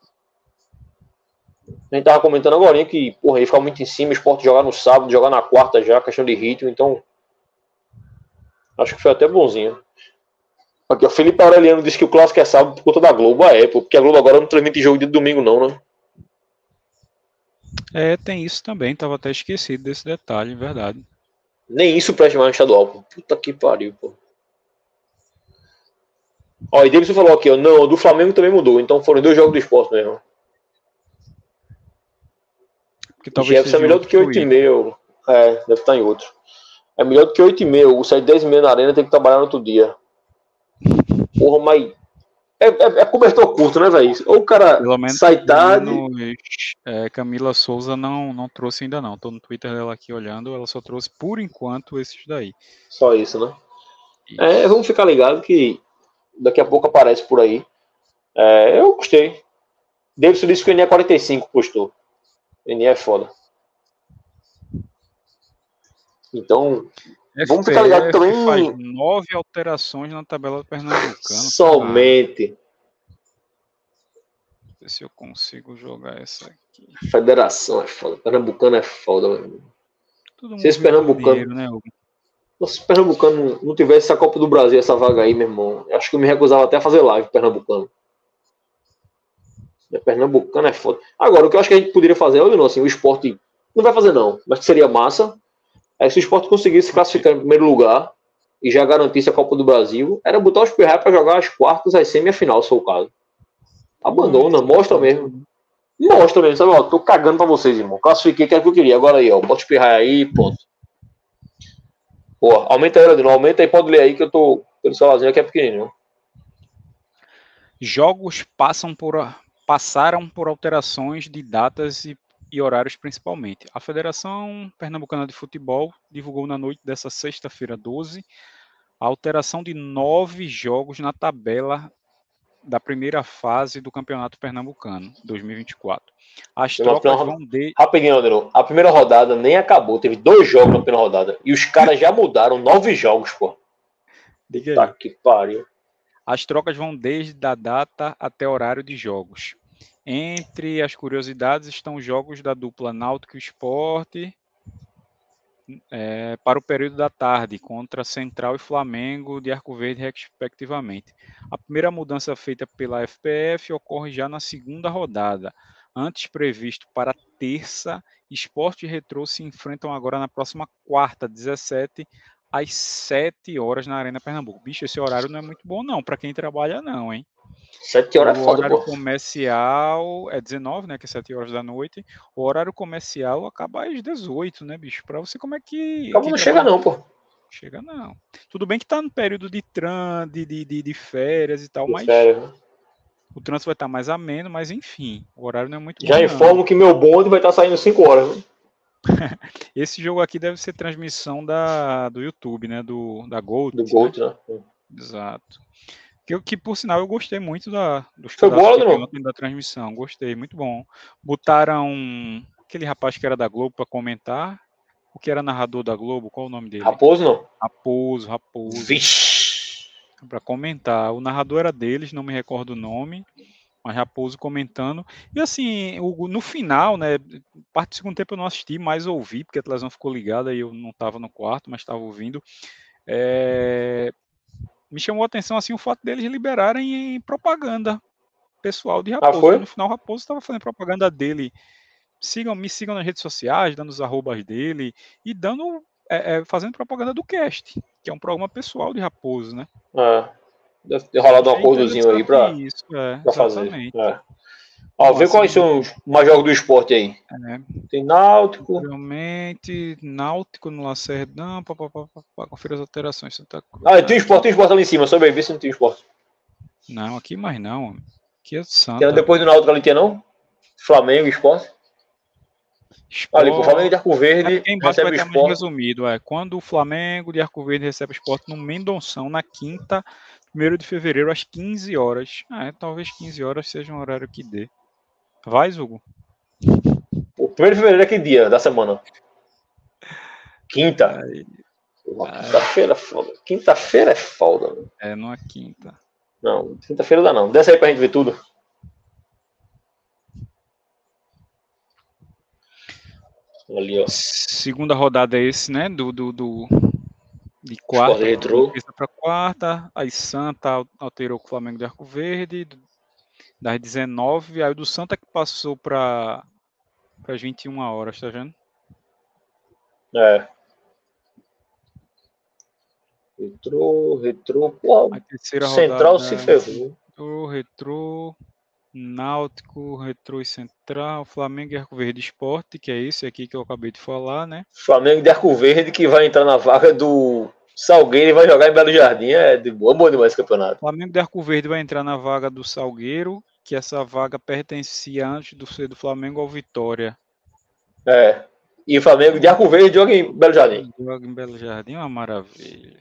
A gente tava comentando agora que, porra, ia ficar muito em cima, o esporte jogar no sábado, jogar na quarta já, questão de ritmo, então. Acho que foi até bonzinho. Aqui, o Felipe Aureliano disse que o clássico é sábado por conta da Globo. Porque a Globo agora não transmite jogo de domingo, não, né? Tem isso também, tava até esquecido desse detalhe, verdade. Nem isso presta mais no estadual, pô. Puta que pariu, pô. Ó, e Davidson falou aqui, ó, não, do Flamengo também mudou, então foram 2 jogos do esporte mesmo. Jefferson é melhor do que 8h30. Deve estar em outro. É melhor do que 8h30. O sair 10h30 na arena tem que trabalhar no outro dia. Porra, mas. É cobertor curto, né, velho? Ou o cara sai tarde. Camila Souza não trouxe ainda não. Tô no Twitter dela aqui olhando. Ela só trouxe por enquanto esses daí. Só isso, né? Vamos ficar ligado que daqui a pouco aparece por aí. Eu gostei. Davidson disse que o NE 45 postou. NE é foda. Então, vamos ficar ligado também. Faz 9 alterações na tabela do Pernambucano. Somente. Ver se eu consigo jogar essa aqui. Federação é foda. Pernambucano é foda, mano. Se esse Pernambucano. Né, se o Pernambucano não tivesse essa Copa do Brasil, essa vaga aí, meu irmão, acho que eu me recusava até a fazer live Pernambucano. Pernambucano é foda. Agora, o que eu acho que a gente poderia fazer, olha, assim, o esporte não vai fazer não, mas que seria massa, se o esporte conseguisse se classificar em primeiro lugar e já garantisse a Copa do Brasil, era botar os Pirraia para jogar as quartas, as semi e a final, se for o caso. Abandona, mostra mesmo. Mostra mesmo, sabe? Ó, tô cagando pra vocês, irmão. Classifiquei, que era o que eu queria. Agora aí, ó, bota os Pirraia aí, ponto. Pô, aumenta aí, Ladino, aumenta aí, pode ler aí que eu tô pelo celularzinho aqui, é pequenininho. Jogos passaram por alterações de datas e horários principalmente. A Federação Pernambucana de Futebol divulgou na noite dessa sexta-feira 12 a alteração de 9 jogos na tabela da primeira fase do Campeonato Pernambucano 2024. As trocas vão Rapidinho, Ladino. A primeira rodada nem acabou, teve 2 jogos na primeira rodada e os caras já mudaram 9 jogos, pô. Diga aí. Tá que pariu. As trocas vão desde a data até horário de jogos. Entre as curiosidades estão os jogos da dupla Náutico Sport para o período da tarde, contra Central e Flamengo de Arco Verde, respectivamente. A primeira mudança feita pela FPF ocorre já na segunda rodada. Antes previsto para terça, Sport e Retrô se enfrentam agora na próxima quarta, 17 às 7 horas na Arena Pernambuco. Bicho, esse horário não é muito bom não, para quem trabalha não, hein? 7 horas é foda, pô. O horário comercial é 19, né, que é 7 horas da noite. O horário comercial acaba às 18, né, bicho? Pra você, como é que... Acaba não chega não, pô. Chega não. Tudo bem que tá no período de de férias e tal, mas... O trânsito vai estar mais ameno, mas enfim, o horário não é muito bom. Já informo que meu bonde vai estar saindo 5 horas, né? Esse jogo aqui deve ser transmissão do YouTube, né? Da Gold. Do Gold, né? Exato. Que por sinal eu gostei muito dos pedaços da transmissão. Gostei, muito bom. Botaram aquele rapaz que era da Globo para comentar. O que era narrador da Globo, qual o nome dele? Raposo, não? Raposo. Vixe! Para comentar. O narrador era deles, não me recordo o nome. Mas Raposo comentando. E assim, no final, né? Parte do segundo tempo eu não assisti, mas ouvi, porque a televisão ficou ligada e eu não estava no quarto, mas estava ouvindo. Me chamou a atenção assim o fato deles liberarem propaganda pessoal de Raposo. No final, Raposo estava fazendo propaganda dele me sigam nas redes sociais, dando os arrobas dele e fazendo propaganda do Cast, que é um programa pessoal de Raposo, né? Deve ter rolado um É acordozinho aí pra isso, fazer. exatamente. Ó, vê quais são os mais jogos do esporte aí. Tem Náutico. Realmente, Náutico no Lacerdão, conferir as alterações. Santa Cruz. Tem esporte ali em cima, sobe aí, vê se não tem esporte. Não, aqui mais não. Aqui é Santa. Que era depois do Náutico ali, tinha não? Flamengo, esporte. Ali, o Flamengo de Arco Verde recebe o esporte. Resumido, quando o Flamengo de Arco Verde recebe o esporte no Mendonção, na quinta, 1º de fevereiro, às 15 horas. Talvez 15 horas seja um horário que dê. Vai, Hugo? O 1º de fevereiro é que dia da semana? Quinta. Quinta-feira é foda. Quinta-feira é foda. Não é quinta. Não, quinta-feira dá não. Desce aí pra gente ver tudo. Ali, ó. Segunda rodada é esse, né? De quarta para quarta. Aí Santa alterou com o Flamengo de Arco Verde. Das 19. Aí o do Santa que passou para as 21 horas, tá vendo? Retrô. Porra, a terceira Central rodada, se ferrou. Retrô, Náutico, Retrô e Central, Flamengo e Arco Verde Esporte, que é esse aqui que eu acabei de falar, né? Flamengo de Arco Verde que vai entrar na vaga do Salgueiro e vai jogar em Belo Jardim. É de boa, bom demais esse campeonato. Flamengo de Arco Verde vai entrar na vaga do Salgueiro, que essa vaga pertencia antes do Flamengo ao Vitória. E o Flamengo de Arco Verde joga em Belo Jardim. Joga em Belo Jardim, uma maravilha.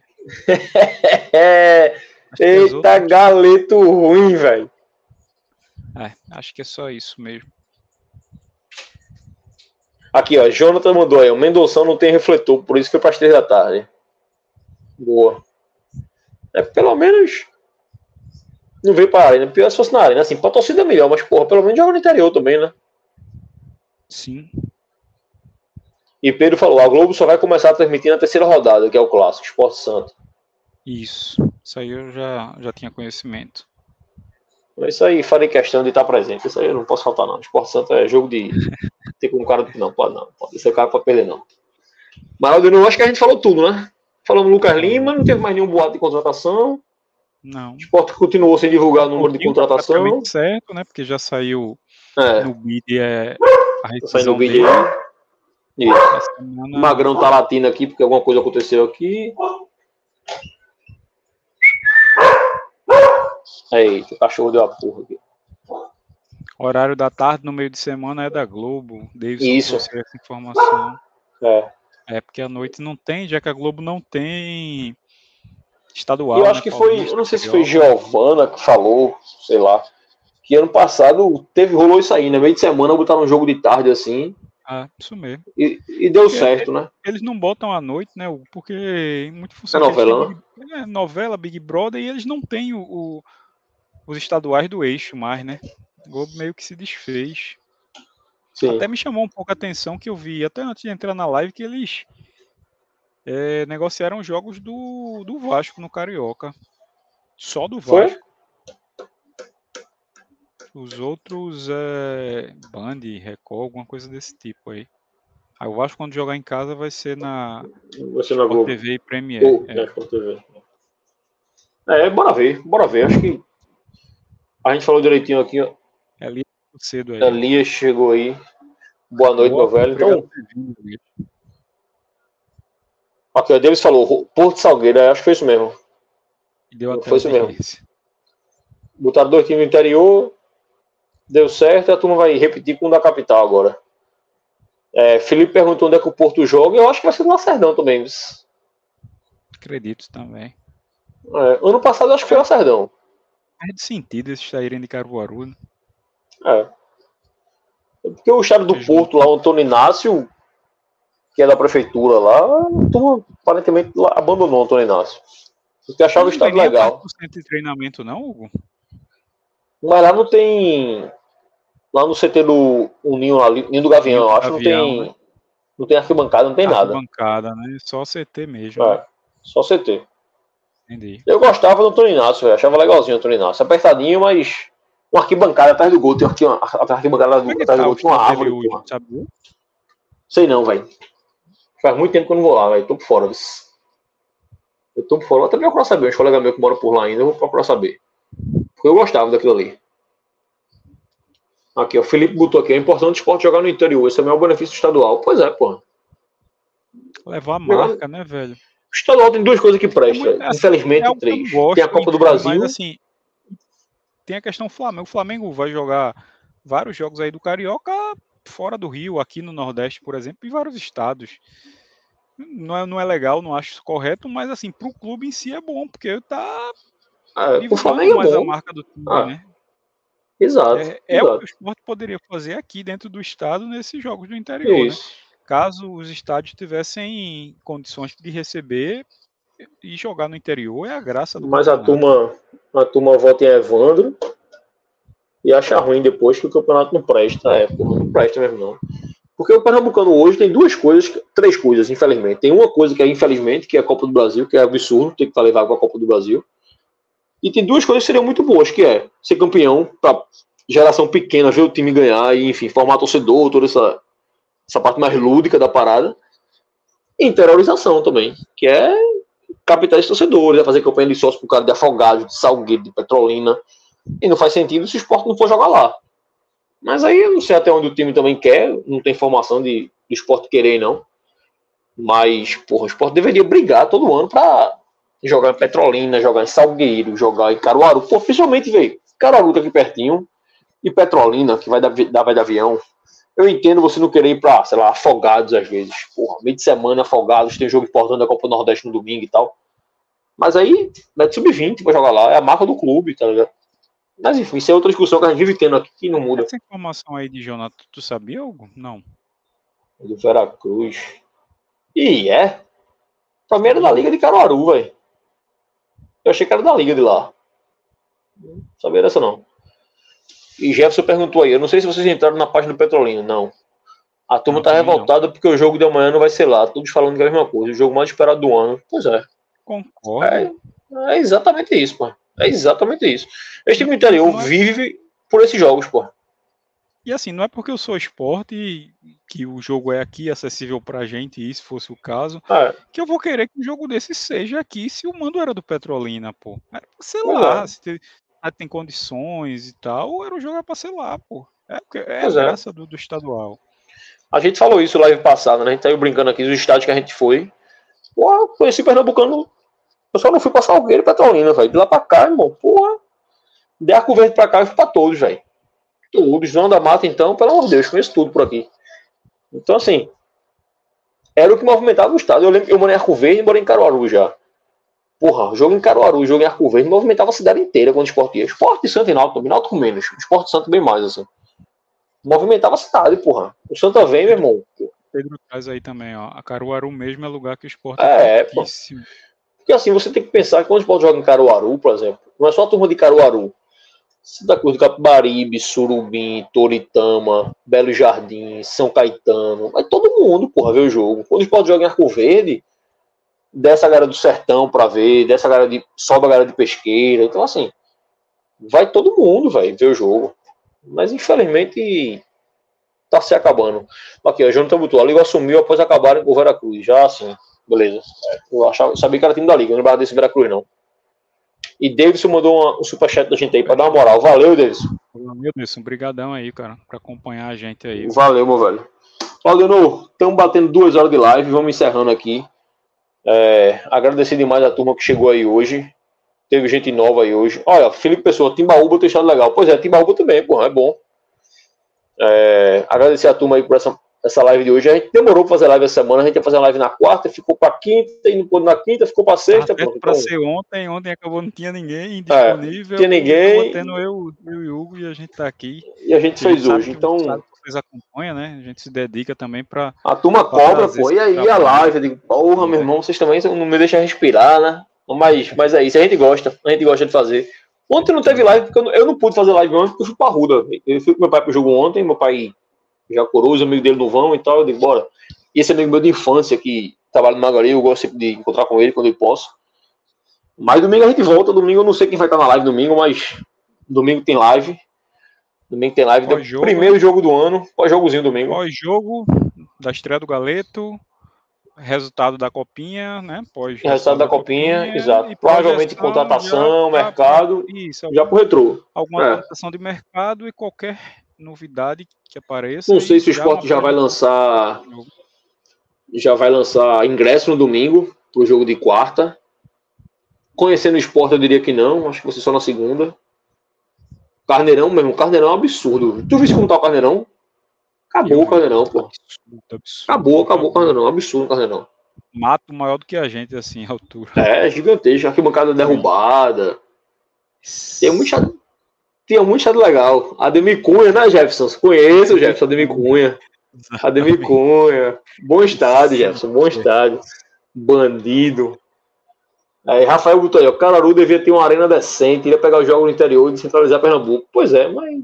Eita, galeto ruim, velho. Acho que é só isso mesmo. Aqui, ó, Jonathan mandou aí. O Mendonção não tem refletor, por isso foi para as 3 da tarde. Boa. Pelo menos não veio para a arena. Pior se fosse na arena. Assim, para a torcida é melhor, mas porra, pelo menos joga no interior também, né? Sim. E Pedro falou, a Globo só vai começar a transmitir na 3ª rodada, que é o clássico, Sport Santo. Isso aí eu já tinha conhecimento. Isso aí, farei questão de estar presente. Isso aí eu não posso faltar, não. Sport Santo é jogo de... Tem como um cara... Não, pode não. Esse cara pode perder, não. Mas eu acho que a gente falou tudo, né? Falamos Lucas Lima, não teve mais nenhum boato de contratação. Não. O Sport continuou sem divulgar o número de contratação. Certo, né? Porque já saiu no BID a rescisão dele. Isso. O Magrão tá latindo aqui porque alguma coisa aconteceu aqui. Eita, o cachorro deu a porra aqui. Horário da tarde no meio de semana é da Globo. Isso. Essa informação. Porque à noite não tem, já que a Globo não tem estadual. Eu acho que foi, eu não sei se foi Giovana que falou, sei lá, que ano passado rolou isso aí, né? Meio de semana botaram um jogo de tarde assim. Isso mesmo. E deu certo, né? Eles não botam à noite, né? Porque muito função novela, né? Novela, Big Brother, e eles não têm os estaduais do eixo mais, né? O Globo meio que se desfez. Sim. Até me chamou um pouco a atenção que eu vi, até antes de entrar na live, que eles negociaram jogos do Vasco no Carioca. Só do Vasco. Foi? Os outros Band, Record, alguma coisa desse tipo aí. Aí o Vasco, quando jogar em casa, vai ser na Globo TV e Premiere. TV. Bora ver. Acho que a gente falou direitinho aqui, ó. Elias cedo aí. Elias chegou aí. Boa noite, meu velho. Então, aqui, o Davis falou, Porto Salgueiro, acho que foi isso mesmo. Foi isso mesmo. Botaram 2 times no interior, deu certo, e a turma vai repetir com o da capital agora. Felipe perguntou onde é que o Porto joga, eu acho que vai ser no Lacerdão também. Acredito também. Ano passado eu acho que foi no Lacerdão. Perde sentido eles saírem de Caruaru, né? Porque o estádio do Porto lá, o Antônio Inácio, que é da prefeitura lá, a turma aparentemente abandonou o Antônio Inácio. Porque achava o estádio legal. Não tem de treinamento não, Hugo? Mas lá não tem... Lá no CT do Ninho do Gavião, eu acho que não tem... Né? Não tem arquibancada, não tem nada. Arquibancada, né? Só CT mesmo. Só CT. Entendi. Eu gostava do Antônio Inácio, velho. Achava legalzinho o Antônio Inácio. Apertadinho, mas uma arquibancada atrás do gol. Tem aqui uma arquibancada atrás do gol, tem uma árvore. Hoje, sabe? Sei não, velho. Faz muito tempo que eu não vou lá, velho. Tô por fora. Eu tô por fora. Eu até procurar saber. Uns colegas meus que moram por lá ainda, eu vou procurar saber. Porque eu gostava daquilo ali. Aqui, ó. O Felipe botou aqui. É importante o esporte jogar no interior. Esse é o maior benefício estadual. Pois é, porra. Levar a marca, né, velho? O estadual tem duas coisas que prestam. Infelizmente, três. Tem a Copa do Brasil. Mas, assim, tem a questão do Flamengo. O Flamengo vai jogar vários jogos aí do Carioca fora do Rio, aqui no Nordeste, por exemplo, em vários estados. Não é legal, não acho isso correto, mas, assim, pro clube em si é bom, porque tá o Flamengo mais é bom. A marca do clube, né? Exato. É o que o esporte poderia fazer aqui dentro do estado nesses jogos do interior, né? Caso os estádios tivessem condições de receber e jogar no interior, é a graça do Mas a turma vota em Evandro e acha ruim depois que o campeonato não presta. Não presta mesmo não. Porque o Pernambucano hoje tem três coisas, infelizmente. Tem uma coisa que é infelizmente, que é a Copa do Brasil, que é absurdo, tem que levar com a Copa do Brasil. E tem duas coisas que seriam muito boas, que é ser campeão, pra geração pequena, ver o time ganhar e, enfim, formar torcedor, toda essa parte mais lúdica da parada. E interiorização também, que é capitais torcedores, fazer campanha de sócio por causa de Afogados, de Salgueiro, de Petrolina. E não faz sentido se o esporte não for jogar lá. Mas aí eu não sei até onde o time também quer, não tem informação do esporte querer, não. Mas, porra, o esporte deveria brigar todo ano pra jogar em Petrolina, jogar em Salgueiro, jogar em Caruaru. Pô, principalmente, velho, Caruaru tá aqui pertinho, e Petrolina, que vai de avião. Eu entendo você não querer ir pra, sei lá, Afogados às vezes. Porra, meio de semana, Afogados, tem jogo importante da Copa do Nordeste no domingo e tal. Mas aí, vai de sub-20 pra jogar lá, é a marca do clube, tá ligado? Mas enfim, isso é outra discussão que a gente vive tendo aqui, que não muda. Essa informação aí de Jonathan, tu sabia algo? Não. Do Veracruz. Pra mim era da Liga de Caruaru, velho. Eu achei que era da Liga de lá. Não sabia dessa, não. E Jefferson perguntou aí, eu não sei se vocês entraram na página do Petrolino. Não. A turma tá revoltada porque o jogo de amanhã não vai ser lá. Todos falando que é a mesma coisa. O jogo mais esperado do ano. Pois é. Concordo. É exatamente isso, pô. É exatamente isso. Esse time do interior vive por esses jogos, pô. E assim, não é porque eu sou esporte que o jogo é aqui, acessível pra gente, e se fosse o caso, que eu vou querer que um jogo desse seja aqui, se o mando era do Petrolina, pô. Sei lá, se tem condições e tal, era o jogo pra ser lá, pô. É a graça do estadual. A gente falou isso live passada, né? A gente saiu brincando aqui dos estádios que a gente foi. Pô, conheci Pernambucano. Eu só não fui pra Salgueiro e Petrolina, velho. De lá pra cá, irmão, porra. De Arco Verde pra cá, eu fui pra todos, velho. Todos. João da Mata, então, pelo amor de Deus, conheço tudo por aqui. Então, assim, era o que movimentava o estado. Eu lembro que eu morei em Arco Verde e morei em Caruaru já. Porra, jogo em Caruaru, jogo em Arco Verde, movimentava a cidade inteira quando o esporte ia. Esporte Santo e Náutico também, Náutico menos. Esporte Santo bem mais, assim. Movimentava a cidade, porra. O Santa vem, meu irmão. Pedro traz aí também, ó. A Caruaru mesmo é lugar que o esporte pô. Porque assim, você tem que pensar que quando o esporte joga em Caruaru, por exemplo, não é só a turma de Caruaru. Santa Cruz do Capibaribe, Surubim, Toritama, Belo Jardim, São Caetano. Vai todo mundo, porra, ver o jogo. Quando o esporte joga em Arco Verde, desce a galera do Sertão pra ver, sobe a galera de Pesqueira. Então, assim, vai todo mundo, velho, ver o jogo. Mas, infelizmente, tá se acabando. Aqui, a Jonathan botou, a Liga assumiu após acabarem com o Veracruz. Já, assim, beleza. Eu sabia que era time da Liga, não lembrava desse Veracruz, não. E Davidson mandou um superchat da gente aí pra dar uma moral. Valeu, Davidson. Valeu, Davidson. Obrigadão aí, cara, pra acompanhar a gente aí. Valeu, meu velho. Valeu, estamos batendo 2 horas de live, vamos encerrando aqui. Agradecer demais a turma que chegou aí hoje. Teve gente nova aí hoje. Olha, Felipe Pessoa, Timbaúba tem estado legal. Pois é, Timbaúba também, porra, é bom. Agradecer a turma aí por essa live de hoje. A gente demorou pra fazer live essa semana, a gente ia fazer live na quarta, ficou pra quinta, e não pôde na quinta, ficou pra sexta. Pra ser ontem acabou, não tinha ninguém disponível. Tinha ninguém. Tendo eu e o Hugo, e a gente tá aqui. E a gente fez hoje, então... Vocês acompanham, né? A gente se dedica também pra... A turma cobra, pô, e aí a live, eu digo, porra, meu irmão, vocês também não me deixam respirar, né? Mas é isso, a gente gosta de fazer. Ontem não teve live, porque eu não pude fazer live ontem, porque eu fui pra Ruda. Eu fui com meu pai pro jogo ontem, meu pai já curou, os amigos dele não vão e tal, eu digo, bora. E esse amigo meu de infância, que trabalha no Magarí, eu gosto sempre de encontrar com ele quando eu posso. Mas domingo a gente volta, domingo eu não sei quem vai estar na live domingo, mas domingo tem live. Domingo tem live. Pós-jogo, primeiro jogo do ano. Pós-jogozinho domingo. Pós-jogo da estreia do Galeto. Resultado da Copinha, né? Resultado da Copinha, exato. Provavelmente contratação, mercado. Isso, já pro retrô. Alguma contratação de mercado e qualquer novidade que apareça. Não sei se o Sport já vai lançar. Já vai lançar ingresso no domingo pro jogo de quarta. Conhecendo o Sport, eu diria que não. Acho que vai ser só na segunda. Carneirão mesmo. Carneirão é um absurdo. Tu viu como tá o Carneirão? Acabou o Carneirão, pô. Acabou o Carneirão. Absurdo o Carneirão. Mato maior do que a gente, assim, a altura. É, gigantesco. Arquibancada derrubada. Tinha muito estado legal. Ademir Cunha, né, Jefferson? Conheço o Jefferson, Ademir Cunha. Ademir Cunha. Bom estádio, Jefferson. Bom estádio. Bandido. Aí, Rafael botou aí, o Caruaru devia ter uma arena decente, iria pegar o jogo no interior e descentralizar Pernambuco. Pois é, mas...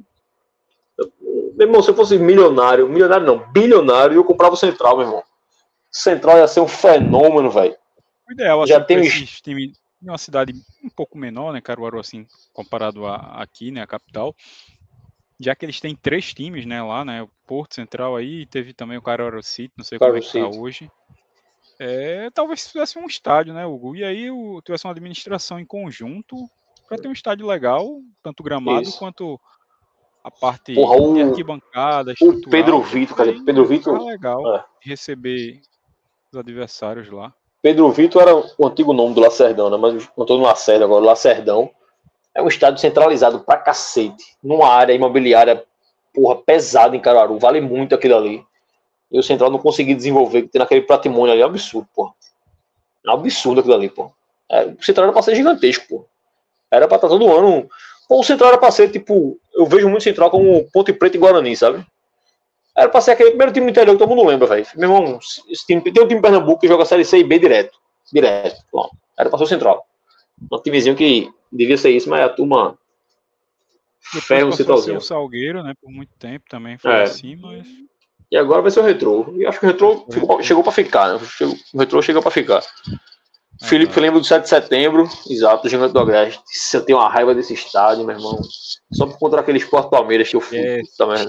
Meu irmão, se eu fosse milionário não, bilionário, eu comprava o Central, meu irmão. Central ia ser um fenômeno, velho. O ideal, assim, já tem esses times em uma cidade um pouco menor, né, Caruaru, assim, comparado aqui, né, a capital, já que eles têm 3 times, né, lá, né, o Porto Central aí, teve também o Caruaru City, não sei como é que tá hoje. Talvez se tivesse um estádio, né, Hugo, e aí tivesse uma administração em conjunto para ter um estádio legal, tanto gramado quanto a parte de arquibancada, o Pedro Vitor, cara, Pedro Vitor legal receber os adversários lá. Pedro Vitor era o antigo nome do Lacerdão, né, mas não tô no Lacerda agora, o Lacerdão é um estádio centralizado pra cacete, numa área imobiliária, porra, pesada em Caruaru, vale muito aquilo ali. E o Central não conseguiu desenvolver, que tem naquele patrimônio ali, é um absurdo, pô. É um absurdo aquilo ali, pô. O Central era pra ser gigantesco, pô. Era pra estar todo ano. Pô, o Central era pra ser, tipo, eu vejo muito Central como Ponte Preta e Guarani, sabe? Era pra ser aquele primeiro time do interior que todo mundo lembra, velho. Meu irmão, tem um time de Pernambuco que joga a Série C e B direto. Bom, era pra ser o Central. Um timezinho que devia ser isso, mas a turma ferra o Centralzinho. O Salgueiro, né, por muito tempo também foi assim, mas... E agora vai ser o Retrô. E acho que o Retrô chegou para ficar, né? O Retrô chegou para ficar. Felipe lembra do 7 de setembro, exato, do Gigante do Agreste. Se eu tenho uma raiva desse estádio, meu irmão. Só por conta daquele Sport Palmeiras que eu fui.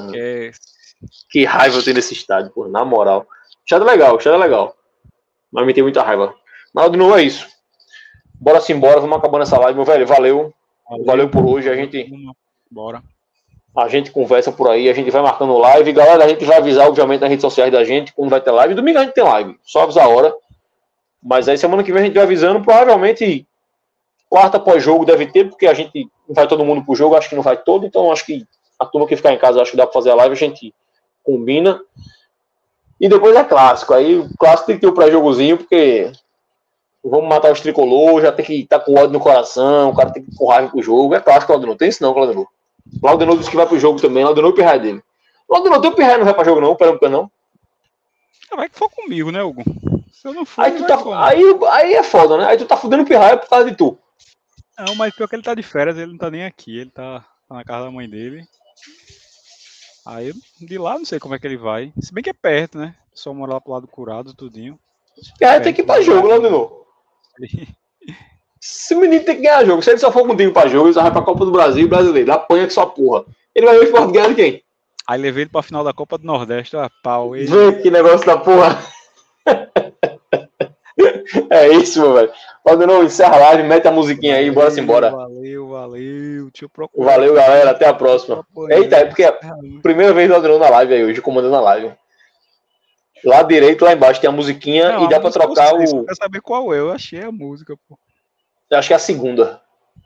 Que raiva eu tenho desse estádio, pô, na moral. Estádio é legal. Mas me tem muita raiva. Mas de novo é isso. Bora embora, vamos acabando essa live, meu velho. Valeu por hoje. Bora. A gente conversa por aí, a gente vai marcando live. Galera, a gente vai avisar, obviamente, nas redes sociais da gente quando vai ter live. Domingo a gente tem live, só avisar a hora. Mas aí semana que vem a gente vai avisando. Provavelmente quarta pós-jogo deve ter, porque a gente não vai todo mundo pro jogo, acho que não vai todo. Então acho que a turma que ficar em casa, acho que dá pra fazer a live, a gente combina. E depois é clássico. Aí o clássico tem que ter o pré-jogozinho, porque vamos matar os tricolor, já tem que estar com ódio no coração, o cara tem que ir com raiva pro jogo. É clássico, Claudio, não tem isso não, Claudio. Claudio disse que vai pro jogo também. Claudio e o pirraia dele. Claudio, teu pirraia não vai pra jogo não, Pernambuco não. Vai que for comigo, né, Hugo? Se eu não for, aí é foda, né? Aí tu tá fudendo o pirraia por causa de tu. Não, mas pior que ele tá de férias, ele não tá nem aqui. Ele tá na casa da mãe dele. Aí de lá não sei como é que ele vai. Se bem que é perto, né? Só mora lá pro lado curado, tudinho. Pirraia tem que ir pra jogo, Claudio. Se o menino tem que ganhar jogo, se ele só for contigo pra jogo, ele só vai pra Copa do Brasil e Brasileiro. Apanha que só porra. Ele vai ver o Sport ganhar de quem? Aí levei ele pra final da Copa do Nordeste, ó, pau. Ele... Vê que negócio da porra. É isso, meu velho. Quando não encerra a live, mete a musiquinha aí, bora embora. Valeu. Deixa eu procurar. Valeu, galera. Até a próxima. Eita, é porque é a primeira vez eu na live aí hoje, comandando a live. Lá direito, lá embaixo, tem a musiquinha não, e dá pra trocar o. Eu quero saber qual é, eu achei a música, pô. Eu acho que é a segunda.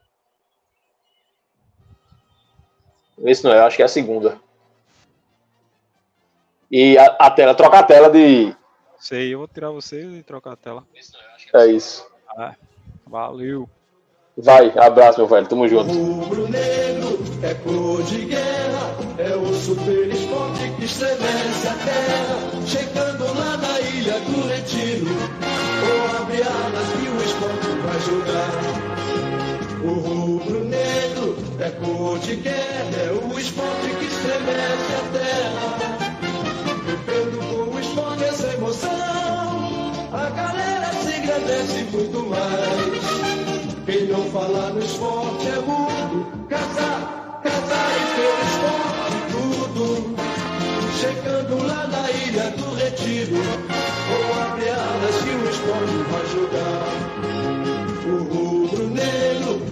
Esse não é, eu acho que é a segunda. E a tela, troca a tela de. Sei, eu vou tirar você e trocar a tela. É isso. Valeu. Vai, abraço, meu velho, tamo junto. Rubro negro é cor de guerra, é o super esporte que estremece a terra. Chegando lá na ilha do Retiro, ou abre alas que o esporte vai jogar. O rubro negro é cor de guerra, é o esporte que estremece a terra. Vivendo com o esporte essa emoção, a galera se agradece muito mais. Quem não fala no esporte é mudo. Casar e ter esporte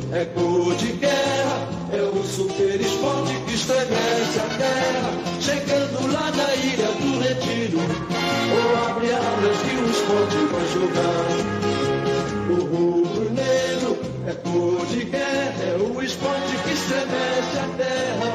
é cor de guerra, é o super esporte que estremece a terra, chegando lá na ilha do Retiro, ou abre alas que o esporte vai jogar. O rubro negro é cor de guerra, é o esporte que estremece a terra,